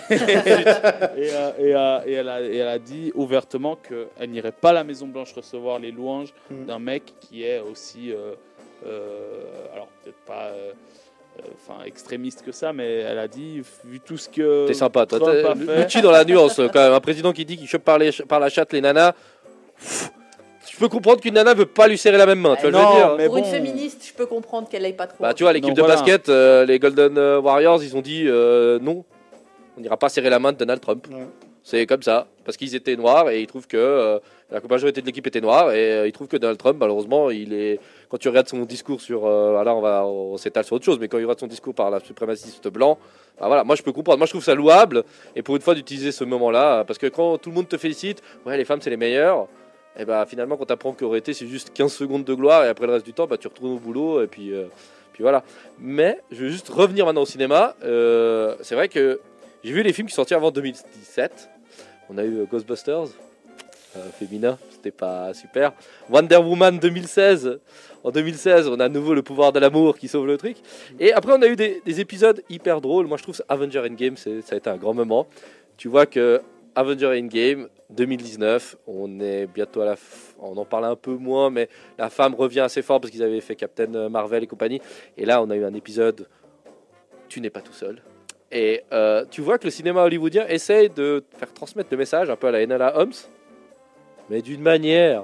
Speaker 2: euh, et, euh, et, elle a, et elle a dit ouvertement qu'elle n'irait pas à la Maison-Blanche recevoir les louanges mmh. d'un mec qui est aussi, euh, euh, alors peut-être pas... Euh, enfin extrémiste que ça, mais elle a dit, vu tout ce que
Speaker 1: t'es sympa, toi,
Speaker 2: Trump a fait...
Speaker 1: Lucci dans la nuance, quand même. Un président qui dit qu'il chope par, les, par la chatte les nanas, pff, je peux comprendre qu'une nana veut pas lui serrer la même main, tu vois,
Speaker 3: non,
Speaker 1: je veux dire.
Speaker 3: Mais pour bon... une féministe, je peux comprendre qu'elle aille pas trop.
Speaker 1: Bah tu vois, l'équipe
Speaker 2: non,
Speaker 1: de
Speaker 2: voilà.
Speaker 1: basket, euh, les Golden Warriors, ils ont dit euh, non, on n'ira pas serrer la main de Donald Trump. Ouais. C'est comme ça, parce qu'ils étaient noirs et ils trouvent que euh, la majorité de l'équipe était noire et euh, ils trouvent que Donald Trump, malheureusement, il est. Quand tu regardes son discours sur, euh, là on va, on s'étale sur autre chose, mais quand il regarde son discours par la suprémaciste blanc, bah voilà, moi je peux comprendre, moi je trouve ça louable et pour une fois d'utiliser ce moment-là, parce que quand tout le monde te félicite, ouais les femmes c'est les meilleures, et bah finalement quand tu apprends qu'en réalité c'est juste quinze secondes de gloire et après le reste du temps, bah tu retournes au boulot et puis. Euh, Puis puis voilà. Mais je veux juste revenir maintenant au cinéma. Euh, c'est vrai que j'ai vu les films qui sont sortis avant deux mille dix-sept. On a eu Ghostbusters, euh, féminin, c'était pas super. Wonder Woman deux mille seize. En deux mille seize, on a à nouveau le pouvoir de l'amour qui sauve le truc. Et après, on a eu des, des épisodes hyper drôles. Moi, je trouve que Avenger Endgame, c'est, ça a été un grand moment. Tu vois que Avenger Endgame deux mille dix-neuf, on est bientôt à la f... on en parle un peu moins, mais la femme revient assez fort parce qu'ils avaient fait Captain Marvel et compagnie. Et là, on a eu un épisode Tu n'es pas tout seul. Et euh, tu vois que le cinéma hollywoodien essaye de faire transmettre le message un peu à la Enola Holmes, mais d'une manière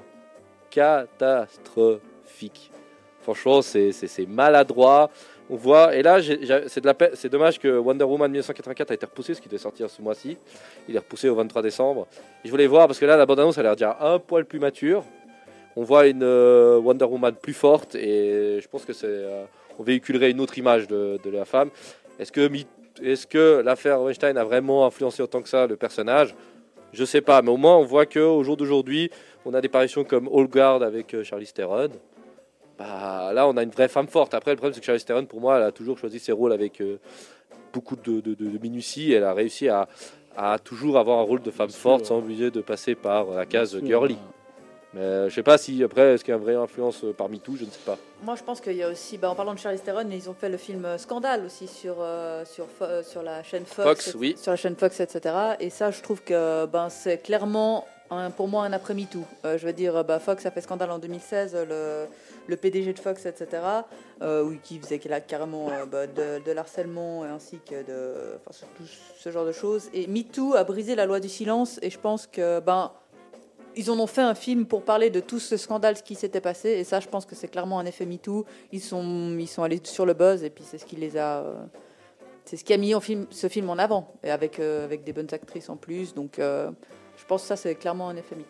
Speaker 1: catastrophique. Franchement, c'est, c'est, c'est maladroit. On voit, et là, j'ai, j'ai, c'est, de la pe- c'est dommage que Wonder Woman mille neuf cent quatre-vingt-quatre a été repoussé, ce qui devait sortir ce mois-ci. Il est repoussé au vingt-trois décembre. Et je voulais voir, parce que là, la bande-annonce a l'air déjà un poil plus mature. On voit une euh, Wonder Woman plus forte, et je pense que c'est, euh, on véhiculerait une autre image de, de la femme. Est-ce que, est-ce que l'affaire Weinstein a vraiment influencé autant que ça le personnage ? Je sais pas, mais au moins, on voit qu'au jour d'aujourd'hui, on a des parutions comme All Guard avec euh, Charlize Theron. Bah, là, on a une vraie femme forte. Après, le problème, c'est que Charlize Theron, pour moi, elle a toujours choisi ses rôles avec euh, beaucoup de, de, de, de minutie. Elle a réussi à, à toujours avoir un rôle de femme forte sans obliger de passer par la case girly. Mais euh, je sais pas si, après, est-ce qu'il y a une vraie influence euh, par MeToo, je ne sais pas.
Speaker 3: Moi, je pense qu'il y a aussi, bah, en parlant de Charlize Theron, ils ont fait le film Scandale aussi sur, euh, sur, Fo- sur la chaîne Fox,
Speaker 1: Fox,
Speaker 3: et-
Speaker 1: oui.
Speaker 3: sur la chaîne Fox, et cetera. Et ça, je trouve que ben, c'est clairement, un- pour moi, un après MeToo. Euh, je veux dire, bah, Fox a fait Scandale en deux mille seize, le, le P D G de Fox, et cetera. Euh, oui, qui faisait qu'il a carrément euh, bah, de, de l'harcèlement ainsi que de, enfin, tout ce genre de choses. Et MeToo a brisé la loi du silence. Et je pense que ben ils en ont fait un film pour parler de tout ce scandale, ce qui s'était passé. Et ça, je pense que c'est clairement un effet MeToo. Ils sont, ils sont allés sur le buzz et puis c'est ce qui les a, euh, c'est ce qui a mis en film, ce film en avant, et avec euh, avec des bonnes actrices en plus. Donc, euh, je pense que ça, c'est clairement un effet MeToo.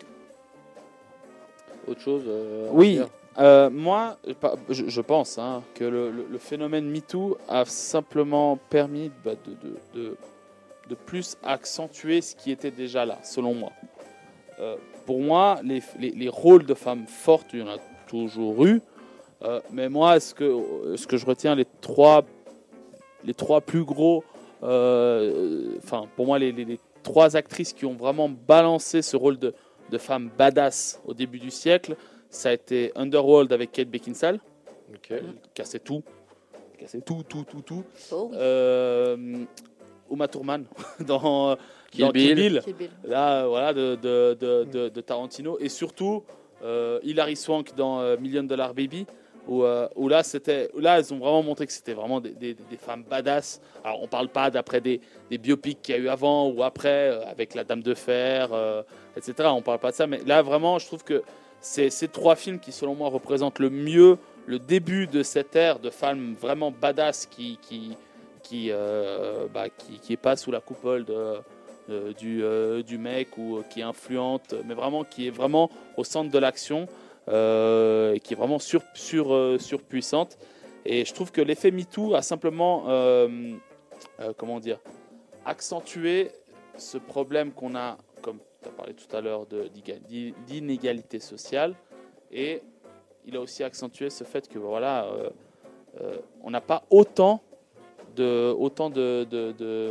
Speaker 1: Autre chose euh, à
Speaker 2: Oui,
Speaker 1: dire
Speaker 2: euh, moi, je, je pense hein, que le, le, le phénomène MeToo a simplement permis bah, de, de, de, de plus accentuer ce qui était déjà là, selon moi. Euh, pour moi, les, les, les rôles de femmes fortes, il y en a toujours eu. Euh, mais moi, ce que, ce que je retiens, les trois, les trois plus gros, euh, enfin, pour moi, les, les, les trois actrices qui ont vraiment balancé ce rôle de, de femme badass au début du siècle, ça a été Underworld avec Kate Beckinsale,
Speaker 1: okay.
Speaker 2: qui cassait tout, cassait tout, tout, tout, tout.
Speaker 3: Oh.
Speaker 2: Euh, Uma Thurman dans
Speaker 1: Kill
Speaker 2: dans
Speaker 1: Bill.
Speaker 2: Kill Bill.
Speaker 3: Kill Bill.
Speaker 2: Là, voilà, de, de, de, de, de Tarantino. Et surtout, euh, Hilary Swank dans euh, Million Dollar Baby, où, euh, où là, c'était, là, elles ont vraiment montré que c'était vraiment des, des, des femmes badass. Alors, on parle pas d'après des, des biopics qu'il y a eu avant ou après, euh, avec La Dame de Fer, euh, et cetera. On parle pas de ça. Mais là, vraiment, je trouve que c'est ces trois films qui, selon moi, représentent le mieux le début de cette ère de femmes vraiment badass qui, qui, qui, euh, bah, qui, qui est pas sous la coupole de... Euh, du, euh, du mec ou euh, qui est influente, mais vraiment qui est vraiment au centre de l'action euh, et qui est vraiment sur, sur, euh, surpuissante. Et je trouve que l'effet MeToo a simplement, euh, euh, comment dire, accentué ce problème qu'on a, comme tu as parlé tout à l'heure, de, d'inégalité sociale. Et il a aussi accentué ce fait que voilà, euh, euh, on n'a pas autant de, autant de, de, de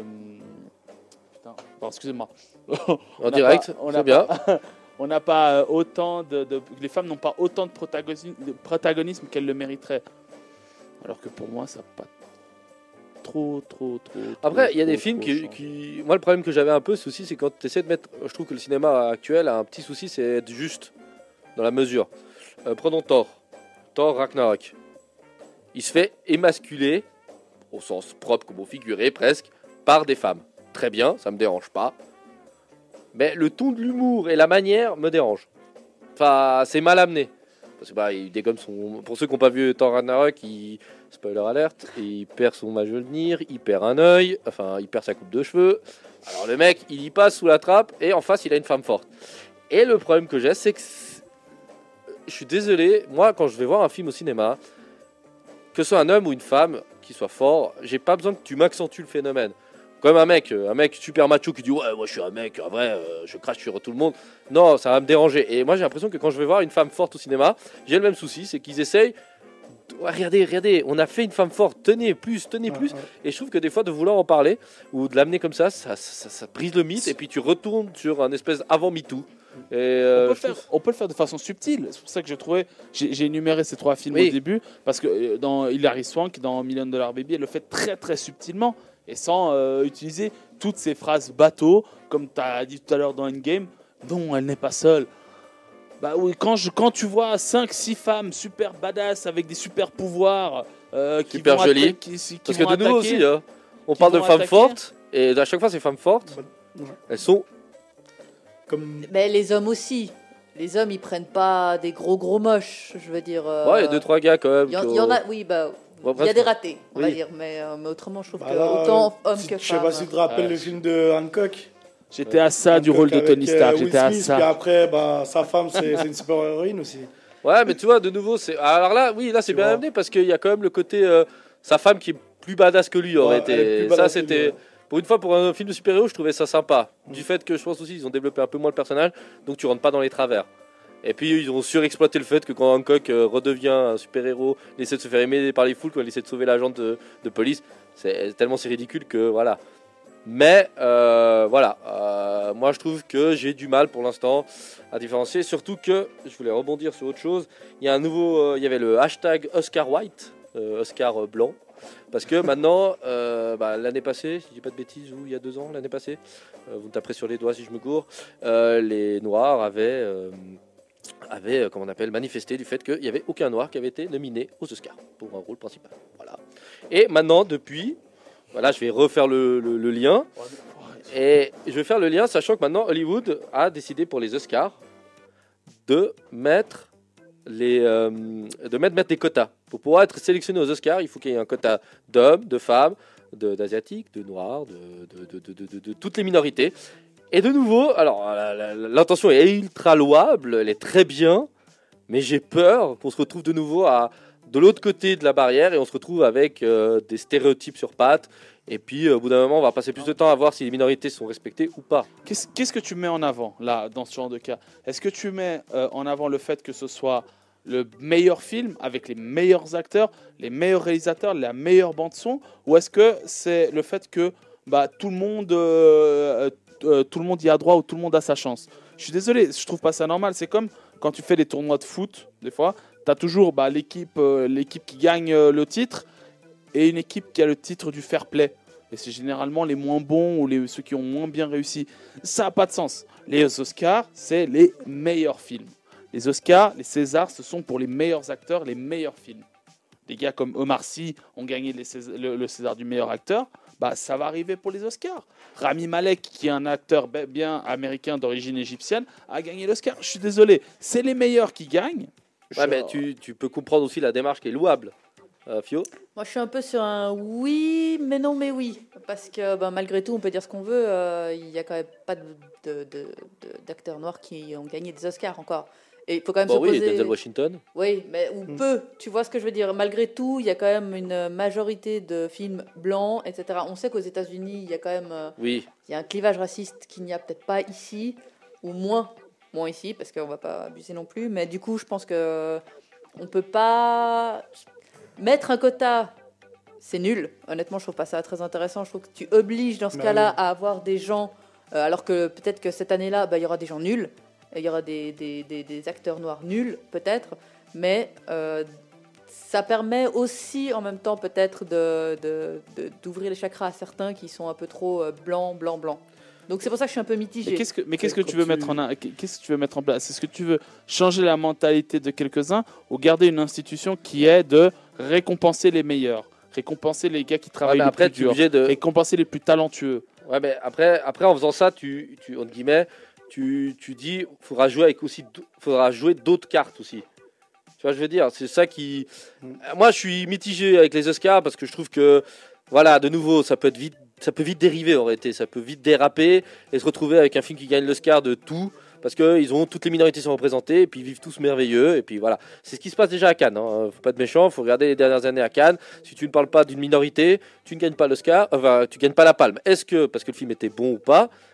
Speaker 2: Bon, excusez-moi.
Speaker 1: En direct,
Speaker 2: pas, on
Speaker 1: c'est bien.
Speaker 2: Pas, on n'a pas autant de, de, les femmes n'ont pas autant de protagonisme, de protagonisme qu'elles le mériteraient. Alors que pour moi, ça n'a pas trop, trop, trop.
Speaker 1: Après, il y a
Speaker 2: trop,
Speaker 1: des films qui,
Speaker 2: changé.
Speaker 1: qui, moi, le problème que j'avais un peu, c'est aussi, c'est quand tu essaies de mettre. Je trouve que le cinéma actuel a un petit souci, c'est être juste dans la mesure. Euh, prenons Thor, Thor Ragnarok. Il se fait émasculer, au sens propre comme au figuré presque, par des femmes. Très bien, ça me dérange pas. Mais le ton de l'humour et la manière me dérangent. Enfin, c'est mal amené. Parce que bah, il dégomme son. Pour ceux qui n'ont pas vu Thor Ragnarok, il. Spoiler alerte, il perd son Mjolnir, il perd un œil, enfin, il perd sa coupe de cheveux. Alors le mec, il y passe sous la trappe et en face, il a une femme forte. Et le problème que j'ai, c'est que. Je suis désolé, moi, quand je vais voir un film au cinéma, que ce soit un homme ou une femme qui soit fort, j'ai pas besoin que tu m'accentues le phénomène. Comme un mec, un mec super macho qui dit ouais, moi je suis un mec, en vrai, euh, je crache sur tout le monde. Non, ça va me déranger. Et moi j'ai l'impression que quand je vais voir une femme forte au cinéma, j'ai le même souci, c'est qu'ils essayent ouais, regardez, regardez, on a fait une femme forte, tenez plus, tenez
Speaker 4: Ouais,
Speaker 1: plus.
Speaker 4: ouais.
Speaker 1: Et je trouve que des fois, de vouloir en parler ou de l'amener comme ça, ça, ça, ça brise le mythe et puis tu retournes sur un espèce avant MeToo. Et, euh,
Speaker 2: on, peut
Speaker 1: je
Speaker 2: faire,
Speaker 1: trouve-
Speaker 2: on peut le faire de façon subtile. C'est pour ça que j'ai trouvé. J'ai j'ai énuméré ces trois films
Speaker 1: Oui.
Speaker 2: au début parce que euh, dans Hilary Swank, dans Million Dollar Baby, elle le fait très très subtilement et sans euh, utiliser toutes ces phrases bateau, comme tu as dit tout à l'heure dans Endgame. Non, elle n'est pas seule. Bah oui, quand, je, quand tu vois cinq six femmes super badass avec des super pouvoirs euh, qui
Speaker 1: Super
Speaker 2: vont
Speaker 1: jolies.
Speaker 2: atta- qui- qui
Speaker 1: Parce
Speaker 2: vont
Speaker 1: que de nouveau
Speaker 2: attaquer,
Speaker 1: aussi, hein, on
Speaker 2: qui
Speaker 1: parle de
Speaker 2: vont
Speaker 1: femmes
Speaker 2: attaquer.
Speaker 1: fortes et à chaque fois, ces femmes fortes,
Speaker 4: Ouais.
Speaker 1: elles sont.
Speaker 4: Comme...
Speaker 3: Mais les hommes aussi. Les hommes, ils prennent pas des gros gros moches, je veux dire. euh,
Speaker 1: Ouais, il y a deux, trois gars quand même.
Speaker 3: Il y, en-
Speaker 1: qui
Speaker 3: il y en
Speaker 1: ont-
Speaker 3: a, oui, bah,
Speaker 1: Bon,
Speaker 3: il y a
Speaker 1: bref.
Speaker 3: des ratés, on va
Speaker 1: Oui.
Speaker 3: dire. Mais, euh, mais autrement, je trouve
Speaker 4: Bah
Speaker 3: que
Speaker 4: là,
Speaker 3: autant
Speaker 4: euh,
Speaker 3: hommes
Speaker 4: si-
Speaker 3: que
Speaker 4: Je sais pas
Speaker 3: femmes.
Speaker 4: si tu te rappelles
Speaker 2: Ouais.
Speaker 4: le film de Hancock.
Speaker 2: J'étais à ça du rôle de
Speaker 4: Hancock
Speaker 2: Tony
Speaker 4: avec,
Speaker 2: Stark.
Speaker 4: euh, Will
Speaker 2: J'étais à
Speaker 4: Smith,
Speaker 2: ça.
Speaker 4: Puis après, bah, sa femme, c'est c'est une super héroïne aussi.
Speaker 1: Ouais, mais tu vois, de nouveau, c'est. Alors là, oui, là, c'est
Speaker 4: Tu
Speaker 1: bien
Speaker 4: vois.
Speaker 1: amené parce qu'il y a quand même le côté. euh, sa femme qui est plus badass que lui aurait
Speaker 4: Ouais, elle est
Speaker 1: été.
Speaker 4: plus
Speaker 1: Ça,
Speaker 4: badass que lui,
Speaker 1: c'était.
Speaker 4: ouais.
Speaker 1: Pour une fois, pour un film de super-héros, je trouvais ça sympa.
Speaker 4: Mm.
Speaker 1: Du fait que je pense aussi ils ont développé un peu moins le personnage, donc tu rentres pas dans les travers. Et puis ils ont surexploité le fait que quand Hancock euh, redevient un super-héros, il essaie de se faire aimer par les foules, quand il essaie de sauver l'agent de, de police, c'est tellement c'est ridicule que voilà. Mais euh, voilà, euh, moi je trouve que j'ai du mal pour l'instant à différencier, surtout que je voulais rebondir sur autre chose. Il y a un nouveau, euh, il y avait le hashtag Oscar White, euh, Oscar euh, blanc. Parce que maintenant, euh, bah, l'année passée, si je dis pas de bêtises, ou il y a deux ans, l'année passée, euh, vous me taperez sur les doigts si je me gourre, euh, les Noirs avaient, euh, avaient euh, comment on appelle, manifesté du fait qu'il n'y avait aucun Noir qui avait été nominé aux Oscars pour un rôle principal. Voilà. Et maintenant, depuis, voilà, je vais refaire le, le- le lien, et je vais faire le lien, sachant que maintenant Hollywood a décidé pour les Oscars de mettre les, euh, de mettre, mettre des quotas. Pour pouvoir être sélectionné aux Oscars, il faut qu'il y ait un quota d'hommes, de femmes, de- d'asiatiques, de, noirs, de, de, de, de, de- de- de toutes les minorités. Et de nouveau, alors la- la- l'intention est ultra louable, elle est très bien, mais j'ai peur qu'on se retrouve de nouveau à, de l'autre côté de la barrière et on se retrouve avec euh, des stéréotypes sur pattes. Et puis, euh, au bout d'un moment, on va passer plus de temps à voir si les minorités sont respectées ou pas.
Speaker 2: Qu'est-ce qu'est-ce que tu mets en avant, là, dans ce genre de cas? Est-ce que tu mets euh, en avant le fait que ce soit le meilleur film, avec les meilleurs acteurs, les meilleurs réalisateurs, la meilleure bande-son? Ou est-ce que c'est le fait que bah, tout, le monde, euh, euh, tout le monde y a droit ou tout le monde a sa chance? Je suis désolé, je trouve pas ça normal. C'est comme quand tu fais des tournois de foot, des fois, tu as toujours bah, l'équipe euh, l'équipe qui gagne euh, le titre et une équipe qui a le titre du fair play. Et c'est généralement les moins bons ou les, ceux qui ont moins bien réussi. Ça n'a pas de sens. Les Oscars, c'est les meilleurs films. Les Oscars, les Césars, ce sont pour les meilleurs acteurs, les meilleurs films. Des gars comme Omar Sy ont gagné les César, le, le César du meilleur acteur. Bah, ça va arriver pour les Oscars. Rami Malek, qui est un acteur bien américain d'origine égyptienne, a gagné l'Oscar. Je suis désolé, c'est les meilleurs qui gagnent.
Speaker 1: Ouais,
Speaker 2: Je-
Speaker 1: mais tu, tu peux comprendre aussi la démarche qui est louable. Euh, Fio?
Speaker 3: Moi, je suis un peu sur un oui, mais non, mais oui. Parce que ben, malgré tout, on peut dire ce qu'on veut, euh, il n'y a quand même pas de- de- de- de- d'acteurs noirs qui ont gagné des Oscars encore. Et il faut quand même
Speaker 1: Bon,
Speaker 3: se
Speaker 1: oui,
Speaker 3: poser...
Speaker 1: Denzel Washington.
Speaker 3: Oui, mais ou
Speaker 4: Mm.
Speaker 3: peu, tu vois ce que je veux dire. Malgré tout, il y a quand même une majorité de films blancs, et cetera. On sait qu'aux États-Unis, il y a quand même euh,
Speaker 1: Oui.
Speaker 3: il y a un clivage raciste qu'il n'y a peut-être pas ici, ou moins, moins ici, parce qu'on va pas abuser non plus. Mais du coup, je pense que on peut pas mettre un quota. C'est nul. Honnêtement, je trouve pas ça très intéressant. Je trouve que tu obliges dans ce
Speaker 4: Bah
Speaker 3: cas-là
Speaker 4: oui.
Speaker 3: à avoir des gens, euh, alors que peut-être que cette année-là, bah, il y aura des gens nuls, et il y aura des, des, des, des acteurs noirs nuls, peut-être, mais euh, ça permet aussi, en même temps, peut-être de, de, de- d'ouvrir les chakras à certains qui sont un peu trop euh, blancs, blancs, blancs. Donc c'est pour ça que je suis un peu mitigée.
Speaker 2: Mais qu'est-ce que, mais qu'est-ce que
Speaker 4: Quand
Speaker 2: tu veux
Speaker 4: tu-
Speaker 2: mettre en, qu'est-ce que tu veux mettre en place? Est-ce que tu veux changer la mentalité de quelques-uns ou garder une institution qui est de récompenser les meilleurs, récompenser les gars qui
Speaker 1: Ouais,
Speaker 2: travaillent
Speaker 1: mais
Speaker 2: le
Speaker 1: après,
Speaker 2: plus
Speaker 1: tu es
Speaker 2: dur,
Speaker 1: obligé de.
Speaker 2: récompenser les plus talentueux?
Speaker 1: Ouais, mais après, après en faisant ça, tu, tu entre guillemets, tu, tu dis, faudra jouer avec aussi, d- faudra jouer d'autres cartes aussi. Tu vois, je veux dire, c'est ça qui.
Speaker 4: Mm.
Speaker 1: Moi, je suis mitigé avec les Oscars parce que je trouve que, voilà, de nouveau, ça peut être vite, ça peut vite dériver en réalité, ça peut vite déraper et se retrouver avec un film qui gagne l'Oscar de tout. Parce que ils ont toutes les minorités sont représentées et puis ils vivent tous merveilleux et puis voilà, c'est ce qui se passe déjà à Cannes. Hein. Faut pas être méchant, faut regarder les dernières années à Cannes. Si tu ne parles pas d'une minorité, tu ne gagnes pas l'Oscar, enfin tu gagnes pas la Palme. Est-ce que parce que le film était bon ou pas,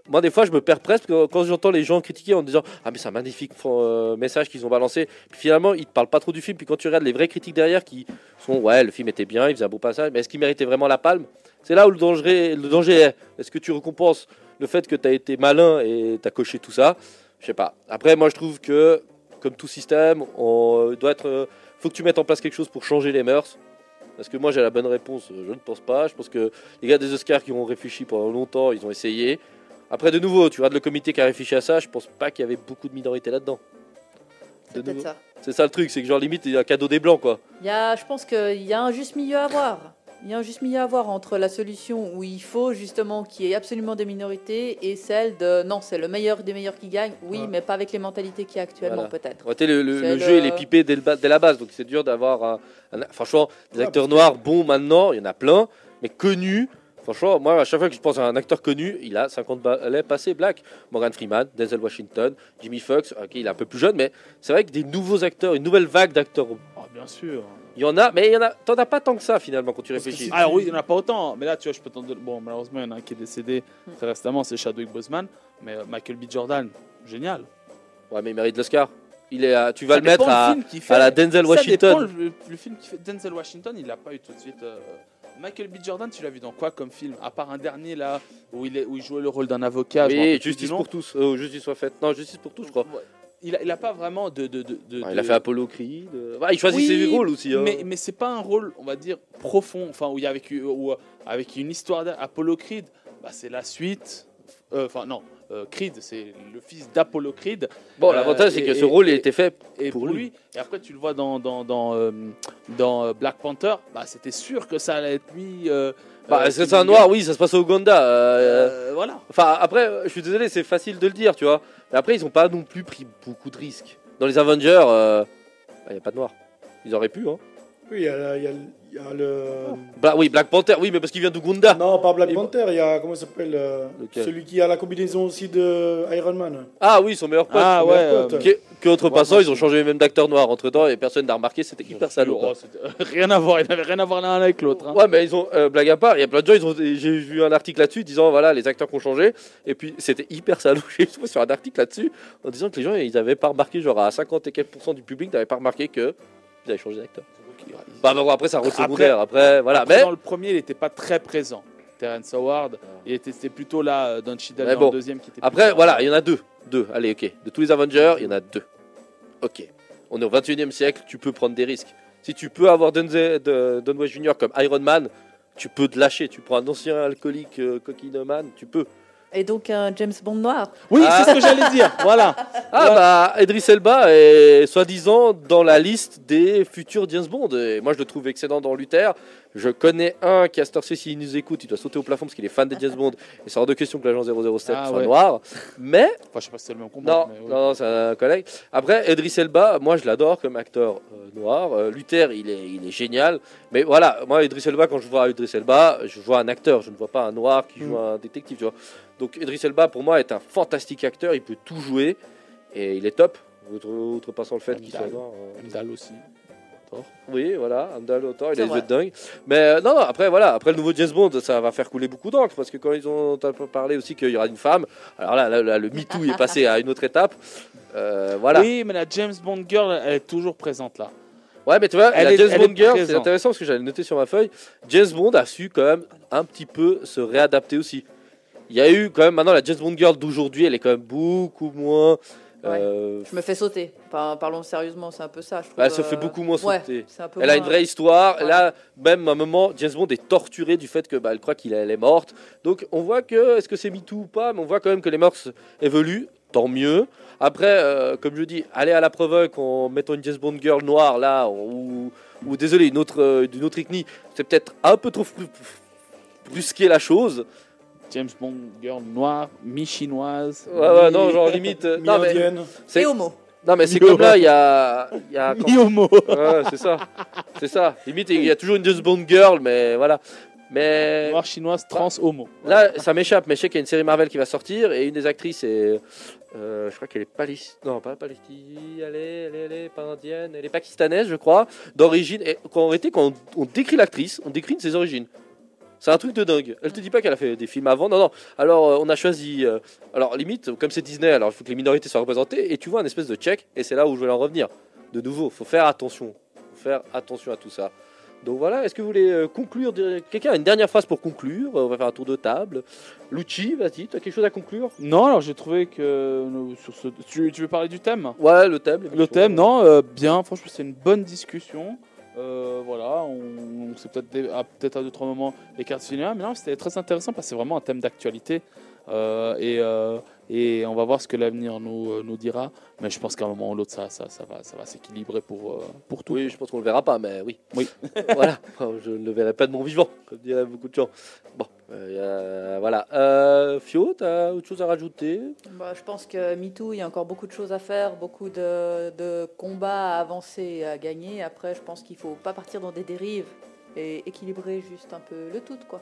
Speaker 1: moi, des fois, je me perds presque quand quand j'entends les gens critiquer en disant ah, mais c'est un magnifique euh, message qu'ils ont balancé. Puis finalement, ils te parlent pas trop du film. Puis quand tu regardes les vraies critiques derrière qui sont ouais, le film était bien, il faisait un beau passage, mais est-ce qu'il méritait vraiment la palme? C'est là où le danger, le danger est. Est-ce que tu récompenses le fait que tu as été malin et tu as coché tout ça? Je sais pas. Après, moi, je trouve que, comme tout système, on doit être. euh, faut que tu mettes en place quelque chose pour changer les mœurs. Est-ce que moi j'ai la bonne réponse? Je ne pense pas. Je pense que les gars des Oscars qui ont réfléchi pendant longtemps, ils ont essayé. Après, de nouveau, tu regardes le comité qui a réfléchi à ça, je pense pas qu'il y avait beaucoup de minorités là-dedans.
Speaker 3: C'est
Speaker 1: De
Speaker 3: peut-être
Speaker 1: nouveau.
Speaker 3: ça.
Speaker 1: C'est ça le truc, c'est que genre limite, il y a un cadeau des blancs quoi.
Speaker 3: Il y a, je pense qu'il y a un juste milieu à avoir. Il y a un juste milieu à avoir entre la solution où il faut justement qu'il y ait absolument des minorités et celle de non, c'est le meilleur des meilleurs qui gagne, oui,
Speaker 4: Ouais.
Speaker 3: mais pas avec les mentalités qu'il y a actuellement
Speaker 1: Voilà.
Speaker 3: peut-être.
Speaker 1: Ouais, tu sais, le, le-
Speaker 3: C'est
Speaker 1: le jeu
Speaker 3: le-
Speaker 1: il est pipé dès, le ba- dès la base, donc c'est dur d'avoir un, un- franchement des
Speaker 4: Ouais,
Speaker 1: acteurs
Speaker 4: parce que-
Speaker 1: noirs bons maintenant, il y en a plein, mais connus. Franchement, moi à chaque fois que je pense à un acteur connu, il a cinquante balais passés black. Morgan Freeman, Denzel Washington, Jimmy Foxx, ok, il est un peu plus jeune, mais c'est vrai que des nouveaux acteurs, une nouvelle vague d'acteurs,
Speaker 2: Oh, bien sûr.
Speaker 1: il y en a, mais il y en a, t'en as pas tant que ça finalement quand tu
Speaker 4: Parce que
Speaker 1: réfléchis.
Speaker 4: si-
Speaker 2: Alors oui, il n'y en a pas autant. Mais là, tu vois, je peux t'en donner. Bon, malheureusement, il y en a un qui est décédé
Speaker 3: Hmm.
Speaker 2: très récemment, c'est Chadwick Boseman. Mais euh, Michael B. Jordan, génial.
Speaker 1: Ouais, mais il mérite l'Oscar. Il est, à- tu vas
Speaker 2: Ça
Speaker 1: le mettre
Speaker 2: dépend
Speaker 1: à,
Speaker 2: film qu'il fait.
Speaker 1: à la Denzel
Speaker 2: Ça dépend
Speaker 1: Washington.
Speaker 2: le, le film qui fait Denzel Washington, il l'a pas eu tout de suite. euh, Michael B. Jordan, tu l'as vu dans quoi comme film? À part un dernier là où il, est, où il jouait le rôle d'un avocat. je me
Speaker 1: Oui,
Speaker 2: rappelle plus
Speaker 1: Justice
Speaker 2: du nom.
Speaker 1: pour tous. Oh, justice soit faite. Non, Justice pour tous, je crois.
Speaker 2: Ouais. Il a, il a pas vraiment de. de, de, de-
Speaker 1: Ouais, il
Speaker 2: de-
Speaker 1: a fait Apollo Creed. euh, ouais, il choisit
Speaker 2: Oui,
Speaker 1: ses rôles aussi. hein.
Speaker 2: Mais, mais c'est pas un rôle, on va dire, profond. Enfin, où il y a avec, où, avec une histoire d'Apollo Creed, bah, c'est la suite. Euh, Enfin, non. euh, Creed, c'est le fils d'Apollo Creed.
Speaker 1: Bon,
Speaker 2: Euh,
Speaker 1: l'avantage, c'est
Speaker 2: et-
Speaker 1: que ce
Speaker 2: et-
Speaker 1: rôle il a
Speaker 2: et-
Speaker 1: été fait.
Speaker 2: Et
Speaker 1: Pour
Speaker 2: pour,
Speaker 1: lui.
Speaker 2: lui. Et après, tu le vois dans, dans, dans, euh, dans euh, Black Panther, bah, c'était sûr que ça allait être lui. euh,
Speaker 1: Bah,
Speaker 2: euh,
Speaker 1: c'est
Speaker 2: qui
Speaker 1: un
Speaker 2: nous-
Speaker 1: noir, oui, ça se passe au Ouganda. euh,
Speaker 2: Euh, voilà.
Speaker 1: Enfin, après, euh, je suis désolé, c'est facile de le dire, tu vois. Mais après, ils ont pas non plus pris beaucoup de risques. Dans les Avengers, il n'y a pas de noir. Ils auraient pu, hein.
Speaker 4: Oui, il y a, il y a- il y a le.
Speaker 1: Bah, oui, Black Panther, oui, mais parce qu'il vient d'Ouganda.
Speaker 4: Non, pas Black
Speaker 1: Et-
Speaker 4: Panther, il y a. Comment il s'appelle euh,
Speaker 1: Lequel
Speaker 4: celui qui a la combinaison aussi de Iron Man.
Speaker 1: Ah oui, son meilleur pote.
Speaker 2: Ah
Speaker 4: son
Speaker 2: ouais.
Speaker 4: meilleur
Speaker 2: euh,
Speaker 4: pote.
Speaker 1: Que, que autre
Speaker 2: Ouais,
Speaker 1: passant,
Speaker 2: moi,
Speaker 1: ils ont
Speaker 2: c'est-
Speaker 1: changé même d'acteur noir entre temps et personne n'a remarqué, c'était hyper salaud.
Speaker 2: Oh, c'était- rien à voir, il n'avait rien à voir l'un avec l'autre. hein.
Speaker 1: Ouais, mais ils ont, euh, blague à part, il y a plein de gens, ils ont, j'ai vu un article là-dessus disant voilà, les acteurs qui ont changé, et puis c'était hyper salaud. J'ai trouvé sur un article là-dessus en disant que les gens, ils avaient pas remarqué, genre à cinquante et quelques pourcents du public n'avaient pas remarqué que ils avaient changé d'acteur. Bah, bah bon, après, c'est un rôle
Speaker 2: Après-
Speaker 1: secondaire, après, voilà,
Speaker 2: Après,
Speaker 1: mais.
Speaker 2: dans le premier, il n'était pas très présent. Terrence Howard, il était, c'était plutôt là, euh, dans Cheadle,
Speaker 1: Mais
Speaker 2: dans
Speaker 1: bon.
Speaker 2: le deuxième qui était
Speaker 1: Après,
Speaker 2: plus-
Speaker 1: voilà, il y en a deux. Deux, allez, ok. De tous les Avengers, il y en a deux. Ok. On est au vingt et unième siècle, tu peux prendre des risques. Si tu peux avoir Denzel, de, Don West junior comme Iron Man, tu peux te lâcher. Tu prends un ancien alcoolique euh, cocaïnomane, tu peux.
Speaker 3: Et donc un James Bond noir.
Speaker 2: Oui,
Speaker 1: Ah.
Speaker 2: c'est ce que j'allais dire. Voilà.
Speaker 1: Ah bah, Idris Elba est soi-disant dans la liste des futurs James Bond. Et moi, je le trouve excellent dans Luther. Je connais un qui, à cette heure-ci, s'il nous écoute, il doit sauter au plafond parce qu'il est fan des James Bond. Et c'est hors de question que l'agent zéro zéro sept
Speaker 2: Ah
Speaker 1: soit
Speaker 2: ouais.
Speaker 1: noir. Mais
Speaker 2: Enfin, je sais pas si c'est le même combat.
Speaker 1: Non,
Speaker 2: mais oui.
Speaker 1: non, non, c'est un collègue. Après, Idris Elba, moi je l'adore comme acteur euh, noir. Euh, Luther, il est, il est génial. Mais voilà, moi Idris Elba, quand je vois Idris Elba, je vois un acteur, je ne vois pas un noir qui joue un détective. Tu vois. Donc Idris Elba, pour moi, est un fantastique acteur. Il peut tout jouer et il est top. Outre- Outrepassant le fait qu'il soit
Speaker 2: Amdal.
Speaker 1: noir. euh,
Speaker 2: Amdal aussi. Tort.
Speaker 1: Oui, voilà, Amdal autant, il
Speaker 3: C'est
Speaker 1: a les
Speaker 3: vrai.
Speaker 1: yeux de dingue. Mais euh, non, non, après, voilà, après le nouveau James Bond, ça va faire couler beaucoup d'encre parce que quand ils ont un peu parlé aussi qu'il y aura une femme, alors là, là, là, le MeToo est passé à une autre étape. Euh, voilà.
Speaker 2: Oui, mais la James Bond girl, elle est toujours présente là.
Speaker 1: Ouais, mais tu vois,
Speaker 2: Elle
Speaker 1: la
Speaker 2: est-
Speaker 1: James
Speaker 2: elle
Speaker 1: Bond
Speaker 2: est
Speaker 1: Girl, c'est
Speaker 2: présente.
Speaker 1: intéressant parce que j'avais noté sur ma feuille. James Bond a su quand même un petit peu se réadapter aussi. Il y a eu quand même maintenant la James Bond Girl d'aujourd'hui, elle est quand même beaucoup moins. euh,
Speaker 3: Je me fais sauter. Par- parlons sérieusement, c'est un peu ça. Je trouve,
Speaker 1: elle se
Speaker 3: euh,
Speaker 1: fait beaucoup moins
Speaker 3: ouais,
Speaker 1: sauter.
Speaker 3: c'est un peu
Speaker 1: Elle a
Speaker 3: moins-
Speaker 1: une vraie histoire.
Speaker 3: Ouais.
Speaker 1: Là, même à un moment, James Bond est torturé du fait que bah, elle croit qu'elle est morte. Donc on voit que, est-ce que c'est MeToo ou pas, mais on voit quand même que les mœurs évoluent. Tant mieux. Après, euh, comme je dis, aller à la provoque en mettant une James Bond girl noire là, ou, ou désolé, une autre, euh, d'une autre ethnie, c'est peut-être un peu trop fru- brusquer la chose.
Speaker 2: James Bond girl noire, mi-chinoise.
Speaker 1: Ouais, ouais, non, genre limite. euh, non, mais,
Speaker 4: Mi-indienne.
Speaker 1: c'est,
Speaker 3: Et homo.
Speaker 1: non, mais c'est
Speaker 2: Yo.
Speaker 1: comme là, il y a. il y a quand-
Speaker 2: Mi-homo.
Speaker 1: Ouais, c'est ça. C'est ça. Limite, il y a toujours une James Bond girl, mais voilà. Mais.
Speaker 2: Noire chinoise, trans, homo.
Speaker 1: Là, ça m'échappe, mais je sais qu'il y a une série Marvel qui va sortir et une des actrices est. euh, je crois qu'elle est palestinienne. Non, pas palestinienne, elle est, elle est, elle est pas indienne, elle est pakistanaise, je crois, d'origine. Et quand, en réalité, quand on, on décrit l'actrice, on décrit ses origines. C'est un truc de dingue. Elle te dit pas qu'elle a fait des films avant. Non, non. Alors, euh, on a choisi. euh, alors, limite, comme c'est Disney, alors il faut que les minorités soient représentées. Et tu vois un espèce de check. Et c'est là où je vais en revenir. De nouveau, faut faire attention. Faut faire attention à tout ça. Donc voilà. Est-ce que vous voulez euh, conclure dire- Quelqu'un a une dernière phrase pour conclure? On va faire un tour de table. Lucci, vas-y. Tu as quelque chose à conclure?
Speaker 2: Non, alors j'ai trouvé que euh, sur ce, tu, tu veux parler du thème?
Speaker 1: Ouais, le thème.
Speaker 2: Le
Speaker 1: l'émission.
Speaker 2: thème, non, euh, bien. Franchement, c'est une bonne discussion. Euh, voilà, on, on s'est peut-être dé- à peut-être à deux trois moments écarté du cinéma, mais non, c'était très intéressant parce que c'est vraiment un thème d'actualité. Euh, et, euh, et on va voir ce que l'avenir nous, euh, nous dira. Mais je pense qu'à un moment ou l'autre, ça, ça, ça va, ça va s'équilibrer pour, euh, pour tout.
Speaker 1: Oui, je pense qu'on le verra pas, mais oui.
Speaker 2: Oui.
Speaker 1: Voilà, Enfin, je ne le verrai pas de mon vivant, comme diraient beaucoup de gens. Bon, euh, voilà. Euh, Fio, tu as autre chose à rajouter?
Speaker 3: Bah, je pense que MeToo, il y a encore beaucoup de choses à faire, beaucoup de, de combats à avancer et à gagner. Après, je pense qu'il ne faut pas partir dans des dérives et équilibrer juste un peu le tout, quoi.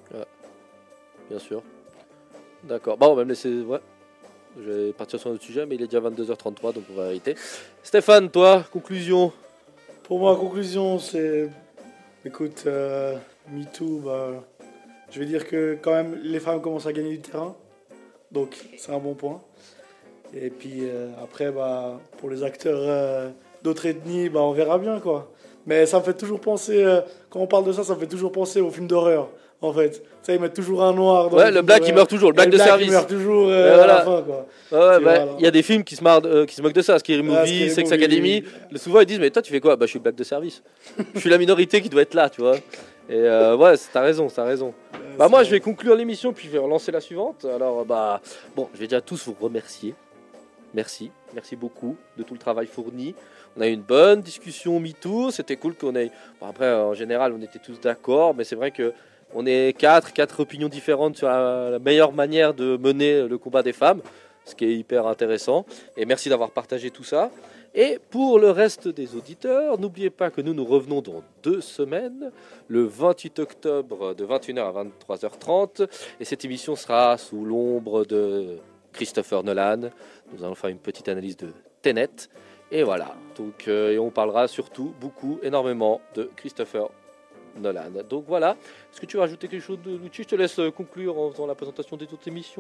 Speaker 1: Bien sûr. D'accord. Bon, on va me laisser. Ouais. Je vais partir sur un autre sujet, mais il est déjà vingt-deux heures trente-trois, donc on va arrêter. Stéphane, toi, conclusion?
Speaker 4: Pour moi, conclusion, c'est. Écoute, euh, MeToo, bah, je vais dire que quand même, les femmes commencent à gagner du terrain. Donc, c'est un bon point. Et puis euh, après, bah, pour les acteurs euh, d'autres ethnies, bah, on verra bien, quoi. Mais ça me fait toujours penser, euh, quand on parle de ça, ça me fait toujours penser aux films d'horreur, en fait. Ça, ils mettent toujours un noir dans
Speaker 1: Ouais,
Speaker 4: les
Speaker 1: le
Speaker 4: films
Speaker 1: black, il
Speaker 4: d'horreur.
Speaker 1: meurt toujours, le black
Speaker 4: Et
Speaker 1: de
Speaker 4: black,
Speaker 1: service.
Speaker 4: il meurt toujours euh,
Speaker 1: Et
Speaker 4: à
Speaker 1: voilà.
Speaker 4: la fin, quoi.
Speaker 1: Ouais, ouais,
Speaker 4: Et
Speaker 1: bah,
Speaker 4: voilà.
Speaker 1: il y a des films qui se, marrent, euh, qui se moquent de ça. Scary Movie,
Speaker 4: Ah, Scary
Speaker 1: Sex
Speaker 4: Movie,
Speaker 1: Academy.
Speaker 4: oui.
Speaker 1: Souvent, ils disent, mais toi, tu fais quoi? Bah, je suis le black de service. Je suis la minorité qui doit être là, tu vois. Et euh, ouais, c'est- t'as raison, t'as raison.
Speaker 4: Euh,
Speaker 1: Bah
Speaker 4: c'est-
Speaker 1: moi je vais conclure l'émission puis je vais relancer la suivante. Alors bah bon, je vais déjà tous vous remercier. Merci, merci beaucoup de tout le travail fourni. On a eu une bonne discussion MeToo, c'était cool qu'on ait. Bon, après en général on était tous d'accord, mais c'est vrai que on est quatre, quatre opinions différentes sur la, la meilleure manière de mener le combat des femmes, ce qui est hyper intéressant. Et merci d'avoir partagé tout ça. Et pour le reste des auditeurs, n'oubliez pas que nous nous revenons dans deux semaines, le vingt-huit octobre de vingt et une heures à vingt-trois heures trente. Et cette émission sera sous l'ombre de Christopher Nolan. Nous allons faire une petite analyse de Tenet. Et voilà. Donc, euh, et on parlera surtout beaucoup, énormément de Christopher Nolan. Donc voilà. Est-ce que tu veux rajouter quelque chose de Lucci? Je te laisse euh, conclure en faisant la présentation des autres émissions.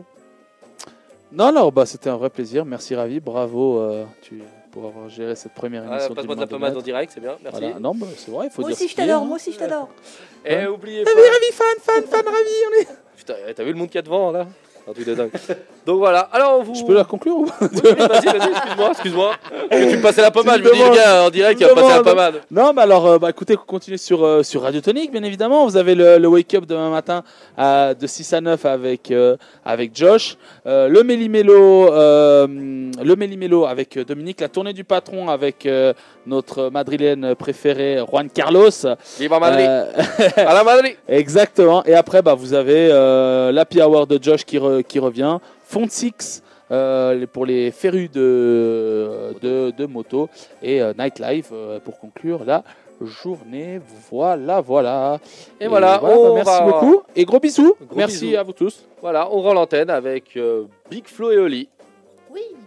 Speaker 2: Non, alors bah, c'était un vrai plaisir. Merci Ravi, bravo euh, tu, pour avoir géré cette première
Speaker 1: Ah,
Speaker 2: émission.
Speaker 1: passe-moi de
Speaker 2: du
Speaker 1: la
Speaker 2: Monde
Speaker 1: pommade en
Speaker 2: Net.
Speaker 1: direct, c'est bien. Merci.
Speaker 2: Voilà. Non, bah, c'est vrai, il faut
Speaker 3: Moi
Speaker 2: dire.
Speaker 3: aussi,
Speaker 2: ce
Speaker 3: je
Speaker 2: qui est,
Speaker 3: t'adore,
Speaker 2: hein.
Speaker 3: moi aussi, je t'adore.
Speaker 1: Et
Speaker 2: Ouais.
Speaker 1: oubliez
Speaker 2: T'as
Speaker 1: pas.
Speaker 2: vu Ravi, fan, fan, fan, Ravi, on est.
Speaker 1: Putain, t'as vu le monde qu'il y a devant là? Un truc de dingue. Donc voilà. Alors on vous.
Speaker 2: Je peux la conclure ou pas?
Speaker 1: Oui, oui, vas-y, vas-y, excuse-moi, excuse-moi. Que tu me passais la pommade,
Speaker 2: Tu
Speaker 1: je
Speaker 2: me
Speaker 1: me dis, le
Speaker 2: demandes.
Speaker 1: gars en direct,
Speaker 2: Tu
Speaker 1: il
Speaker 2: me
Speaker 1: va passer la
Speaker 2: demandes.
Speaker 1: pommade.
Speaker 2: Non, mais alors, euh, bah, écoutez, continuez sur, euh, sur Radio Tonique, bien évidemment. Vous avez le, le Wake Up demain matin à, de six à neuf avec, euh, avec Josh. Euh, le Méli-Mélo, euh, le Méli-Mélo avec Dominique. La tournée du patron avec euh, notre madrilène préférée, Juan Carlos.
Speaker 1: Viva Madrid.
Speaker 2: Euh,
Speaker 1: À la Madrid.
Speaker 2: Exactement. Et après, bah, vous avez euh, l'Happy Hour de Josh qui, re- qui revient. Font six euh, pour les férus de, de, de moto. Et euh, Nightlife euh, pour conclure la journée. Voilà, voilà.
Speaker 1: Et voilà,
Speaker 2: bah,
Speaker 1: on
Speaker 2: merci
Speaker 1: va-
Speaker 2: beaucoup. Et gros bisous.
Speaker 1: Gros
Speaker 2: merci
Speaker 1: bisous.
Speaker 2: à vous tous.
Speaker 1: Voilà, on rend l'antenne avec euh, Big Flo et Oli.
Speaker 3: Oui.